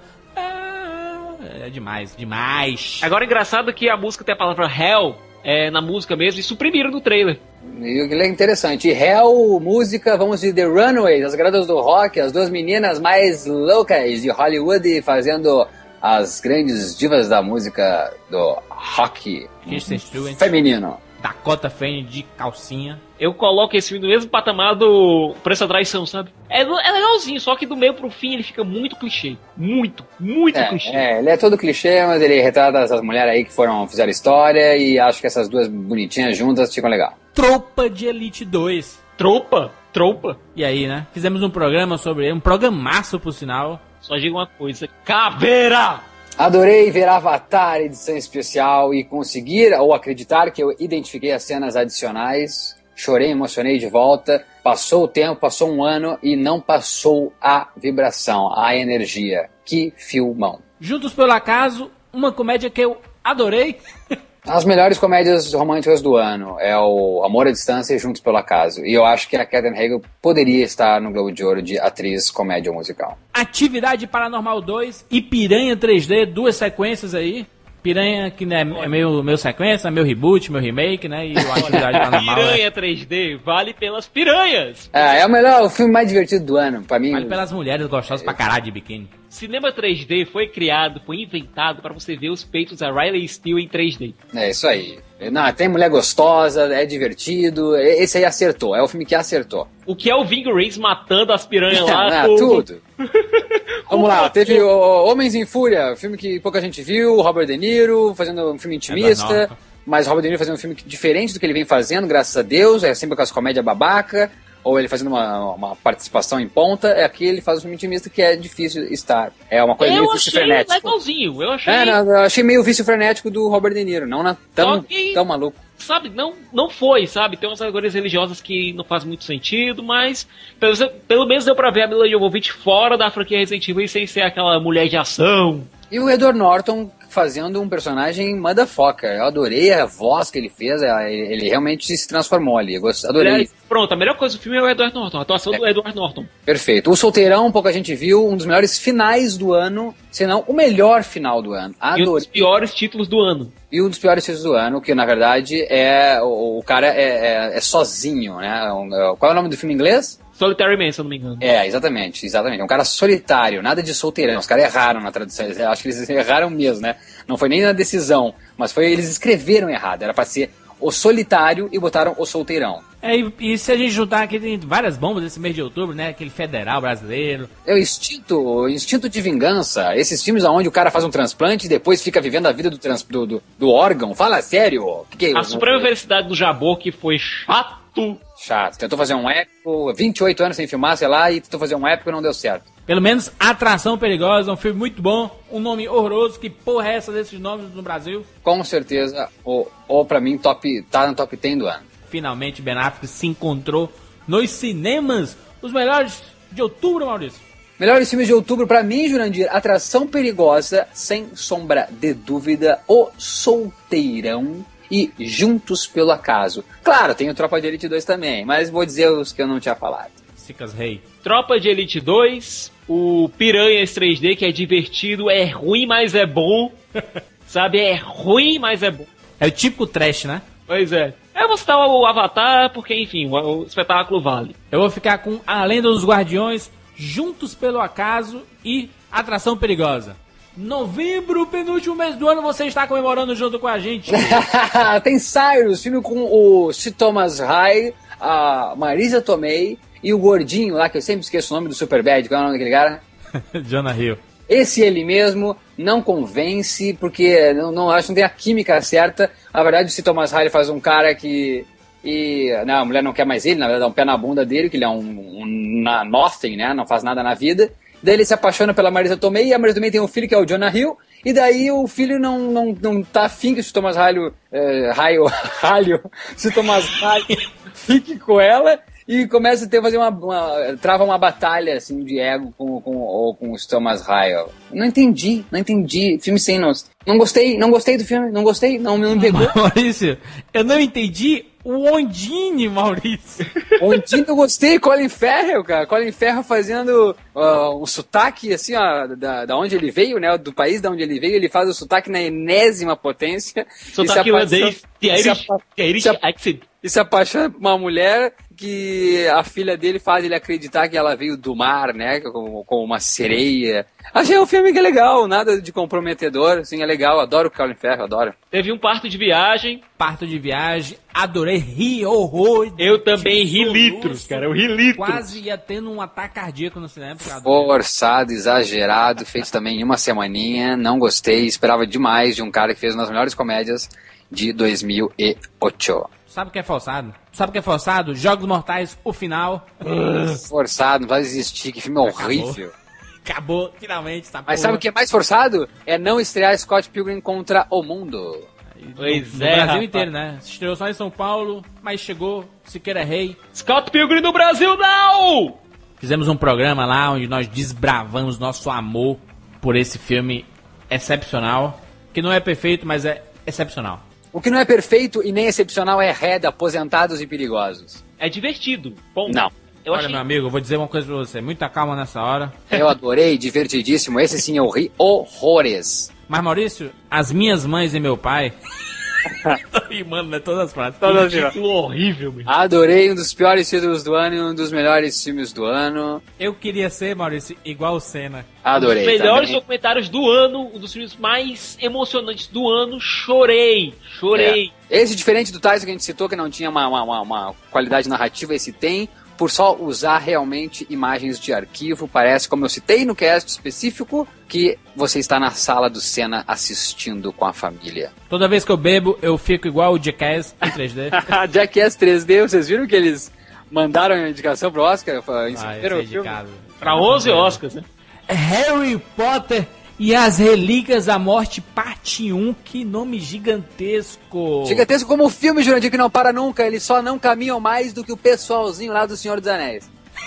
É demais, demais. Agora, engraçado que a música tem a palavra Hell na música mesmo e suprimiram no trailer. E o que é interessante, Hell, música, vamos de The Runaways, as garotas do rock, as duas meninas mais loucas de Hollywood fazendo as grandes divas da música do rock feminino. Dakota Fanning de calcinha. Eu coloco esse filme no mesmo patamar do Preço da Traição, sabe? É legalzinho, só que do meio pro fim ele fica muito clichê. Muito clichê. Ele é todo clichê, mas ele retrata essas mulheres aí que fizeram história e acho que essas duas bonitinhas juntas ficam legal. Tropa de Elite 2. Tropa? E aí, né? Fizemos um programa sobre ele, um programaço por sinal. Só digo uma coisa, caveira! Adorei ver Avatar edição especial e conseguir ou acreditar que eu identifiquei as cenas adicionais. Chorei, emocionei de volta. Passou o tempo, passou um ano e não passou a vibração, a energia. Que filmão. Juntos pelo Acaso, uma comédia que eu adorei. As melhores comédias românticas do ano é o Amor à Distância e Juntos pelo Acaso. E eu acho que a Catherine Hagel poderia estar no Globo de Ouro de atriz comédia musical. Atividade Paranormal 2 e Piranha 3D, 2 sequências aí. Piranha, que né, é meu sequência, meu reboot, meu remake, né? E o Atividade Paranormal. Piranha 3D vale pelas piranhas. O filme mais divertido do ano, pra mim. Vale pelas mulheres gostosas pra caralho de biquíni. Cinema 3D foi criado, foi inventado pra você ver os peitos da Riley Steele em 3D. É isso aí. Não, tem mulher gostosa, é divertido. Esse aí acertou, é o filme que acertou. O que é o Ving Rhames matando as piranhas lá? Tudo. Vamos lá, teve Homens em Fúria, filme que pouca gente viu, Robert De Niro fazendo um filme intimista, mas Robert De Niro fazendo um filme diferente do que ele vem fazendo, graças a Deus, é sempre com as comédias babaca. ou ele fazendo uma participação em ponta, é aqui ele faz um filme intimista que é difícil estar. É uma coisa meio vício frenético. Legalzinho, eu achei. Eu achei meio vício frenético do Robert De Niro, não tão maluco. Sabe, não foi, sabe? Tem umas alegorias religiosas que não faz muito sentido, mas pelo menos deu pra ver a Mila Jovovich fora da franquia Resident Evil e sem ser aquela mulher de ação. E o Edward Norton fazendo um personagem motherfucker. Eu adorei a voz que ele fez, ele realmente se transformou ali. Eu adorei. Pronto, a melhor coisa do filme é o Edward Norton, a atuação do Edward Norton. Perfeito. O Solteirão, pouca gente viu, um dos melhores finais do ano, se não o melhor final do ano. Adorei. E um dos piores títulos do ano. E um dos piores títulos do ano, que na verdade é o cara é sozinho, né? Qual é o nome do filme em inglês? Solitary Man, se eu não me engano. Exatamente. É um cara solitário, nada de solteirão. Os caras erraram na tradução, acho que eles erraram mesmo, né? Não foi nem na decisão, mas eles escreveram errado. Era pra ser o solitário e botaram o solteirão. E se a gente juntar aqui, tem várias bombas esse mês de outubro, né? Aquele federal brasileiro. É o instinto de vingança. Esses filmes onde o cara faz um transplante e depois fica vivendo a vida do órgão. Fala sério. A suprema felicidade do Jabor, que foi chato. Tentou fazer um épico, 28 anos sem filmar, sei lá, e tentou fazer um épico e não deu certo. Pelo menos Atração Perigosa, um filme muito bom, um nome horroroso, que porra é essa desses nomes no Brasil? Com certeza, ou pra mim, tá no top 10 do ano. Finalmente Ben Affleck se encontrou nos cinemas, os melhores de outubro, Maurício. Melhores filmes de outubro pra mim, Jurandir, Atração Perigosa, sem sombra de dúvida, O Solteirão e Juntos pelo Acaso. Claro, tem o Tropa de Elite 2 também, mas vou dizer os que eu não tinha falado. Sicas Rei. Tropa de Elite 2, o Piranhas 3D, que é divertido, é ruim, mas é bom. Sabe, é ruim, mas é bom. É o típico trash, né? Pois é. Eu vou citar o Avatar, porque, enfim, o espetáculo vale. Eu vou ficar com A Lenda dos Guardiões, Juntos pelo Acaso e Atração Perigosa. Novembro, penúltimo mês do ano, você está comemorando junto com a gente. Tem Cyrus, filme com o C. Thomas High, a Marisa Tomei e o gordinho lá, que eu sempre esqueço o nome do Superbad. Qual é o nome daquele cara? Jonah Hill. Ele mesmo não convence, porque não acho que não tem a química certa. Na verdade, o C. Thomas High faz um cara que... a mulher não quer mais ele, na verdade dá um pé na bunda dele, que ele é um nothing, né? Não faz nada na vida. Daí ele se apaixona pela Marisa Tomei, e a Marisa Tomei tem um filho que é o Jonah Hill, e daí o filho não tá afim que o Thomas se Thomas High fique com ela, e começa a fazer trava uma batalha assim de ego com o Thomas High. Não entendi, filme sem noção. Não gostei do filme, não me pegou. Maurício, eu não entendi o Ondine, Maurício. Ondine eu gostei, Colin Farrell, cara. Colin Farrell fazendo o sotaque, assim, ó, da onde ele veio, né, do país da onde ele veio, ele faz o sotaque na enésima potência. Sotaque irlandês, Irish accent. E se apaixona por uma mulher que a filha dele faz ele acreditar que ela veio do mar, né, com uma sereia. Achei um filme que é legal, nada de comprometedor, assim, é legal, adoro o Colin Farrell, adoro. Teve um parto de viagem, adorei, ri horror. Eu também ri litros, cara, eu ri litros. Quase ia tendo um ataque cardíaco no cinema. Forçado, exagerado, feito também em uma semaninha, não gostei, esperava demais de um cara que fez uma das melhores comédias de 2008. Sabe o que é forçado? Jogos Mortais, o final. Forçado, não vai existir, que filme horrível. Acabou, finalmente. Mas sabe o que é mais forçado? É não estrear Scott Pilgrim contra o mundo. Pois no Brasil rapaz. Inteiro, né? Se estreou só em São Paulo, mas chegou, Siqueira Rei. Scott Pilgrim no Brasil, não! Fizemos um programa lá onde nós desbravamos nosso amor por esse filme excepcional, que não é perfeito, mas é excepcional. O que não é perfeito e nem excepcional é Red, Aposentados e Perigosos. É divertido, ponto. Não. Olha, meu amigo, eu vou dizer uma coisa pra você. Muita calma nessa hora. Eu adorei, divertidíssimo. Esse sim eu ri horrores. Mas, Maurício, as minhas mães e meu pai... Ih, mano, né? Todas as frases. Todas as título horrível, meu. Adorei, um dos piores títulos do ano e um dos melhores filmes do ano. Eu queria ser, Maurício, igual o Senna. Adorei. Um dos melhores também. documentários do ano, um dos filmes mais emocionantes do ano. Chorei. Esse, diferente do Tyson que a gente citou, que não tinha uma qualidade narrativa, esse tem. Por só usar realmente imagens de arquivo, parece, como eu citei no cast específico, que você está na sala do Senna assistindo com a família. Toda vez que eu bebo, eu fico igual o Jackass em 3D. Jackass 3D, vocês viram que eles Mandaram a indicação pro Oscar? Pra 11 Oscars, né? Harry Potter e as Relíquias da Morte, parte 1. Que nome gigantesco. Gigantesco como o filme, Jurandir, que não para nunca. Eles só não caminham mais do que o pessoalzinho lá do Senhor dos Anéis.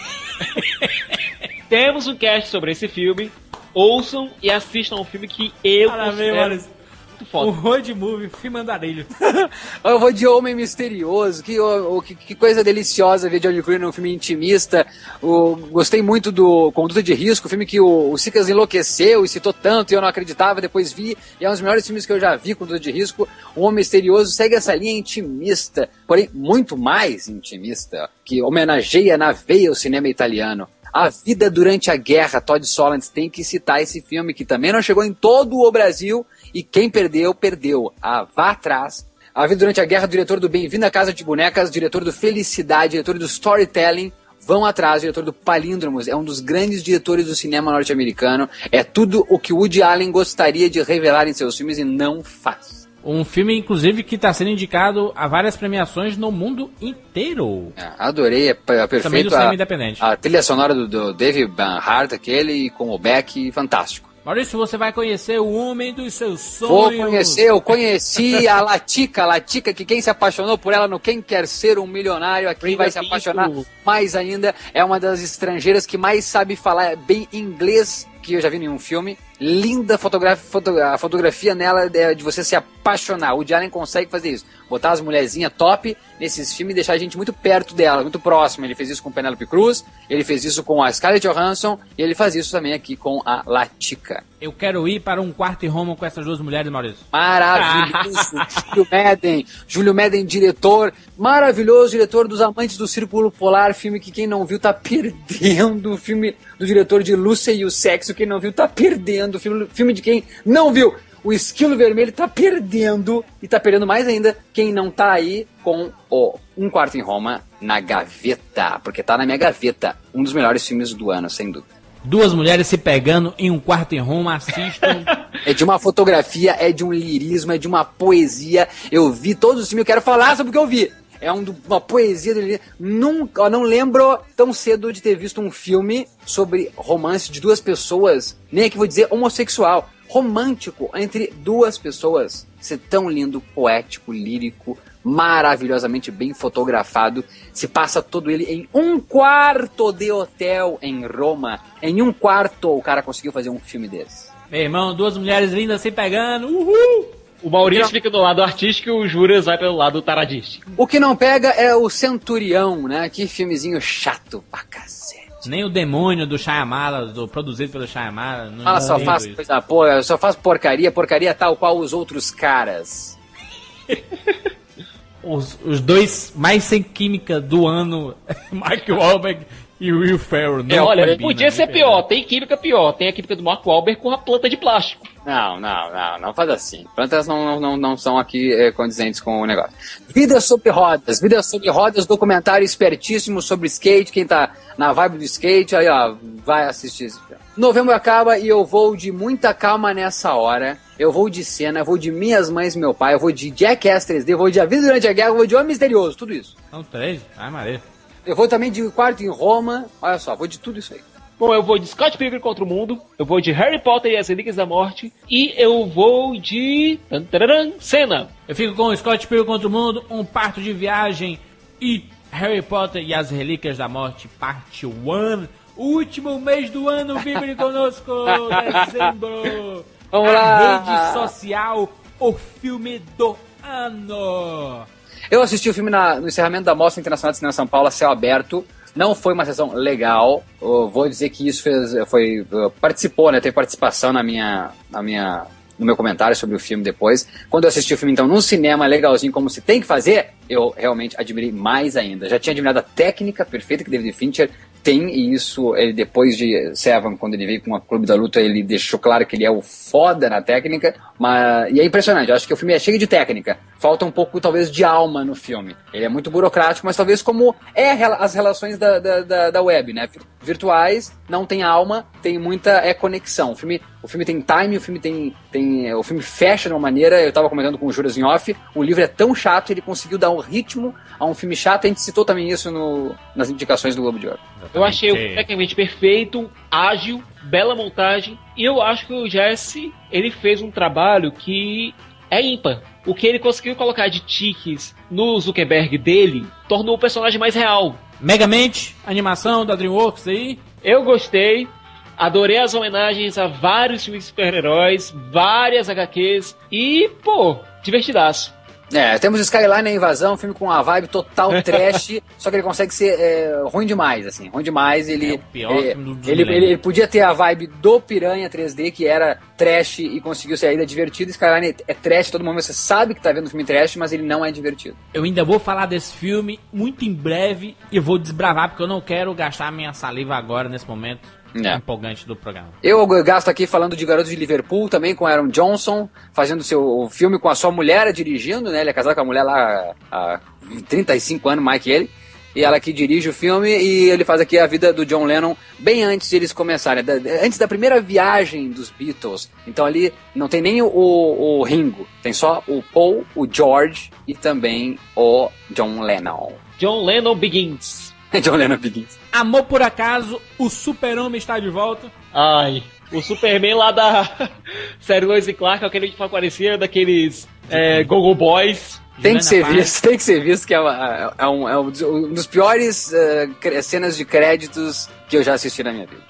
Temos um cast sobre esse filme. Ouçam e assistam um filme que eu considero muito foda. O road movie, filme andarilho. Eu vou de Homem Misterioso. Que coisa deliciosa ver George Clooney num filme intimista. Gostei muito do Conduta de Risco, filme que o Sicas enlouqueceu e citou tanto e eu não acreditava. Depois vi, e é um dos melhores filmes que eu já vi, Conduta de Risco. O Homem Misterioso segue essa linha intimista, porém muito mais intimista, que homenageia na veia o cinema italiano. A Vida Durante a Guerra, Todd Solondz, tem que citar esse filme que também não chegou em todo o Brasil e quem perdeu, perdeu. Vá atrás. A Vida Durante a Guerra, diretor do Bem-vindo à Casa de Bonecas, diretor do Felicidade, diretor do Storytelling, vão atrás, diretor do Palíndromos, é um dos grandes diretores do cinema norte-americano, é tudo o que Woody Allen gostaria de revelar em seus filmes e não faz. Um filme, inclusive, que está sendo indicado a várias premiações no mundo inteiro. Adorei, é perfeito. Também do cinema independente. A trilha sonora do David Hart, aquele, com o Beck, fantástico. Maurício, você vai conhecer o homem dos seus sonhos. Vou conhecer, eu conheci a Latica, que quem se apaixonou por ela no Quem Quer Ser um Milionário, aqui vai se apaixonar mais ainda. É uma das estrangeiras que mais sabe falar bem inglês que eu já vi em um filme. Linda a fotografia nela é de você se apaixonar. O Woody Allen consegue fazer isso. Botar as mulherzinhas top nesses filmes e deixar a gente muito perto dela, muito próximo. Ele fez isso com Penélope Cruz, ele fez isso com a Scarlett Johansson e ele faz isso também aqui com a Latica. Eu quero ir para um quarto em Roma com essas duas mulheres, Maurício. Maravilhoso. Júlio Madden, diretor. Maravilhoso, diretor dos Amantes do Círculo Polar. Filme que quem não viu tá perdendo. O filme do diretor de Lúcia e o Sexo. Quem não viu tá perdendo. Filme de quem não viu. O Esquilo Vermelho tá perdendo. E tá perdendo mais ainda quem não tá aí com o Um Quarto em Roma na gaveta. Porque tá na minha gaveta. Um dos melhores filmes do ano, sem dúvida. Duas mulheres se pegando em Um Quarto em Roma, assistam. É de uma fotografia, é de um lirismo, é de uma poesia. Eu vi todos os filmes, eu quero falar sobre o que eu vi. É uma poesia dele. Nunca, não lembro tão cedo de ter visto um filme sobre romance de duas pessoas, nem aqui vou dizer homossexual, romântico entre duas pessoas. Ser tão lindo, poético, lírico, maravilhosamente bem fotografado. Se passa todo ele em um quarto de hotel em Roma. Em um quarto o cara conseguiu fazer um filme desse. Meu irmão, duas mulheres lindas se pegando. Uhul! O Maurício fica do lado artístico e o Juras vai pelo lado taradístico. O que não pega é o Centurião, né? Que filmezinho chato pra cacete. Nem o Demônio do Shyamalan, produzido pelo Shyamalan. Só faz porcaria tal qual os outros caras. Os dois mais sem química do ano, Mark Wahlberg e Will Ferrell. Olha, podia ser pior, tem química pior. Tem a química do Mark Wahlberg com a planta de plástico. Não faz assim. Plantas não são aqui condizentes com o negócio. Vida sobre rodas, documentário espertíssimo sobre skate. Quem tá na vibe do skate, aí ó, vai assistir esse filme. Novembro acaba e eu vou de muita calma nessa hora. Eu vou de Cena, vou de Minhas Mães e Meu Pai, eu vou de Jackass 3D, vou de A Vida Durante a Guerra, eu vou de Homem Misterioso, tudo isso. São três? Ai, Maria. Eu vou também de Quarto em Roma, olha só, vou de tudo isso aí. Bom, eu vou de Scott Pilgrim contra o Mundo, eu vou de Harry Potter e as Relíquias da Morte, e eu vou de... Cena. Eu fico com Scott Pilgrim contra o Mundo, Um Parto de Viagem e Harry Potter e as Relíquias da Morte, parte 1. Último mês do ano, vibrem conosco, dezembro. Vamos lá. Rede social, o filme do ano. Eu assisti o filme no encerramento da Mostra Internacional de Cinema São Paulo, a céu aberto. Não foi uma sessão legal. Eu vou dizer que isso participou, né? Teve participação no meu comentário sobre o filme depois. Quando eu assisti o filme, então, num cinema legalzinho, como se tem que fazer, eu realmente admirei mais ainda. Já tinha admirado a técnica perfeita que David Fincher tem, e isso, ele depois de Seven, quando ele veio com a Clube da Luta, ele deixou claro que ele é o foda na técnica, e é impressionante, eu acho que o filme é cheio de técnica, falta um pouco, talvez, de alma no filme. Ele é muito burocrático, mas talvez como as relações da web, né? Virtuais, não tem alma, tem muita conexão. O filme tem time, o filme fecha de uma maneira, eu tava comentando com o Juras em off, o livro é tão chato, ele conseguiu dar um ritmo a um filme chato, a gente citou também isso nas indicações do Globo de Ouro. Eu achei o tecnicamente perfeito, ágil, bela montagem, e eu acho que o Jesse, ele fez um trabalho que é ímpar. O que ele conseguiu colocar de tiques no Zuckerberg dele tornou o personagem mais real. Megamente, animação da DreamWorks aí. Eu gostei, adorei as homenagens a vários filmes de super-heróis, várias HQs e, pô, divertidaço. Temos Skyline, a Invasão, um filme com uma vibe total trash, só que ele consegue ser ruim demais, assim, ruim demais. Ele, o pior filme do ele podia ter a vibe do Piranha 3D, que era trash e conseguiu ser ainda divertido. Skyline é trash, todo mundo você sabe que tá vendo um filme trash, mas ele não é divertido. Eu ainda vou falar desse filme muito em breve e vou desbravar, porque eu não quero gastar minha saliva agora, nesse momento. Empolgante do programa. Eu gasto aqui falando de Garotos de Liverpool, também com Aaron Johnson, fazendo seu filme com a sua mulher dirigindo, né? Ele é casado com a mulher lá há 35 anos mais que ele. E ela que dirige o filme, e ele faz aqui a vida do John Lennon bem antes de eles começarem, antes da primeira viagem dos Beatles. Então ali não tem nem o Ringo, tem só o Paul, o George e também o John Lennon. John Lennon Begins. John Lennon Begins. Amor por acaso, o Super-Homem está de volta. Ai, o Superman lá da série Lois e Clark, aquele que aparecia daqueles Go-Go Boys. Tem que ser visto, que é um dos piores cenas de créditos que eu já assisti na minha vida.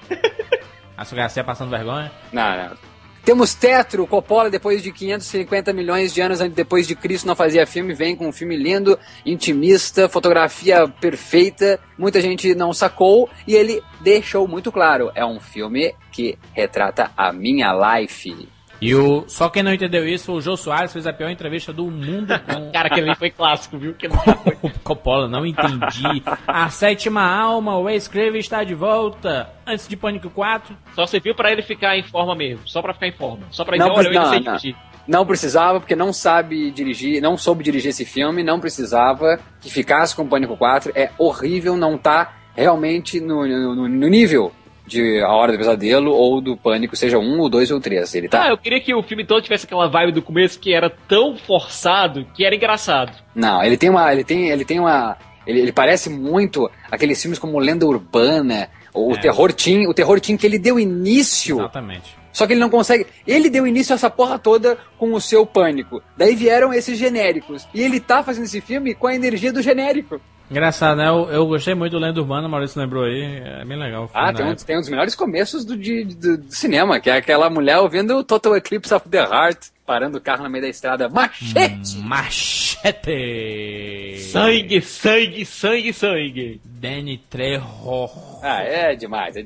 A sua Garcia passando vergonha? Não. Temos Tetro, Coppola, depois de 550 milhões de anos depois de Cristo, não fazia filme, vem com um filme lindo, intimista, fotografia perfeita, muita gente não sacou, e ele deixou muito claro, é um filme que retrata a minha life. E só quem não entendeu isso, o Jô Soares fez a pior entrevista do mundo com... Cara, aquele ali foi clássico, viu? O Coppola, não entendi. A sétima alma, o Wes Craven está de volta. Antes de Pânico 4. Só serviu pra ele ficar em forma mesmo. Só pra ficar em forma. Só pra dizer, olha, eu sei dirigir. Não precisava, porque não sabe dirigir, não soube dirigir esse filme, não precisava que ficasse com Pânico 4. É horrível, não tá realmente no nível de A Hora do Pesadelo ou do Pânico, seja 1, ou 2 ou 3. Ele tá... eu queria que o filme todo tivesse aquela vibe do começo que era tão forçado que era engraçado. Não, ele parece muito aqueles filmes como Lenda Urbana, o Terror Teen que ele deu início. Exatamente. Só que ele não consegue. Ele deu início a essa porra toda com o seu Pânico. Daí vieram esses genéricos. E ele tá fazendo esse filme com a energia do genérico. Engraçado, né? Eu gostei muito do Lenda Urbana, o Maurício lembrou aí. É bem legal. Tem um dos melhores começos do cinema, que é aquela mulher ouvindo o Total Eclipse of the Heart, parando o carro no meio da estrada. Machete! Machete! Sangue, sangue, sangue, sangue. Danny Trejo. É demais.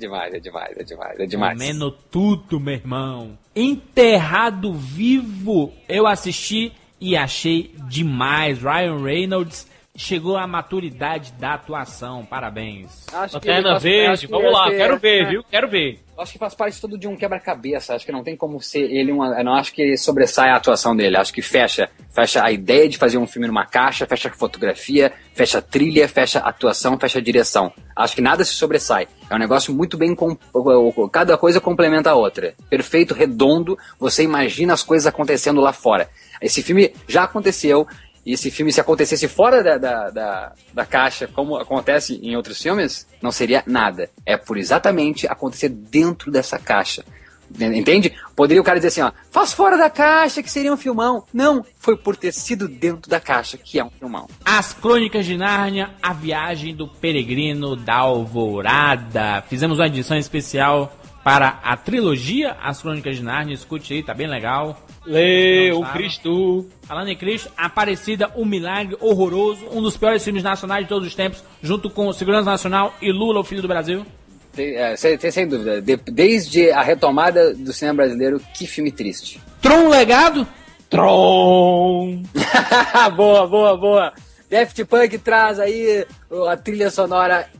Comendo tudo, meu irmão. Enterrado Vivo, eu assisti e achei demais. Ryan Reynolds chegou à maturidade da atuação, parabéns. Lanterna Verde, vamos lá, quero ver, viu? Quero ver. Acho que faz parte todo de um quebra-cabeça, acho que não tem como ser ele eu não acho que sobressai a atuação dele, acho que fecha a ideia de fazer um filme numa caixa, fecha a fotografia, fecha a trilha, fecha a atuação, fecha a direção. Acho que nada se sobressai. É um negócio muito bem, cada coisa complementa a outra. Perfeito, redondo, você imagina as coisas acontecendo lá fora. Esse filme já aconteceu. E esse filme, se acontecesse fora da caixa, como acontece em outros filmes, não seria nada. É por exatamente acontecer dentro dessa caixa. Entende? Poderia o cara dizer assim, ó, faz fora da caixa que seria um filmão. Não, foi por ter sido dentro da caixa que é um filmão. As Crônicas de Nárnia, a viagem do peregrino da Alvorada. Fizemos uma edição especial para a trilogia As Crônicas de Nárnia. Escute aí, tá bem legal. Lê o Cristo. Falando em Cristo, Aparecida, O Milagre Horroroso, um dos piores filmes nacionais de todos os tempos, junto com Segurança Nacional e Lula, o Filho do Brasil. Sem dúvida. Desde a retomada do cinema brasileiro, que filme triste. Tron Legado? Tron! Boa. Daft Punk traz aí a trilha sonora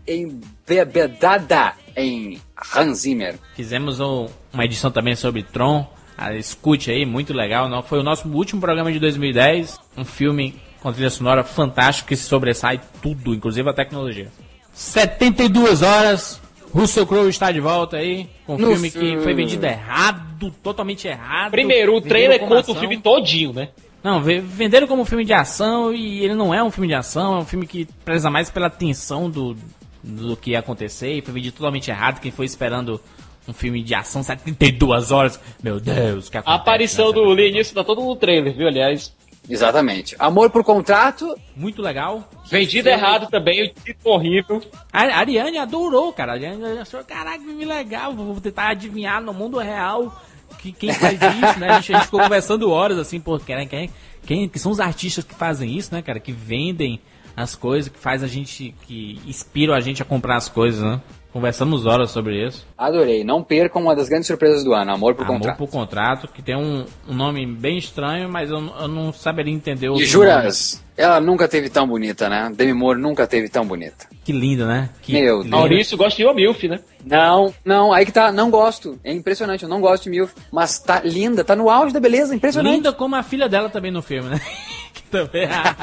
embebedada em Hans Zimmer. Fizemos uma edição também sobre Tron. Escute aí, muito legal. Foi o nosso último programa de 2010. Um filme com trilha sonora fantástica que se sobressai tudo, inclusive a tecnologia. 72 horas. Russell Crowe está de volta aí, com um filme que foi vendido errado, totalmente errado. Primeiro, o trailer conta o filme todinho, né? Não, venderam como um filme de ação e ele não é um filme de ação, é um filme que preza mais pela tensão do que ia acontecer e foi vendido totalmente errado. Quem foi esperando um filme de ação 72 horas, meu Deus, que acontece, a aparição do Lianisson tá todo no trailer, viu, aliás. Exatamente. Amor por Contrato. Muito legal. Vendido errado também, o título horrível. A Ariane adorou, cara. A Ariane achou, caraca, que legal. Vou tentar adivinhar no mundo real quem faz isso, né? A gente ficou conversando horas, assim, pô, quem são os artistas que fazem isso, né, cara? Que vendem as coisas, que faz a gente, que inspiram a gente a comprar as coisas, né? Conversamos horas sobre isso. Adorei. Não percam uma das grandes surpresas do ano, Amor por Contrato. Amor por Contrato, que tem um nome bem estranho, mas eu não saberia entender o E juras, ela nunca teve tão bonita, né? Demi Moore nunca teve tão bonita. Que linda, né? Meu Deus. Maurício gosta de uma MILF, né? Não, aí que tá, não gosto. É impressionante, eu não gosto de MILF, mas tá linda, tá no auge da beleza, impressionante. Linda como a filha dela também no filme, né? Que também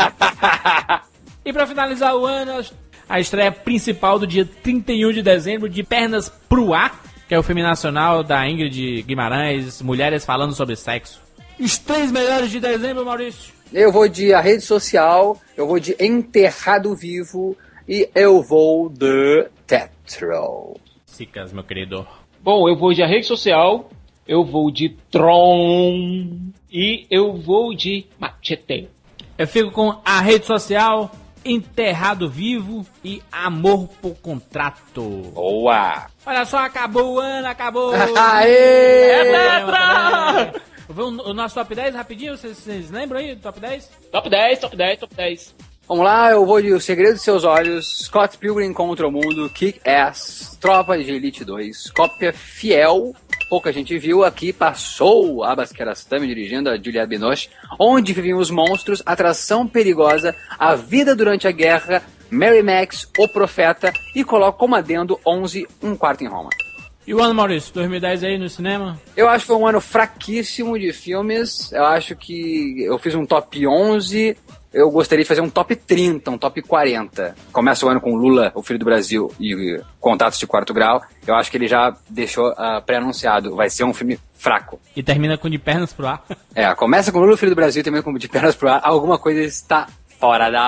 E pra finalizar o ano, a estreia principal do dia 31 de dezembro de Pernas pro Ar, que é o filme nacional da Ingrid Guimarães, Mulheres Falando Sobre Sexo. Os 3 melhores de dezembro, Maurício? Eu vou de A Rede Social, eu vou de Enterrado Vivo e eu vou de Teatro. Sicas, meu querido. Bom, eu vou de A Rede Social, eu vou de Tron e eu vou de Machete. Eu fico com A Rede Social, Enterrado Vivo e Amor por Contrato. Boa! Olha só, acabou o ano, acabou! Aê! É Tetra! O nosso top 10 rapidinho, vocês lembram aí do top 10? Top 10, top 10, top 10. Vamos lá, eu vou de O Segredo de Seus Olhos, Scott Pilgrim contra o Mundo, Kick-Ass, Tropa de Elite 2, Cópia Fiel, pouca gente viu, aqui passou Abbas Kiarostami dirigindo, a Juliette Binoche, Onde Viviam os Monstros, Atração Perigosa, A Vida Durante a Guerra, Mary Max, O Profeta e coloco como adendo 11, Um Quarto em Roma. E o ano, Maurício, 2010 aí no cinema? Eu acho que foi um ano fraquíssimo de filmes, eu acho que eu fiz um top 11... Eu gostaria de fazer um top 30, um top 40. Começa o ano com Lula, o Filho do Brasil e Contatos de Quarto Grau. Eu acho que ele já deixou pré-anunciado. Vai ser um filme fraco. E termina com De Pernas pro Ar. Começa com Lula, o Filho do Brasil e termina com De Pernas pro Ar. Alguma coisa está fora da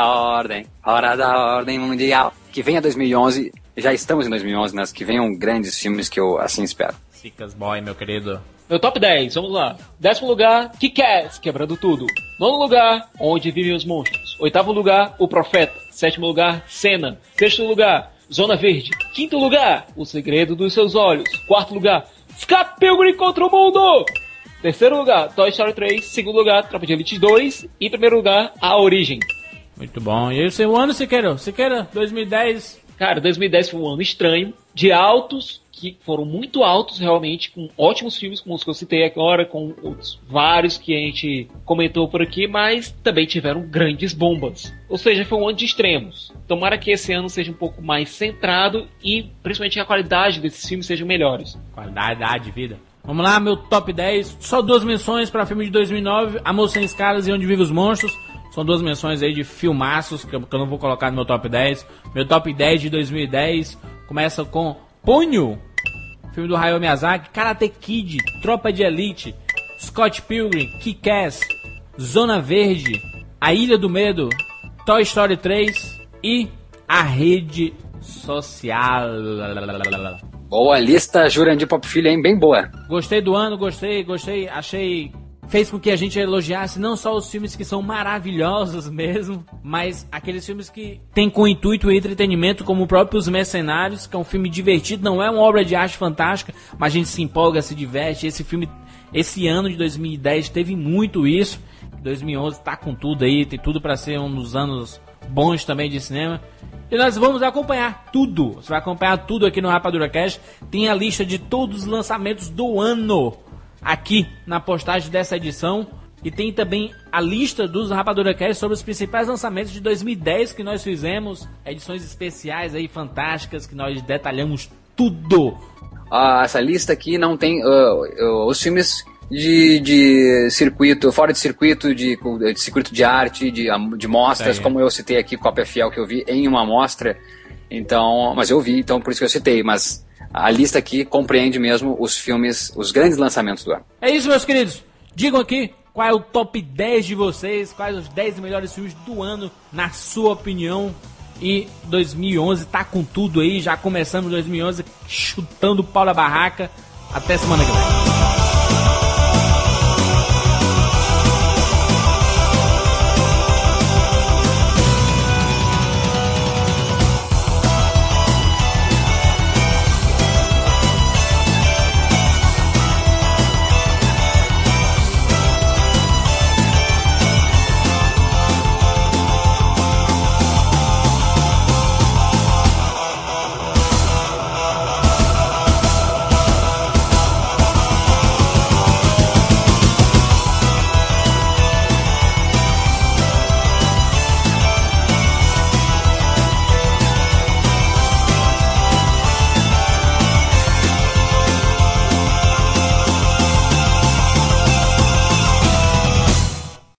ordem mundial. Que venha 2011, já estamos em 2011, né? Que venham grandes filmes que eu assim espero. Sicas Boy, meu querido. Meu top 10, vamos lá. 10º lugar, Kick-Ass, Quebrando Tudo. 9º lugar, Onde Vivem os Monstros. 8º lugar, O Profeta. 7º lugar, Cena. 6º lugar, Zona Verde. 5º lugar, O Segredo dos Seus Olhos. 4º lugar, Scott Pilgrim contra o Mundo. 3º lugar, Toy Story 3. 2º lugar, Tropa de Elite 2. E 1º lugar, A Origem. Muito bom. E aí, o seu ano, Siqueira? Siqueira, 2010... Cara, 2010 foi um ano estranho, de altos, que foram muito altos realmente, com ótimos filmes, como os que eu citei agora, com outros vários que a gente comentou por aqui, mas também tiveram grandes bombas. Ou seja, foi um ano de extremos. Tomara que esse ano seja um pouco mais centrado e principalmente a qualidade desses filmes sejam melhores. Qualidade de vida. Vamos lá, meu top 10. Só 2 menções para filme de 2009, Amor Sem Escalas e Onde Vivem os Monstros. São 2 menções aí de filmaços que eu não vou colocar no meu top 10. Meu top 10 de 2010 começa com Ponyo, filme do Hayao Miyazaki, Karate Kid, Tropa de Elite, Scott Pilgrim, Kick-Ass, Zona Verde, A Ilha do Medo, Toy Story 3 e A Rede Social. Boa lista, Jurandir Pop Filho, hein? Bem boa. Gostei do ano, gostei. Achei... Fez com que a gente elogiasse não só os filmes que são maravilhosos mesmo, mas aqueles filmes que tem com intuito e entretenimento, como o próprio Os Mercenários, que é um filme divertido, não é uma obra de arte fantástica, mas a gente se empolga, se diverte. Esse filme, esse ano de 2010 teve muito isso. 2011 tá com tudo aí, tem tudo para ser um dos anos bons também de cinema. E nós vamos acompanhar tudo. Você vai acompanhar tudo aqui no Rapadura Cast. Tem a lista de todos os lançamentos do ano aqui na postagem dessa edição. E tem também a lista dos Rapadura Cast sobre os principais lançamentos de 2010 que nós fizemos. Edições especiais aí fantásticas que nós detalhamos tudo. Essa lista aqui não tem os filmes de circuito, fora de circuito, de circuito de arte, de mostras, como eu citei aqui, Cópia Fiel, que eu vi em uma mostra. Então, mas eu vi, então por isso que eu citei, mas a lista aqui compreende mesmo os filmes, os grandes lançamentos do ano. É isso, meus queridos. Digam aqui qual é o top 10 de vocês, quais os 10 melhores filmes do ano, na sua opinião. E 2011 tá com tudo aí, já começamos 2011 chutando o pau da barraca. Até semana que vem.